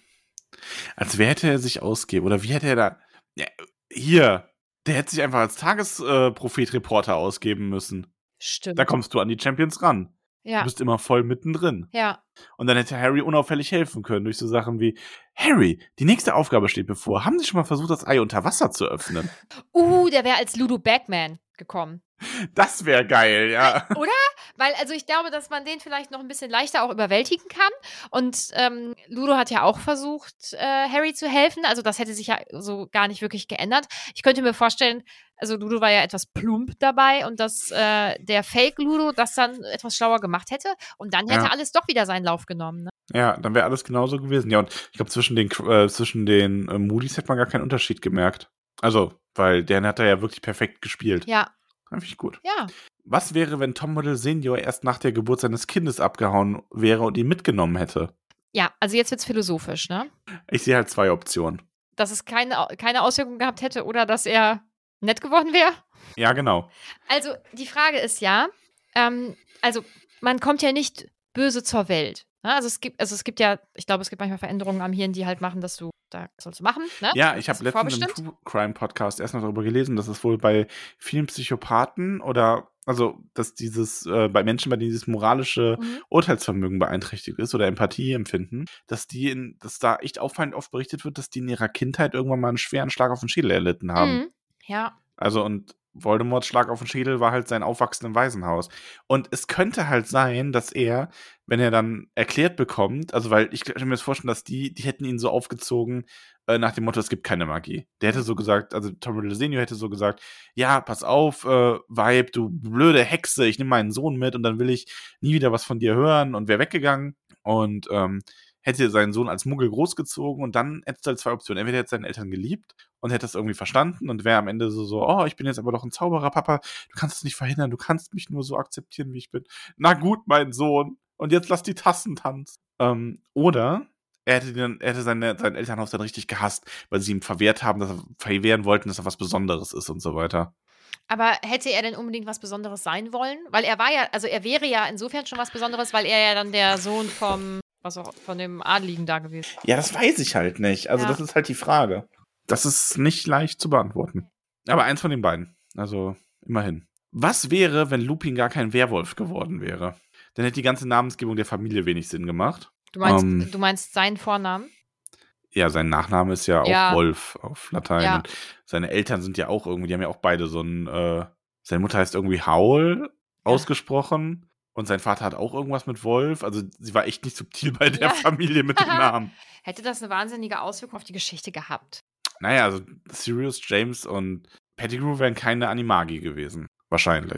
Als wer hätte er sich ausgeben? Oder wie hätte er da. Ja, hier, der hätte sich einfach als Tagesprophet-Reporter ausgeben müssen. Stimmt. Da kommst du an die Champions ran. Du Ja, bist immer voll mittendrin. ja. Und dann hätte Harry unauffällig helfen können durch so Sachen wie: Harry, die nächste Aufgabe steht bevor. Haben Sie schon mal versucht, das Ei unter Wasser zu öffnen? Uh, der wäre als Ludo Bagman gekommen. Das wäre geil, ja. Oder? Weil, also ich glaube, dass man den vielleicht noch ein bisschen leichter auch überwältigen kann. Und ähm, Ludo hat ja auch versucht, äh, Harry zu helfen. Also das hätte sich ja so gar nicht wirklich geändert. Ich könnte mir vorstellen, also Ludo war ja etwas plump dabei und dass äh, der Fake-Ludo das dann etwas schlauer gemacht hätte. Und dann hätte Ja. alles doch wieder seinen Lauf genommen. Ne? Ja, dann wäre alles genauso gewesen. Ja, und ich glaube, zwischen den, äh, zwischen den äh, Moody's hätte man gar keinen Unterschied gemerkt. Also, weil der hat er ja wirklich perfekt gespielt. Ja, Finde ich gut. ja. Was wäre, wenn Tom Riddle Senior erst nach der Geburt seines Kindes abgehauen wäre und ihn mitgenommen hätte? Ja, also jetzt wird's philosophisch, ne? Ich sehe halt zwei Optionen. Dass es keine, keine Auswirkungen gehabt hätte oder dass er nett geworden wäre. Ja, genau. Also die Frage ist ja, ähm, also man kommt ja nicht böse zur Welt. Ne? Also es gibt, also es gibt ja, ich glaube, es gibt manchmal Veränderungen am Hirn, die halt machen, dass du, da sollst du machen. Ne? Ja, ich Das habe ist letztens im vorbestimmt. True Crime Podcast erst noch darüber gelesen, dass es wohl bei vielen Psychopathen oder, also, dass dieses, äh, bei Menschen, bei denen dieses moralische Mhm. Urteilsvermögen beeinträchtigt ist oder Empathie empfinden, dass die in, dass da echt auffallend oft berichtet wird, dass die in ihrer Kindheit irgendwann mal einen schweren Schlag auf den Schädel erlitten haben. Mhm. Ja. Also, und Voldemorts Schlag auf den Schädel war halt sein Aufwachsen im Waisenhaus. Und es könnte halt sein, dass er, wenn er dann erklärt bekommt, also weil ich kann mir das vorstellen, dass die, die hätten ihn so aufgezogen, äh, nach dem Motto, es gibt keine Magie. Der hätte so gesagt, also Tom Riddle Senior hätte so gesagt, ja, pass auf, äh, Vibe, du blöde Hexe, ich nehme meinen Sohn mit und dann will ich nie wieder was von dir hören und wäre weggegangen und ähm, hätte seinen Sohn als Muggel großgezogen und dann hätte es halt zwei Optionen. Entweder hätte seine Eltern geliebt und hätte das irgendwie verstanden und wäre am Ende so, so, oh, ich bin jetzt aber doch ein Zauberer, Papa, du kannst es nicht verhindern, du kannst mich nur so akzeptieren, wie ich bin. Na gut, mein Sohn, und jetzt lass die Tassen tanzen. Ähm, oder er hätte, den, er hätte seine, sein Elternhaus dann richtig gehasst, weil sie ihm verwehrt haben, dass er verwehren wollten, dass er was Besonderes ist und so weiter. Aber hätte er denn unbedingt was Besonderes sein wollen? Weil er war ja, also er wäre ja insofern schon was Besonderes, weil er ja dann der Sohn vom, was auch, von dem Adligen da gewesen ist. Ja, das weiß ich halt nicht. Also Ja. das ist halt die Frage. Das ist nicht leicht zu beantworten. Aber eins von den beiden. Also immerhin. Was wäre, wenn Lupin gar kein Werwolf geworden wäre? Dann hätte die ganze Namensgebung der Familie wenig Sinn gemacht. Du meinst, Ähm. du meinst seinen Vornamen? Ja, sein Nachname ist ja auch Ja. Wolf auf Latein. Ja. Und seine Eltern sind ja auch irgendwie, die haben ja auch beide so ein, äh, seine Mutter heißt irgendwie Howl ausgesprochen. Und sein Vater hat auch irgendwas mit Wolf. Also sie war echt nicht subtil bei der Ja. Familie mit dem Namen. Hätte das eine wahnsinnige Auswirkung auf die Geschichte gehabt? Naja, also Sirius, James und Pettigrew wären keine Animagi gewesen. Wahrscheinlich. Hm.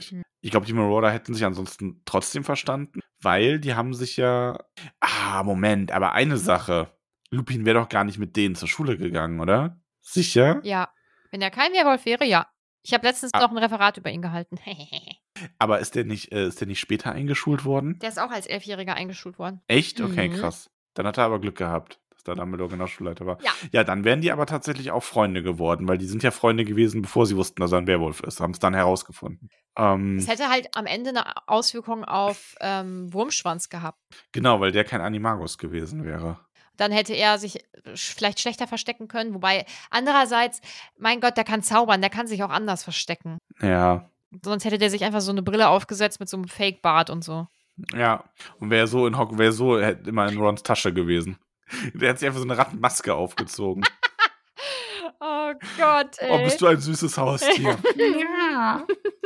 Ich glaube, die Marauder hätten sich ansonsten trotzdem verstanden, weil die haben sich ja. Ah, Moment, aber eine Sache. Lupin wäre doch gar nicht mit denen zur Schule gegangen, oder? Sicher? Ja. Wenn er kein Werwolf wäre, ja. Ich habe letztens Ah. noch ein Referat über ihn gehalten. Aber ist der nicht, äh, ist der nicht später eingeschult worden? Der ist auch als Elfjähriger eingeschult worden. Echt? Okay, Mhm. krass. Dann hat er aber Glück gehabt, dass da Dumbledore genau Schulleiter war. Ja. Ja, dann wären die aber tatsächlich auch Freunde geworden, weil die sind ja Freunde gewesen, bevor sie wussten, dass er ein Werwolf ist. Haben es dann herausgefunden. Ähm, Es hätte halt am Ende eine Auswirkung auf ähm, Wurmschwanz gehabt. genau, weil der kein Animagus gewesen wäre. Dann hätte er sich vielleicht schlechter verstecken können. Wobei, andererseits, mein Gott, der kann zaubern, der kann sich auch anders verstecken. Ja. Sonst hätte der sich einfach so eine Brille aufgesetzt mit so einem Fake-Bart und so. Ja. Und wäre so in Hock, wäre so hätte immer in Rons Tasche gewesen. Der hat sich einfach so eine Rattenmaske aufgezogen. Oh Gott, ey. Oh, bist du ein süßes Haustier? Ja.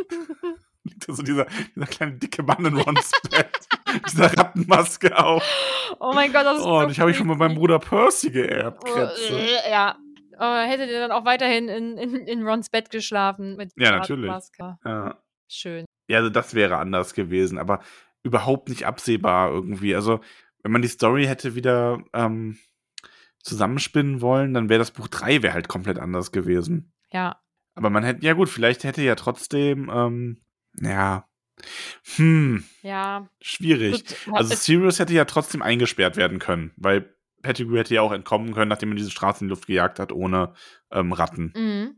Liegt da so dieser, dieser kleine dicke Mann in Rons Bett. Dieser Rattenmaske auf. Oh mein Gott, das ist Oh, so und ich habe ich schon mal meinem creepy. Bruder Percy geerbt. Oh, Kretze. äh, ja. Oh, hätte der dann auch weiterhin in, in, in Rons Bett geschlafen. Mit Ja, der natürlich. Maske. Ja. Schön. Ja, also das wäre anders gewesen, aber überhaupt nicht absehbar irgendwie. Also, wenn man die Story hätte wieder ähm, zusammenspinnen wollen, dann wäre das Buch drei wäre halt komplett anders gewesen. Ja. Aber man hätte, ja gut, vielleicht hätte ja trotzdem, ähm, ja, hm, Ja. schwierig. Gut, Also es- Sirius hätte ja trotzdem eingesperrt werden können, weil Pettigrew hätte ja auch entkommen können, nachdem er diese Straße in die Luft gejagt hat, ohne ähm, Ratten. Mhm.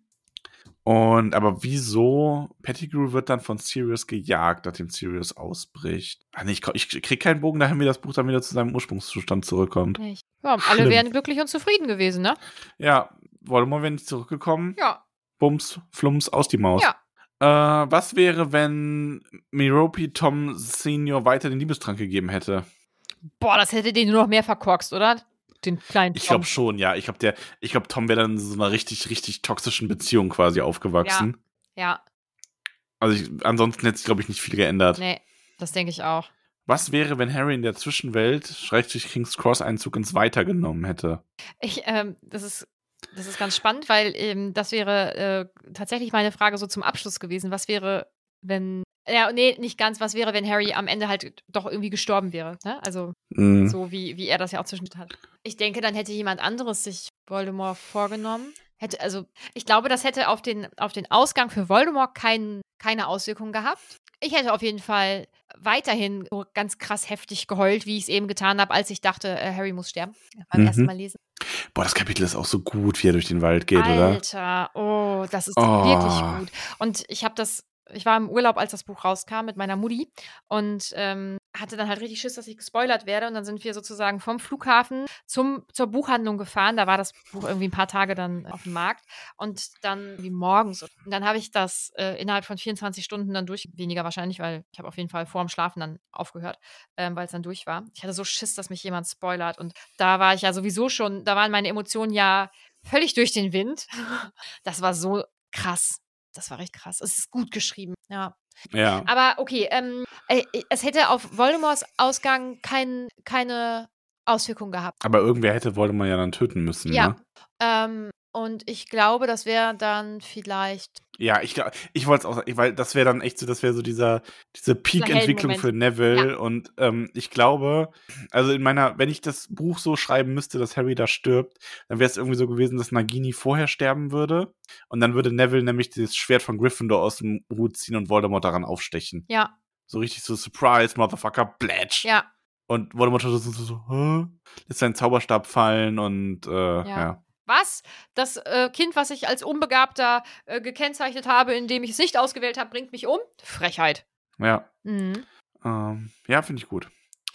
Und aber wieso Pettigrew wird dann von Sirius gejagt, nachdem Sirius ausbricht? Ach nee, ich, ich krieg keinen Bogen dahin, wie das Buch dann wieder zu seinem Ursprungszustand zurückkommt. Nicht. Ja, alle Schlimm. wären glücklich und zufrieden gewesen, ne? Ja, Voldemort wäre nicht zurückgekommen. Ja. Bums, Flums, aus die Maus. Ja. Äh, was wäre, wenn Merope Tom Senior weiter den Liebestrank gegeben hätte? Boah, das hätte den nur noch mehr verkorkst, oder? Den kleinen Ich Tom. glaube schon, ja. Ich glaube, der, ich glaube, Tom wäre dann in so einer richtig, richtig toxischen Beziehung quasi aufgewachsen. Ja, Also ich, ansonsten hätte sich, glaube ich, nicht viel geändert. nee, das denke ich auch. Was wäre, wenn Harry in der Zwischenwelt Schrägstrich King's Cross Einzug ins Weiter genommen hätte? Ich, ähm, das ist, das ist ganz spannend, weil ähm, das wäre äh, tatsächlich meine Frage so zum Abschluss gewesen. Was wäre, wenn, ja, nee, nicht ganz, was wäre, wenn Harry am Ende halt doch irgendwie gestorben wäre, ne? Also Mhm. so wie, wie er das ja auch zwischendurch hat. Ich denke, dann hätte jemand anderes sich Voldemort vorgenommen. Hätte, also, ich glaube, das hätte auf den, auf den Ausgang für Voldemort kein, keine Auswirkungen gehabt. Ich hätte auf jeden Fall weiterhin so ganz krass heftig geheult, wie ich es eben getan habe, als ich dachte, äh, Harry muss sterben. Beim Mhm. ersten Mal lesen. Boah, das Kapitel ist auch so gut, wie er durch den Wald geht, oder? Alter, oh, das ist Oh. wirklich gut. Und ich habe das, ich war im Urlaub, als das Buch rauskam mit meiner Mutti und ähm, hatte dann halt richtig Schiss, dass ich gespoilert werde. Und dann sind wir sozusagen vom Flughafen zum, zur Buchhandlung gefahren. Da war das Buch irgendwie ein paar Tage dann auf dem Markt. Und dann wie morgens. Und dann habe ich das äh, innerhalb von vierundzwanzig Stunden dann durch, weniger wahrscheinlich, weil ich habe auf jeden Fall vor dem Schlafen dann aufgehört, ähm, weil es dann durch war. Ich hatte so Schiss, dass mich jemand spoilert. Und da war ich ja sowieso schon, da waren meine Emotionen ja völlig durch den Wind. Das war so krass. Das war recht krass. Es ist gut geschrieben, ja. Ja. Aber okay, ähm, äh, es hätte auf Voldemorts Ausgang kein, keine Auswirkung gehabt. Aber irgendwer hätte Voldemort ja dann töten müssen, Ja. ne? Ähm, und ich glaube, das wäre dann vielleicht. Ja, ich, glaub- ich wollte es auch sagen, weil das wäre dann echt so, das wäre so dieser, diese Peak-Entwicklung Heldenmoment. für Neville. Ja. Und ähm, ich glaube, also in meiner, wenn ich das Buch so schreiben müsste, dass Harry da stirbt, dann wäre es irgendwie so gewesen, dass Nagini vorher sterben würde. Und dann würde Neville nämlich das Schwert von Gryffindor aus dem Hut ziehen und Voldemort daran aufstechen. Ja, So richtig so, Surprise, Motherfucker, Blatsch. ja, Und Voldemort so, so, so, so hä? Lässt seinen Zauberstab fallen und äh, ja. Ja. Was? Das äh, Kind, was ich als Unbegabter äh, gekennzeichnet habe, indem ich es nicht ausgewählt habe, bringt mich um? Frechheit. Ja. Mhm. Ähm, ja, finde ich gut.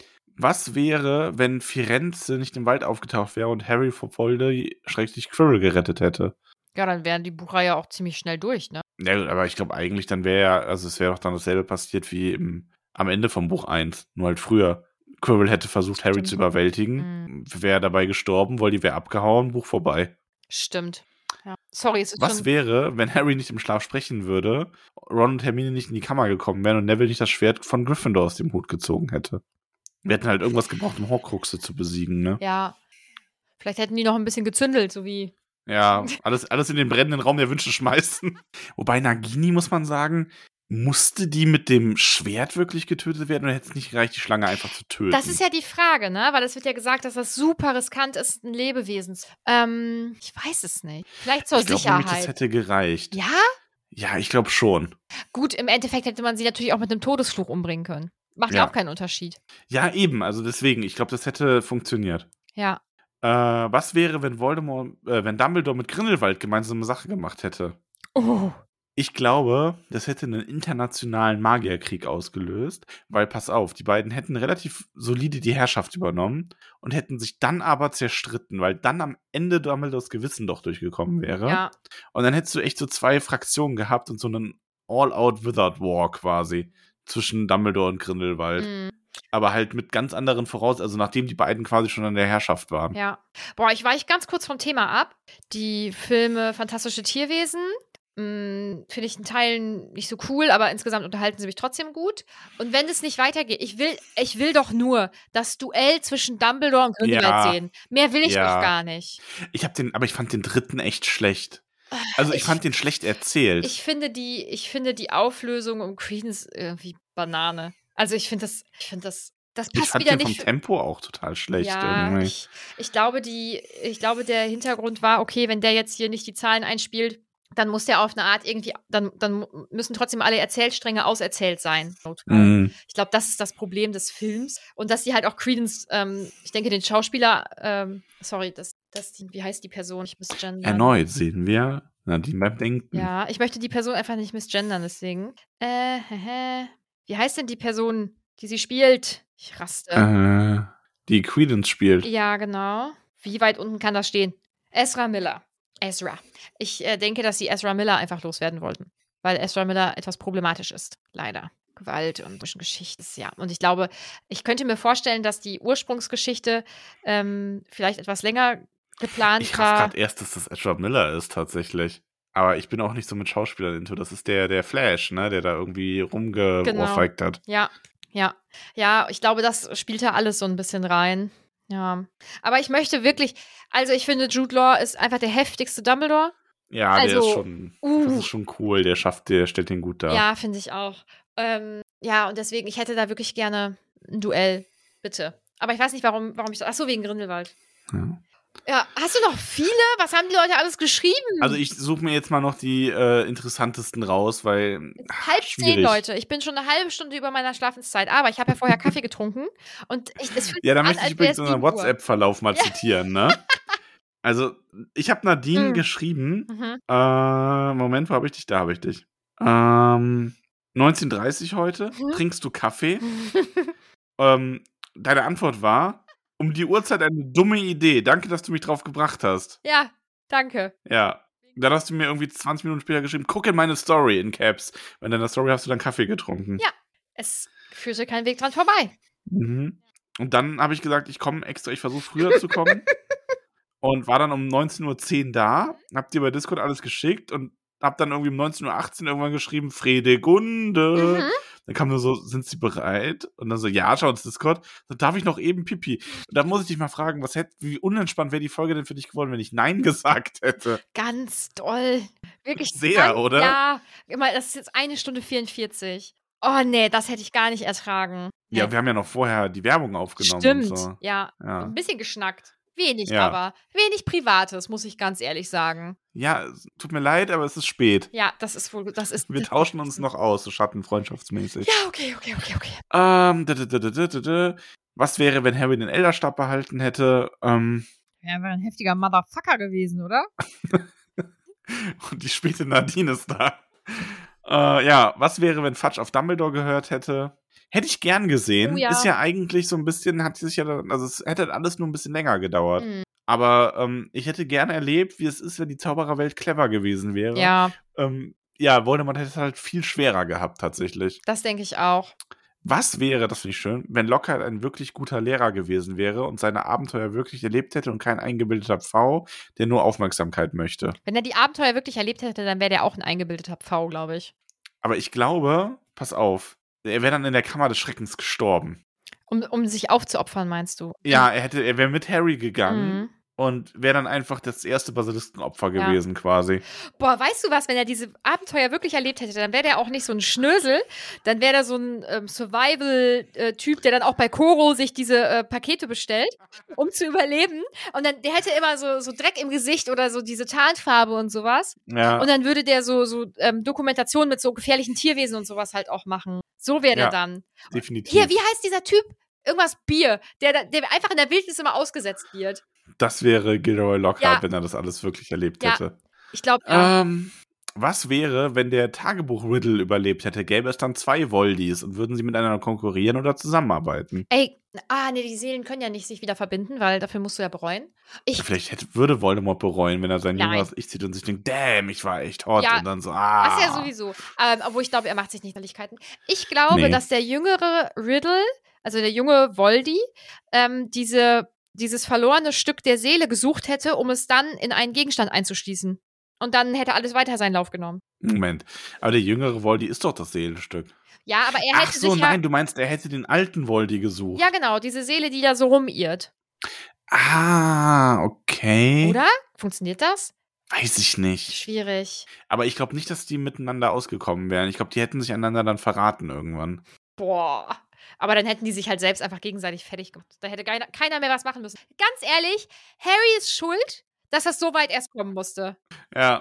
Was wäre, wenn Firenze nicht im Wald aufgetaucht wäre und Harry vor Voldy schrägstrich Quirrell gerettet hätte? Ja, dann wären die Buchreihe auch ziemlich schnell durch, ne? Ja, gut, aber ich glaube eigentlich, dann wäre ja, also es wäre doch dann dasselbe passiert wie im, am Ende vom Buch eins, nur halt früher. Quirrell hätte versucht, Harry Stimmt. zu überwältigen, wäre dabei gestorben, Voldy wäre abgehauen, Buch vorbei. Stimmt. Ja. Sorry, es ist Was schon. wäre, wenn Harry nicht im Schlaf sprechen würde, Ron und Hermine nicht in die Kammer gekommen wären und Neville nicht das Schwert von Gryffindor aus dem Hut gezogen hätte? Wir hätten halt irgendwas gebraucht, um Horcruxe zu besiegen, ne? Ja. Vielleicht hätten die noch ein bisschen gezündelt, so wie. Ja, alles, alles in den brennenden Raum der Wünsche schmeißen. Wobei Nagini, muss man sagen, musste die mit dem Schwert wirklich getötet werden oder hätte es nicht gereicht, die Schlange einfach zu töten? Das ist ja die Frage, ne? Weil es wird ja gesagt, dass das super riskant ist, ein Lebewesen zu. Ähm, ich weiß es nicht. Vielleicht zur ich glaube Sicherheit. nämlich, das hätte gereicht. Ja? Ja, ich glaube schon. Gut, im Endeffekt hätte man sie natürlich auch mit einem Todesfluch umbringen können. Macht ja, Ja. auch keinen Unterschied. Ja, eben, also deswegen, ich glaube, das hätte funktioniert. Ja. Äh, was wäre, wenn Voldemort, äh, wenn Dumbledore mit Grindelwald gemeinsam eine Sache gemacht hätte? Oh. Ich glaube, das hätte einen internationalen Magierkrieg ausgelöst, weil, pass auf, die beiden hätten relativ solide die Herrschaft übernommen und hätten sich dann aber zerstritten, weil dann am Ende Dumbledores Gewissen doch durchgekommen wäre. Ja. Und dann hättest du echt so zwei Fraktionen gehabt und so einen All-Out-Wizard-War quasi zwischen Dumbledore und Grindelwald. Mhm. Aber halt mit ganz anderen Voraus, also nachdem die beiden quasi schon an der Herrschaft waren. Ja. Boah, ich weiche ganz kurz vom Thema ab. Die Filme Fantastische Tierwesen mh, finde ich in Teilen nicht so cool, aber insgesamt unterhalten sie mich trotzdem gut. Und wenn es nicht weitergeht, ich will, ich will doch nur das Duell zwischen Dumbledore und Grindelwald Ja. sehen. Mehr will ich Ja. doch gar nicht. Ich hab den, aber ich fand den dritten echt schlecht. Also ich, Ich- fand den schlecht erzählt. Ich finde die, ich finde die Auflösung um Credence irgendwie Banane. Also ich finde das, ich finde das, das Ich passt fand wieder den vom nicht. für- Tempo auch total schlecht Ja, irgendwie. ich, ich glaube, die, ich glaube, der Hintergrund war, okay, wenn der jetzt hier nicht die Zahlen einspielt, dann muss der auf eine Art irgendwie, dann, dann müssen trotzdem alle Erzählstränge auserzählt sein. Mhm. Ich glaube, das ist das Problem des Films. Und dass sie halt auch Credence, ähm, ich denke, den Schauspieler, ähm, sorry, das, das, die, wie heißt die Person? Ich muss gendern. Erneut sehen wir Nadine beim Denken. Ja, ich möchte die Person einfach nicht misgendern, deswegen. Äh, hä, hä. Wie heißt denn die Person, die sie spielt? Ich raste. Äh, die Credence spielt. Ja, genau. Wie weit unten kann das stehen? Ezra Miller. Ezra. Ich äh, denke, dass sie Ezra Miller einfach loswerden wollten. Weil Ezra Miller etwas problematisch ist. Leider. Gewalt und Geschichte. Ja. Und ich glaube, ich könnte mir vorstellen, dass die Ursprungsgeschichte ähm, vielleicht etwas länger geplant Ich raff war. gerade erst, dass das Ezra Miller ist tatsächlich. Aber ich bin auch nicht so mit Schauspielern into. Das ist der, der Flash, ne, der da irgendwie rumgeohrfeigt hat. Ja, ja. Ja, ich glaube, das spielt da alles so ein bisschen rein. Ja. Aber ich möchte wirklich, also ich finde, Jude Law ist einfach der heftigste Dumbledore. Ja, der Also, ist schon, das uh. ist schon cool. Der schafft, der stellt den gut dar. Ja, finde ich auch. Ähm, ja, und deswegen, ich hätte da wirklich gerne ein Duell. Bitte. Aber ich weiß nicht, warum, warum ich so. Achso, wegen Grindelwald. Ja. Ja, hast du noch viele? Was haben die Leute alles geschrieben? Also ich suche mir jetzt mal noch die äh, interessantesten raus, weil Halb schwierig. zehn, Leute. Ich bin schon eine halbe Stunde über meiner Schlafenszeit, aber ich habe ja vorher Kaffee getrunken und ich, es fühlt Ja, da sich möchte an, ich als wäre übrigens es unseren sieben Uhr. WhatsApp-Verlauf mal zitieren, ne? Also, ich habe Nadine Mhm. geschrieben. Mhm. Äh, Moment, wo habe ich dich? Da habe ich dich. Ähm, neunzehn Uhr dreißig heute. Mhm. Trinkst du Kaffee? ähm, deine Antwort war, um die Uhrzeit eine dumme Idee. Danke, dass du mich drauf gebracht hast. Ja, danke. Ja. Dann hast du mir irgendwie zwanzig Minuten später geschrieben, guck in meine Story in Caps. Wenn in der Story hast du dann Kaffee getrunken. Ja. Es führte kein Weg dran vorbei. Mhm. Und dann habe ich gesagt, ich komme extra, ich versuche früher zu kommen. Und war dann um neunzehn Uhr zehn da, hab dir bei Discord alles geschickt und hab dann irgendwie um neunzehn Uhr achtzehn irgendwann geschrieben, Fredegunde. Mhm. Dann kam nur so, sind sie bereit? Und dann so, ja, schau ins Discord. Dann darf ich noch eben Pipi. Und da muss ich dich mal fragen, was hätte, wie unentspannt wäre die Folge denn für dich geworden, wenn ich Nein gesagt hätte? Ganz doll. Wirklich Sehr, ganz, oder? Ja. Immer, das ist jetzt eine Stunde vierundvierzig. Oh nee, das hätte ich gar nicht ertragen. Nee. Ja, wir haben ja noch vorher die Werbung aufgenommen. Stimmt. Und so. Ja. Ja. Ein bisschen geschnackt. Wenig Ja. aber. Wenig Privates, muss ich ganz ehrlich sagen. Ja, es tut mir leid, aber es ist spät. Ja, das ist wohl, das ist. Wir tauschen uns noch aus, so schattenfreundschaftsmäßig. Ja, okay, okay, okay, okay. Ähm, d -d -d -d -d -d -d. Was wäre, wenn Harry den Elderstab behalten hätte? Ähm, Ja, wäre ein heftiger Motherfucker gewesen, oder? und die späte Nadine ist da. Äh, ja, was wäre, wenn Fudge auf Dumbledore gehört hätte? Hätte ich gern gesehen. Oh ja. Ist ja eigentlich so ein bisschen, hat sich ja, dann- also es hätte alles nur ein bisschen länger gedauert. Mhm. Aber ähm, ich hätte gerne erlebt, wie es ist, wenn die Zaubererwelt clever gewesen wäre. Ja, Ähm, ja, Voldemort hätte es halt viel schwerer gehabt, tatsächlich. das denke ich auch. Was wäre, das finde ich schön, wenn Lockhart ein wirklich guter Lehrer gewesen wäre und seine Abenteuer wirklich erlebt hätte und kein eingebildeter Pfau, der nur Aufmerksamkeit möchte? Wenn er die Abenteuer wirklich erlebt hätte, dann wäre der auch ein eingebildeter Pfau, glaube ich. Aber ich glaube, pass auf, er wäre dann in der Kammer des Schreckens gestorben. Um, um sich aufzuopfern, meinst du? Ja, er hätte, er wäre mit Harry gegangen Mhm. und wäre dann einfach das erste Basiliskenopfer Ja. gewesen quasi. Boah, weißt du was, wenn er diese Abenteuer wirklich erlebt hätte, dann wäre der auch nicht so ein Schnösel, dann wäre der so ein ähm, Survival-Typ, der dann auch bei Koro sich diese äh, Pakete bestellt, um zu überleben. Und dann, der hätte immer so, so Dreck im Gesicht oder so diese Tarnfarbe und sowas. Ja, Und dann würde der so, so ähm, Dokumentationen mit so gefährlichen Tierwesen und sowas halt auch machen. So wäre der Ja. dann. definitiv. Hier, wie heißt dieser Typ? Irgendwas Bier, der, da- der einfach in der Wildnis immer ausgesetzt wird. Das wäre Gilderoy Lockhart, Ja. wenn er das alles wirklich erlebt Ja. hätte. Ich glaube, ja. Ähm, was wäre, wenn der Tagebuch-Riddle überlebt hätte? Gäbe es dann zwei Voldis und würden sie miteinander konkurrieren oder zusammenarbeiten? Ey, ah, nee, die Seelen können ja nicht sich wieder verbinden, weil dafür musst du ja bereuen. Ich, Vielleicht hätte, würde Voldemort bereuen, wenn er sein Nein. jüngeres Ich sieht und sich denkt, damn, ich war echt hot. Ja, und dann so, ah. das ja sowieso. Ähm, obwohl ich glaube, er macht sich nicht Ehrlichkeiten. Ich glaube, Nee. dass der jüngere Riddle, also der junge Voldy, ähm, diese, dieses verlorene Stück der Seele gesucht hätte, um es dann in einen Gegenstand einzuschließen. Und dann hätte alles weiter seinen Lauf genommen. Moment. Aber der jüngere Voldy ist doch das Seelenstück. Ja, aber er Ach hätte so, sich nein, ja... du meinst, er hätte den alten Voldy gesucht. Ja, genau, diese Seele, die da so rumirrt. Ah, okay. Oder? Funktioniert das? Weiß ich nicht. Schwierig. Aber ich glaube nicht, dass die miteinander ausgekommen wären. Ich glaube, die hätten sich einander dann verraten irgendwann. Boah. Aber dann hätten die sich halt selbst einfach gegenseitig fertig gemacht. Da hätte keiner, keiner mehr was machen müssen. Ganz ehrlich, Harry ist schuld, dass das so weit erst kommen musste. Ja.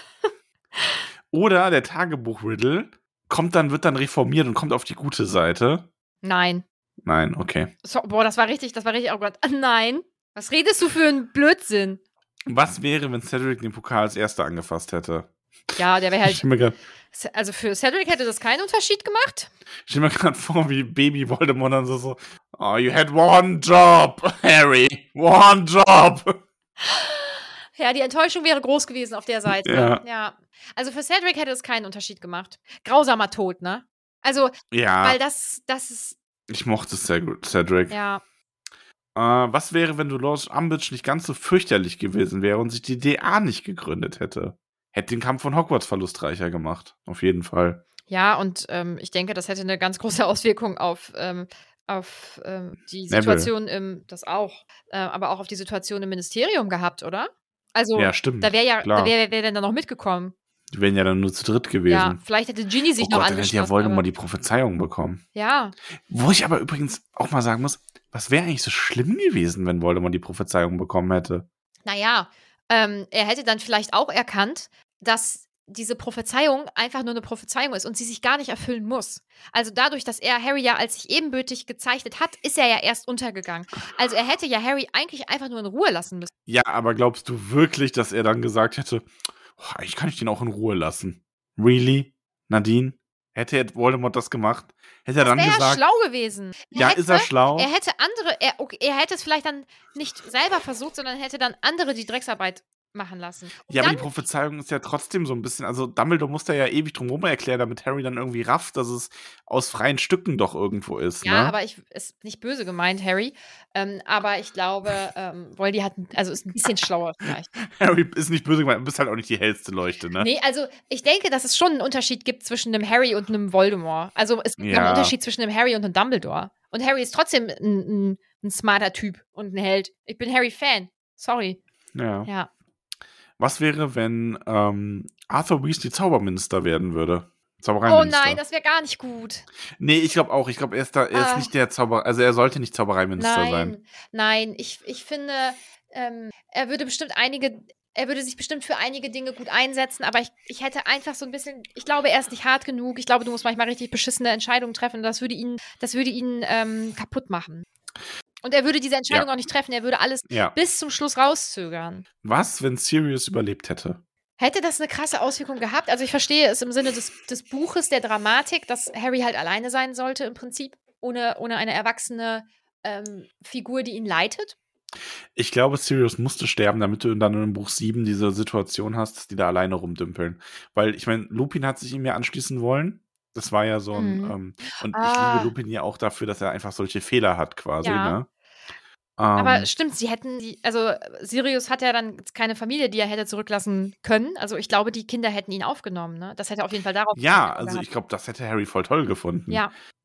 Oder der Tagebuch-Riddle kommt dann, wird dann reformiert und kommt auf die gute Seite. Nein. Nein, okay. So, boah, das war richtig, das war richtig auch Gott. Nein. Was redest du für einen Blödsinn? Was wäre, wenn Cedric den Pokal als erster angefasst hätte? Ja, der wäre halt. Ich stelle mir gerade Also für Cedric hätte das keinen Unterschied gemacht. stell mir grad vor, wie Baby Voldemort dann so, so, oh, you had one job, Harry. One job. Ja, die Enttäuschung wäre groß gewesen auf der Seite. Ja. ja. Also für Cedric hätte es keinen Unterschied gemacht. Grausamer Tod, ne? Also, Ja, weil das, das ist, ich mochte Cedric. Cedric. ja. Äh, was wäre, wenn Dolores Umbridge nicht ganz so fürchterlich gewesen wäre und sich die D A nicht gegründet hätte? Hätte den Kampf von Hogwarts verlustreicher gemacht. Auf jeden Fall. Ja, und ähm, ich denke, das hätte eine ganz große Auswirkung auf, ähm, auf ähm, die Neville. Situation im, das auch, äh, aber auch auf die Situation im Ministerium gehabt, oder? Also, Ja, stimmt. da wäre ja, klar. da wäre wer denn da noch mitgekommen? Die wären ja dann nur zu dritt gewesen. Ja, vielleicht hätte Ginny sich oh noch Gott, dann hätte ja angeschlossen. Voldemort aber, die Prophezeiung bekommen. ja, Wo ich aber übrigens auch mal sagen muss, was wäre eigentlich so schlimm gewesen, wenn Voldemort die Prophezeiung bekommen hätte? naja, ähm, er hätte dann vielleicht auch erkannt, dass diese Prophezeiung einfach nur eine Prophezeiung ist und sie sich gar nicht erfüllen muss. Also dadurch, dass er Harry ja als sich ebenbürtig gezeichnet hat, ist er ja erst untergegangen. Also er hätte ja Harry eigentlich einfach nur in Ruhe lassen müssen. Ja, aber glaubst du wirklich, dass er dann gesagt hätte, oh, eigentlich kann ich den auch in Ruhe lassen? Really? Nadine? Hätte er Voldemort das gemacht? Hätte er dann Wäre ja gesagt, schlau gewesen. Er ja, hätte, ist er schlau? Er hätte andere, er, okay, er hätte es vielleicht dann nicht selber versucht, sondern hätte dann andere die Drecksarbeit machen lassen. Und Ja, aber dann, die Prophezeiung ist ja trotzdem so ein bisschen, also Dumbledore muss da ja ewig drum rum erklären, damit Harry dann irgendwie rafft, dass es aus freien Stücken doch irgendwo ist, ja, ne? aber ich ist nicht böse gemeint, Harry. Ähm, aber ich glaube, ähm, Voldy hat, also ist ein bisschen schlauer vielleicht. Harry ist nicht böse gemeint, du bist halt auch nicht die hellste Leuchte, ne? Nee, also ich denke, dass es schon einen Unterschied gibt zwischen einem Harry und einem Voldemort. Also es gibt Ja. einen Unterschied zwischen einem Harry und einem Dumbledore. Und Harry ist trotzdem ein, ein, ein smarter Typ und ein Held. Ich bin Harry-Fan. Sorry. Ja. Ja. Was wäre, wenn ähm, Arthur Weasley Zauberminister werden würde? Oh Zaubereiminister. nein, das wäre gar nicht gut. Nee, ich glaube auch. Ich glaube, er ist da, er Ah. ist nicht der Zauber, also er sollte nicht Zaubereiminister Nein, sein. nein, ich, ich finde, ähm, er würde bestimmt einige, er würde sich bestimmt für einige Dinge gut einsetzen, aber ich, ich hätte einfach so ein bisschen, ich glaube, er ist nicht hart genug. Ich glaube, du musst manchmal richtig beschissene Entscheidungen treffen und das würde ihn, das würde ihn ähm, kaputt machen. Und er würde diese Entscheidung Ja. auch nicht treffen, er würde alles Ja. bis zum Schluss rauszögern. Was, wenn Sirius überlebt hätte? Hätte das eine krasse Auswirkung gehabt? Also ich verstehe es im Sinne des, des Buches, der Dramatik, dass Harry halt alleine sein sollte im Prinzip, ohne, ohne eine erwachsene ähm, Figur, die ihn leitet. Ich glaube, Sirius musste sterben, damit du dann in Buch sieben diese Situation hast, dass die da alleine rumdümpeln. Weil, ich meine, Lupin hat sich ihm ja anschließen wollen. Das war ja so ein, Mhm. ähm, und Ah. ich liebe Lupin ja auch dafür, dass er einfach solche Fehler hat, quasi, Ja. ne? Ähm, Aber stimmt, sie hätten die, also Sirius hat ja dann keine Familie, die er hätte zurücklassen können. Also ich glaube, die Kinder hätten ihn aufgenommen, ne? Das hätte auf jeden Fall darauf ja, Auswirkungen also gehabt. ich glaube, das hätte Harry voll toll gefunden. Ja,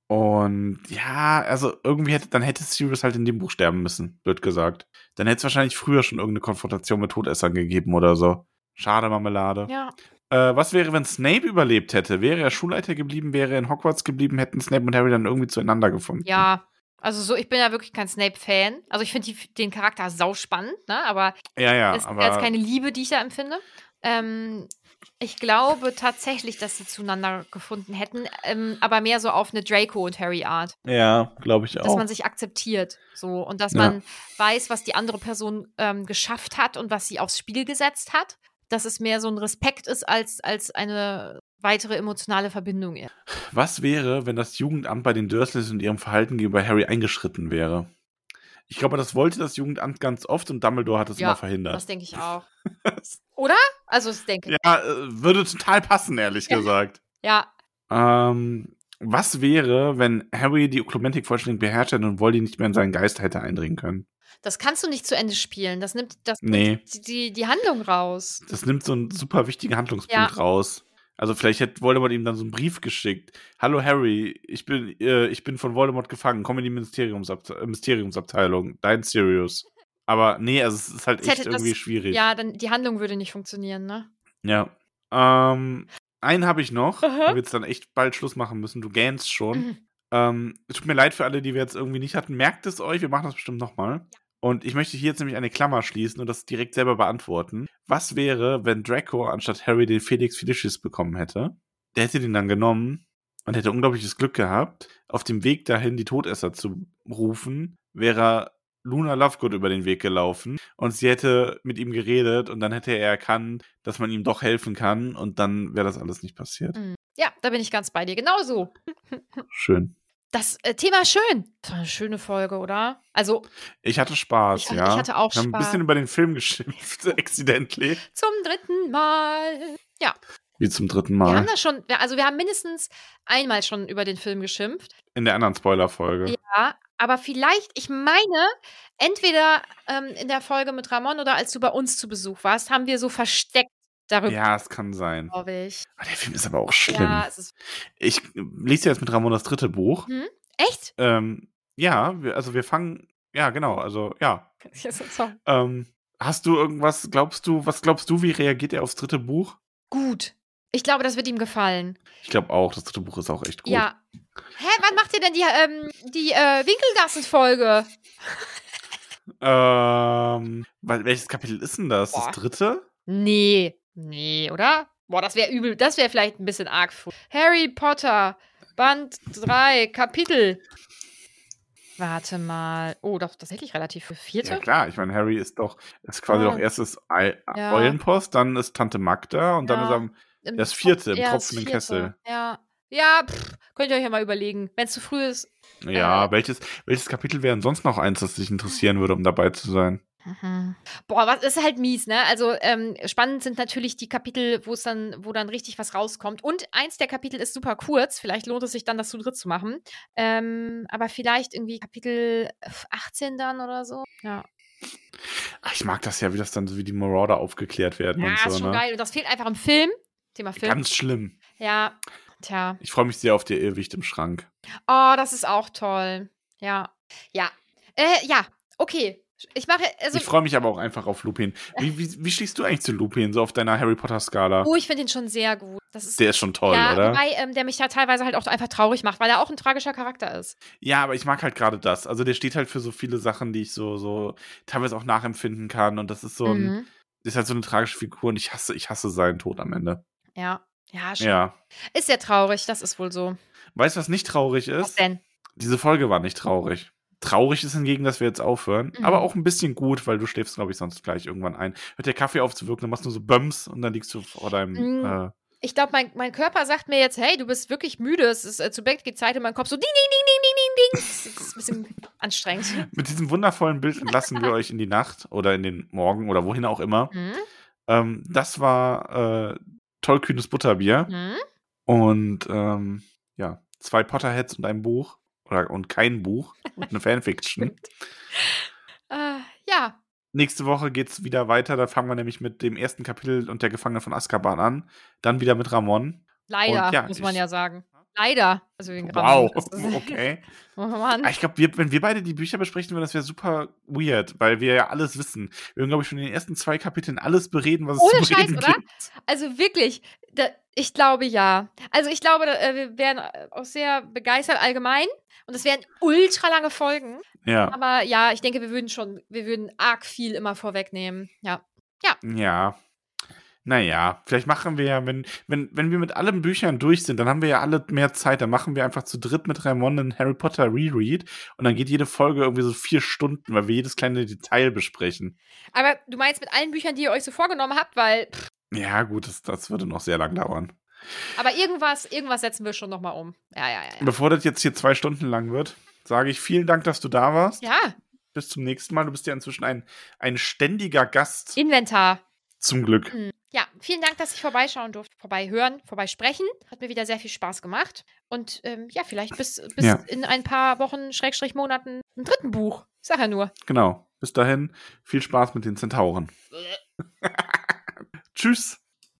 Und ja, also irgendwie hätte, dann hätte Sirius halt in dem Buch sterben müssen, blöd gesagt. Dann hätte es wahrscheinlich früher schon irgendeine Konfrontation mit Todessern gegeben oder so. Schade, Marmelade. Ja. Äh, was wäre, wenn Snape überlebt hätte? Wäre er Schulleiter geblieben, wäre er in Hogwarts geblieben, hätten Snape und Harry dann irgendwie zueinander gefunden? Ja. Also so, ich bin ja wirklich kein Snape-Fan. Also ich finde den Charakter sauspannend, ne? Aber Ja, ja, es ist aber jetzt keine Liebe, die ich da empfinde. Ähm, ich glaube tatsächlich, dass sie zueinander gefunden hätten, ähm, aber mehr so auf eine Draco und Harry Art. ja, glaube ich auch. Dass man sich akzeptiert, so, und dass Ja. man weiß, was die andere Person ähm, geschafft hat und was sie aufs Spiel gesetzt hat. Dass es mehr so ein Respekt ist als, als eine weitere emotionale Verbindung. Was wäre, wenn das Jugendamt bei den Dursleys und ihrem Verhalten gegenüber Harry eingeschritten wäre? Ich glaube, das wollte das Jugendamt ganz oft und Dumbledore hat es Ja, immer verhindert. das denke ich auch. Oder? Also, das denke ich. Ja, äh, würde total passen, ehrlich gesagt. Ja. Ähm, was wäre, wenn Harry die Oklumentik vollständig beherrscht hätte und Voldy nicht mehr in seinen Geist hätte eindringen können? Das kannst du nicht zu Ende spielen. Das nimmt, das Nee. nimmt die, die, die Handlung raus. Das nimmt so einen super wichtigen Handlungspunkt Ja. raus. Also vielleicht hätte Voldemort ihm dann so einen Brief geschickt. Hallo Harry, ich bin, äh, ich bin von Voldemort gefangen. Komm in die Mysteriumsabte- äh, Mysteriumsabteilung. Dein Sirius. Aber nee, also es ist halt Es echt hätte das- irgendwie schwierig. Ja, dann die Handlung würde nicht funktionieren, ne? Ja. Ähm, einen habe ich noch, Aha. weil wir jetzt dann echt bald Schluss machen müssen. Du gähnst schon. Mhm. Ähm, es tut mir leid für alle, die wir jetzt irgendwie nicht hatten. Merkt es euch, wir machen das bestimmt nochmal. Und ich möchte hier jetzt nämlich eine Klammer schließen und das direkt selber beantworten. Was wäre, wenn Draco anstatt Harry den Felix Felicis bekommen hätte? Der hätte den dann genommen und hätte unglaubliches Glück gehabt. Auf dem Weg dahin, die Todesser zu rufen, wäre Luna Lovegood über den Weg gelaufen und sie hätte mit ihm geredet und dann hätte er erkannt, dass man ihm doch helfen kann und dann wäre das alles nicht passiert. Mhm. Ja, da bin ich ganz bei dir. Genau so. Schön. Das äh, Thema schön. Das war eine schöne Folge, oder? Also Ich hatte Spaß, Ich- ja. ich hatte auch Wir haben ein Spaß. bisschen über den Film geschimpft, accidentally. zum dritten Mal. Ja, Wie zum dritten wir haben Mal. das schon, also wir haben mindestens einmal schon über den Film geschimpft. In der anderen Spoiler-Folge. Ja, aber vielleicht, ich meine, entweder ähm, in der Folge mit Ramon oder als du bei uns zu Besuch warst, haben wir so versteckt darüber, Ja, es kann sein. glaube ich. Aber der Film ist aber auch schlimm. Ja, es ist. Ich lese jetzt mit Ramon das dritte Buch. Hm? Echt? Ähm, ja, wir, also wir fangen, ja, genau, also ja. So. Ähm, hast du irgendwas, glaubst du, was glaubst du, wie reagiert er aufs dritte Buch? Gut. Ich glaube, das wird ihm gefallen. Ich glaube auch, das dritte Buch ist auch echt gut. Ja. Hä, wann macht ihr denn die, ähm, die äh, Winkelgassen-Folge? Ähm, weil, welches Kapitel ist denn das? Boah. Das dritte? Nee. Nee, oder? Boah, das wäre übel. Das wäre vielleicht ein bisschen arg. früh. Harry Potter, Band drei, Kapitel. Warte mal. Oh, doch, tatsächlich relativ viel. Vierte? Ja klar, ich meine, Harry ist doch, ist quasi Ah. doch erstes Ei- Ja. Eulenpost, dann ist Tante Magda und dann Ja. ist am Im Das vierte, im ja, das tropfenden vierte. Kessel. Ja. Ja, pff, könnt ihr euch ja mal überlegen. Wenn es zu früh ist. Ja, Äh. welches, welches Kapitel wäre denn sonst noch eins, das dich interessieren würde, um dabei zu sein? Mhm. Boah, was ist halt mies, ne? Also ähm, spannend sind natürlich die Kapitel, wo es dann, wo dann richtig was rauskommt. Und eins der Kapitel ist super kurz. Vielleicht lohnt es sich dann, das zu dritt zu machen. Ähm, aber vielleicht irgendwie Kapitel achtzehn dann oder so. Ja. Ach, ich mag das ja, wie das dann so wie die Marauder aufgeklärt werden Ja, und so, ist schon ne? geil. Und das fehlt einfach im Film. Thema Film. Ganz schlimm. Ja. Tja. Ich freue mich sehr auf die Irrwicht im Schrank. Oh, das ist auch toll. Ja. Ja. Äh, ja. Okay. Ich mache, also. Ich freue mich aber auch einfach auf Lupin. Wie, wie, wie stehst du eigentlich zu Lupin, so auf deiner Harry Potter-Skala? Oh, ich finde ihn schon sehr gut. Das ist, Der ist schon toll, ja, oder? wobei ähm, der mich da teilweise halt auch einfach traurig macht, weil er auch ein tragischer Charakter ist. Ja, aber ich mag halt gerade das. Also der steht halt für so viele Sachen, die ich so, so teilweise auch nachempfinden kann. Und das ist so ein, Mhm. ist halt so eine tragische Figur und ich hasse, ich hasse seinen Tod am Ende. Ja. Ja, schon. Ja. Ist sehr traurig, das ist wohl so. Weißt du, was nicht traurig Was ist? denn? Diese Folge war nicht traurig. Traurig ist hingegen, dass wir jetzt aufhören. Mhm. Aber auch ein bisschen gut, weil du schläfst, glaube ich, sonst gleich irgendwann ein. Hört der Kaffee aufzuwirken, dann machst du so Böms und dann liegst du vor deinem. Mhm. Äh, Ich glaube, mein, mein Körper sagt mir jetzt, hey, du bist wirklich müde, es ist äh, zu Bett geht Zeit und mein Kopf so ding, ding, ding, ding, ding, ding, ding. Das ist ein bisschen anstrengend. mit diesem wundervollen Bild entlassen wir euch in die Nacht oder in den Morgen oder wohin auch immer. Mhm. Ähm, das war äh, tollkühnes Butterbier. Mhm. Und ähm, ja, zwei Potterheads und ein Buch. Oder, und kein Buch. Und eine Fanfiction. Äh, ja. Nächste Woche geht's wieder weiter. Da fangen wir nämlich mit dem ersten Kapitel und der Gefangene von Azkaban an. Dann wieder mit Ramon. Leider, Und ja, muss man ich- ja sagen. Leider. Also wegen Wow, Ramon. okay. Oh Mann. Ich glaube, wenn wir beide die Bücher besprechen würden, das wäre super weird, weil wir ja alles wissen. Wir würden, glaube ich, schon in den ersten zwei Kapiteln alles bereden, was es Ohne zu Scheiß, bereden oder? gibt. Also wirklich, da, ich glaube ja. Also ich glaube, da, wir wären auch sehr begeistert allgemein. Und es wären ultra lange Folgen. Ja. Aber ja, ich denke, wir würden schon, wir würden arg viel immer vorwegnehmen. Ja. Ja. Naja, vielleicht machen wir ja, wenn, wenn, wenn wir mit allen Büchern durch sind, dann haben wir ja alle mehr Zeit. Dann machen wir einfach zu dritt mit Ramon einen Harry Potter Reread und dann geht jede Folge irgendwie so vier Stunden, weil wir jedes kleine Detail besprechen. Aber du meinst mit allen Büchern, die ihr euch so vorgenommen habt, weil. Pff, Ja, gut, das, das würde noch sehr lang dauern. aber irgendwas, irgendwas setzen wir schon nochmal um. Ja, ja, ja. ja. Bevor das jetzt hier zwei Stunden lang wird, sage ich vielen Dank, dass du da warst. Ja, Bis zum nächsten Mal. Du bist ja inzwischen ein, ein ständiger Gast. Inventar. Zum Glück. Hm. Ja, vielen Dank, dass ich vorbeischauen durfte, vorbeihören, vorbeisprechen. Hat mir wieder sehr viel Spaß gemacht. Und ähm, ja, vielleicht bis, bis Ja. in ein paar Wochen, Schrägstrich Monaten, ein dritten Buch. Ich sag ja nur. Genau. Bis dahin, viel Spaß mit den Zentauren. Tschüss.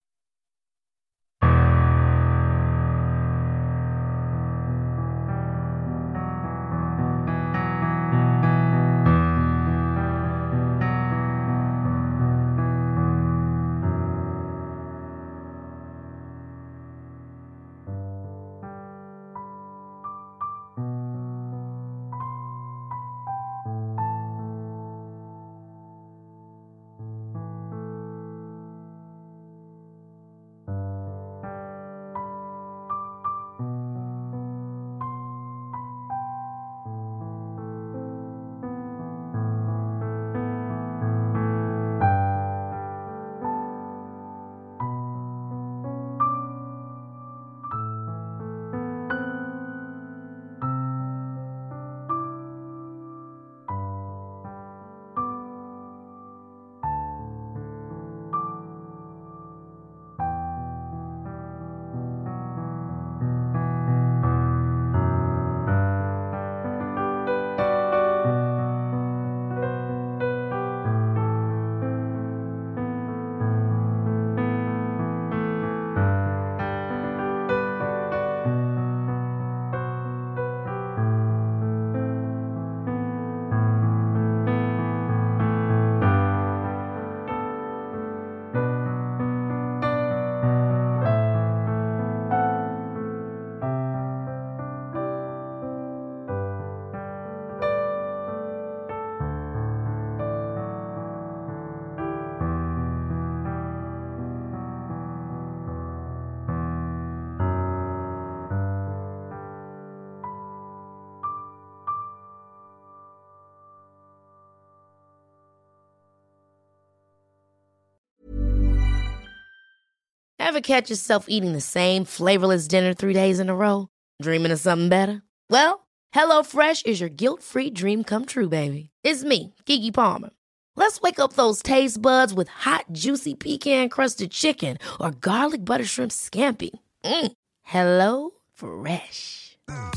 Ever catch yourself eating the same flavorless dinner three days in a row? Dreaming of something better? Well, HelloFresh is your guilt-free dream come true, baby. It's me, Keke Palmer. Let's wake up those taste buds with hot, juicy pecan-crusted chicken or garlic butter shrimp scampi. Mm. Hello Fresh.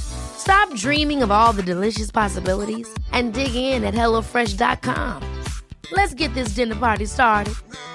Stop dreaming of all the delicious possibilities and dig in at hello fresh dot com. Let's get this dinner party started.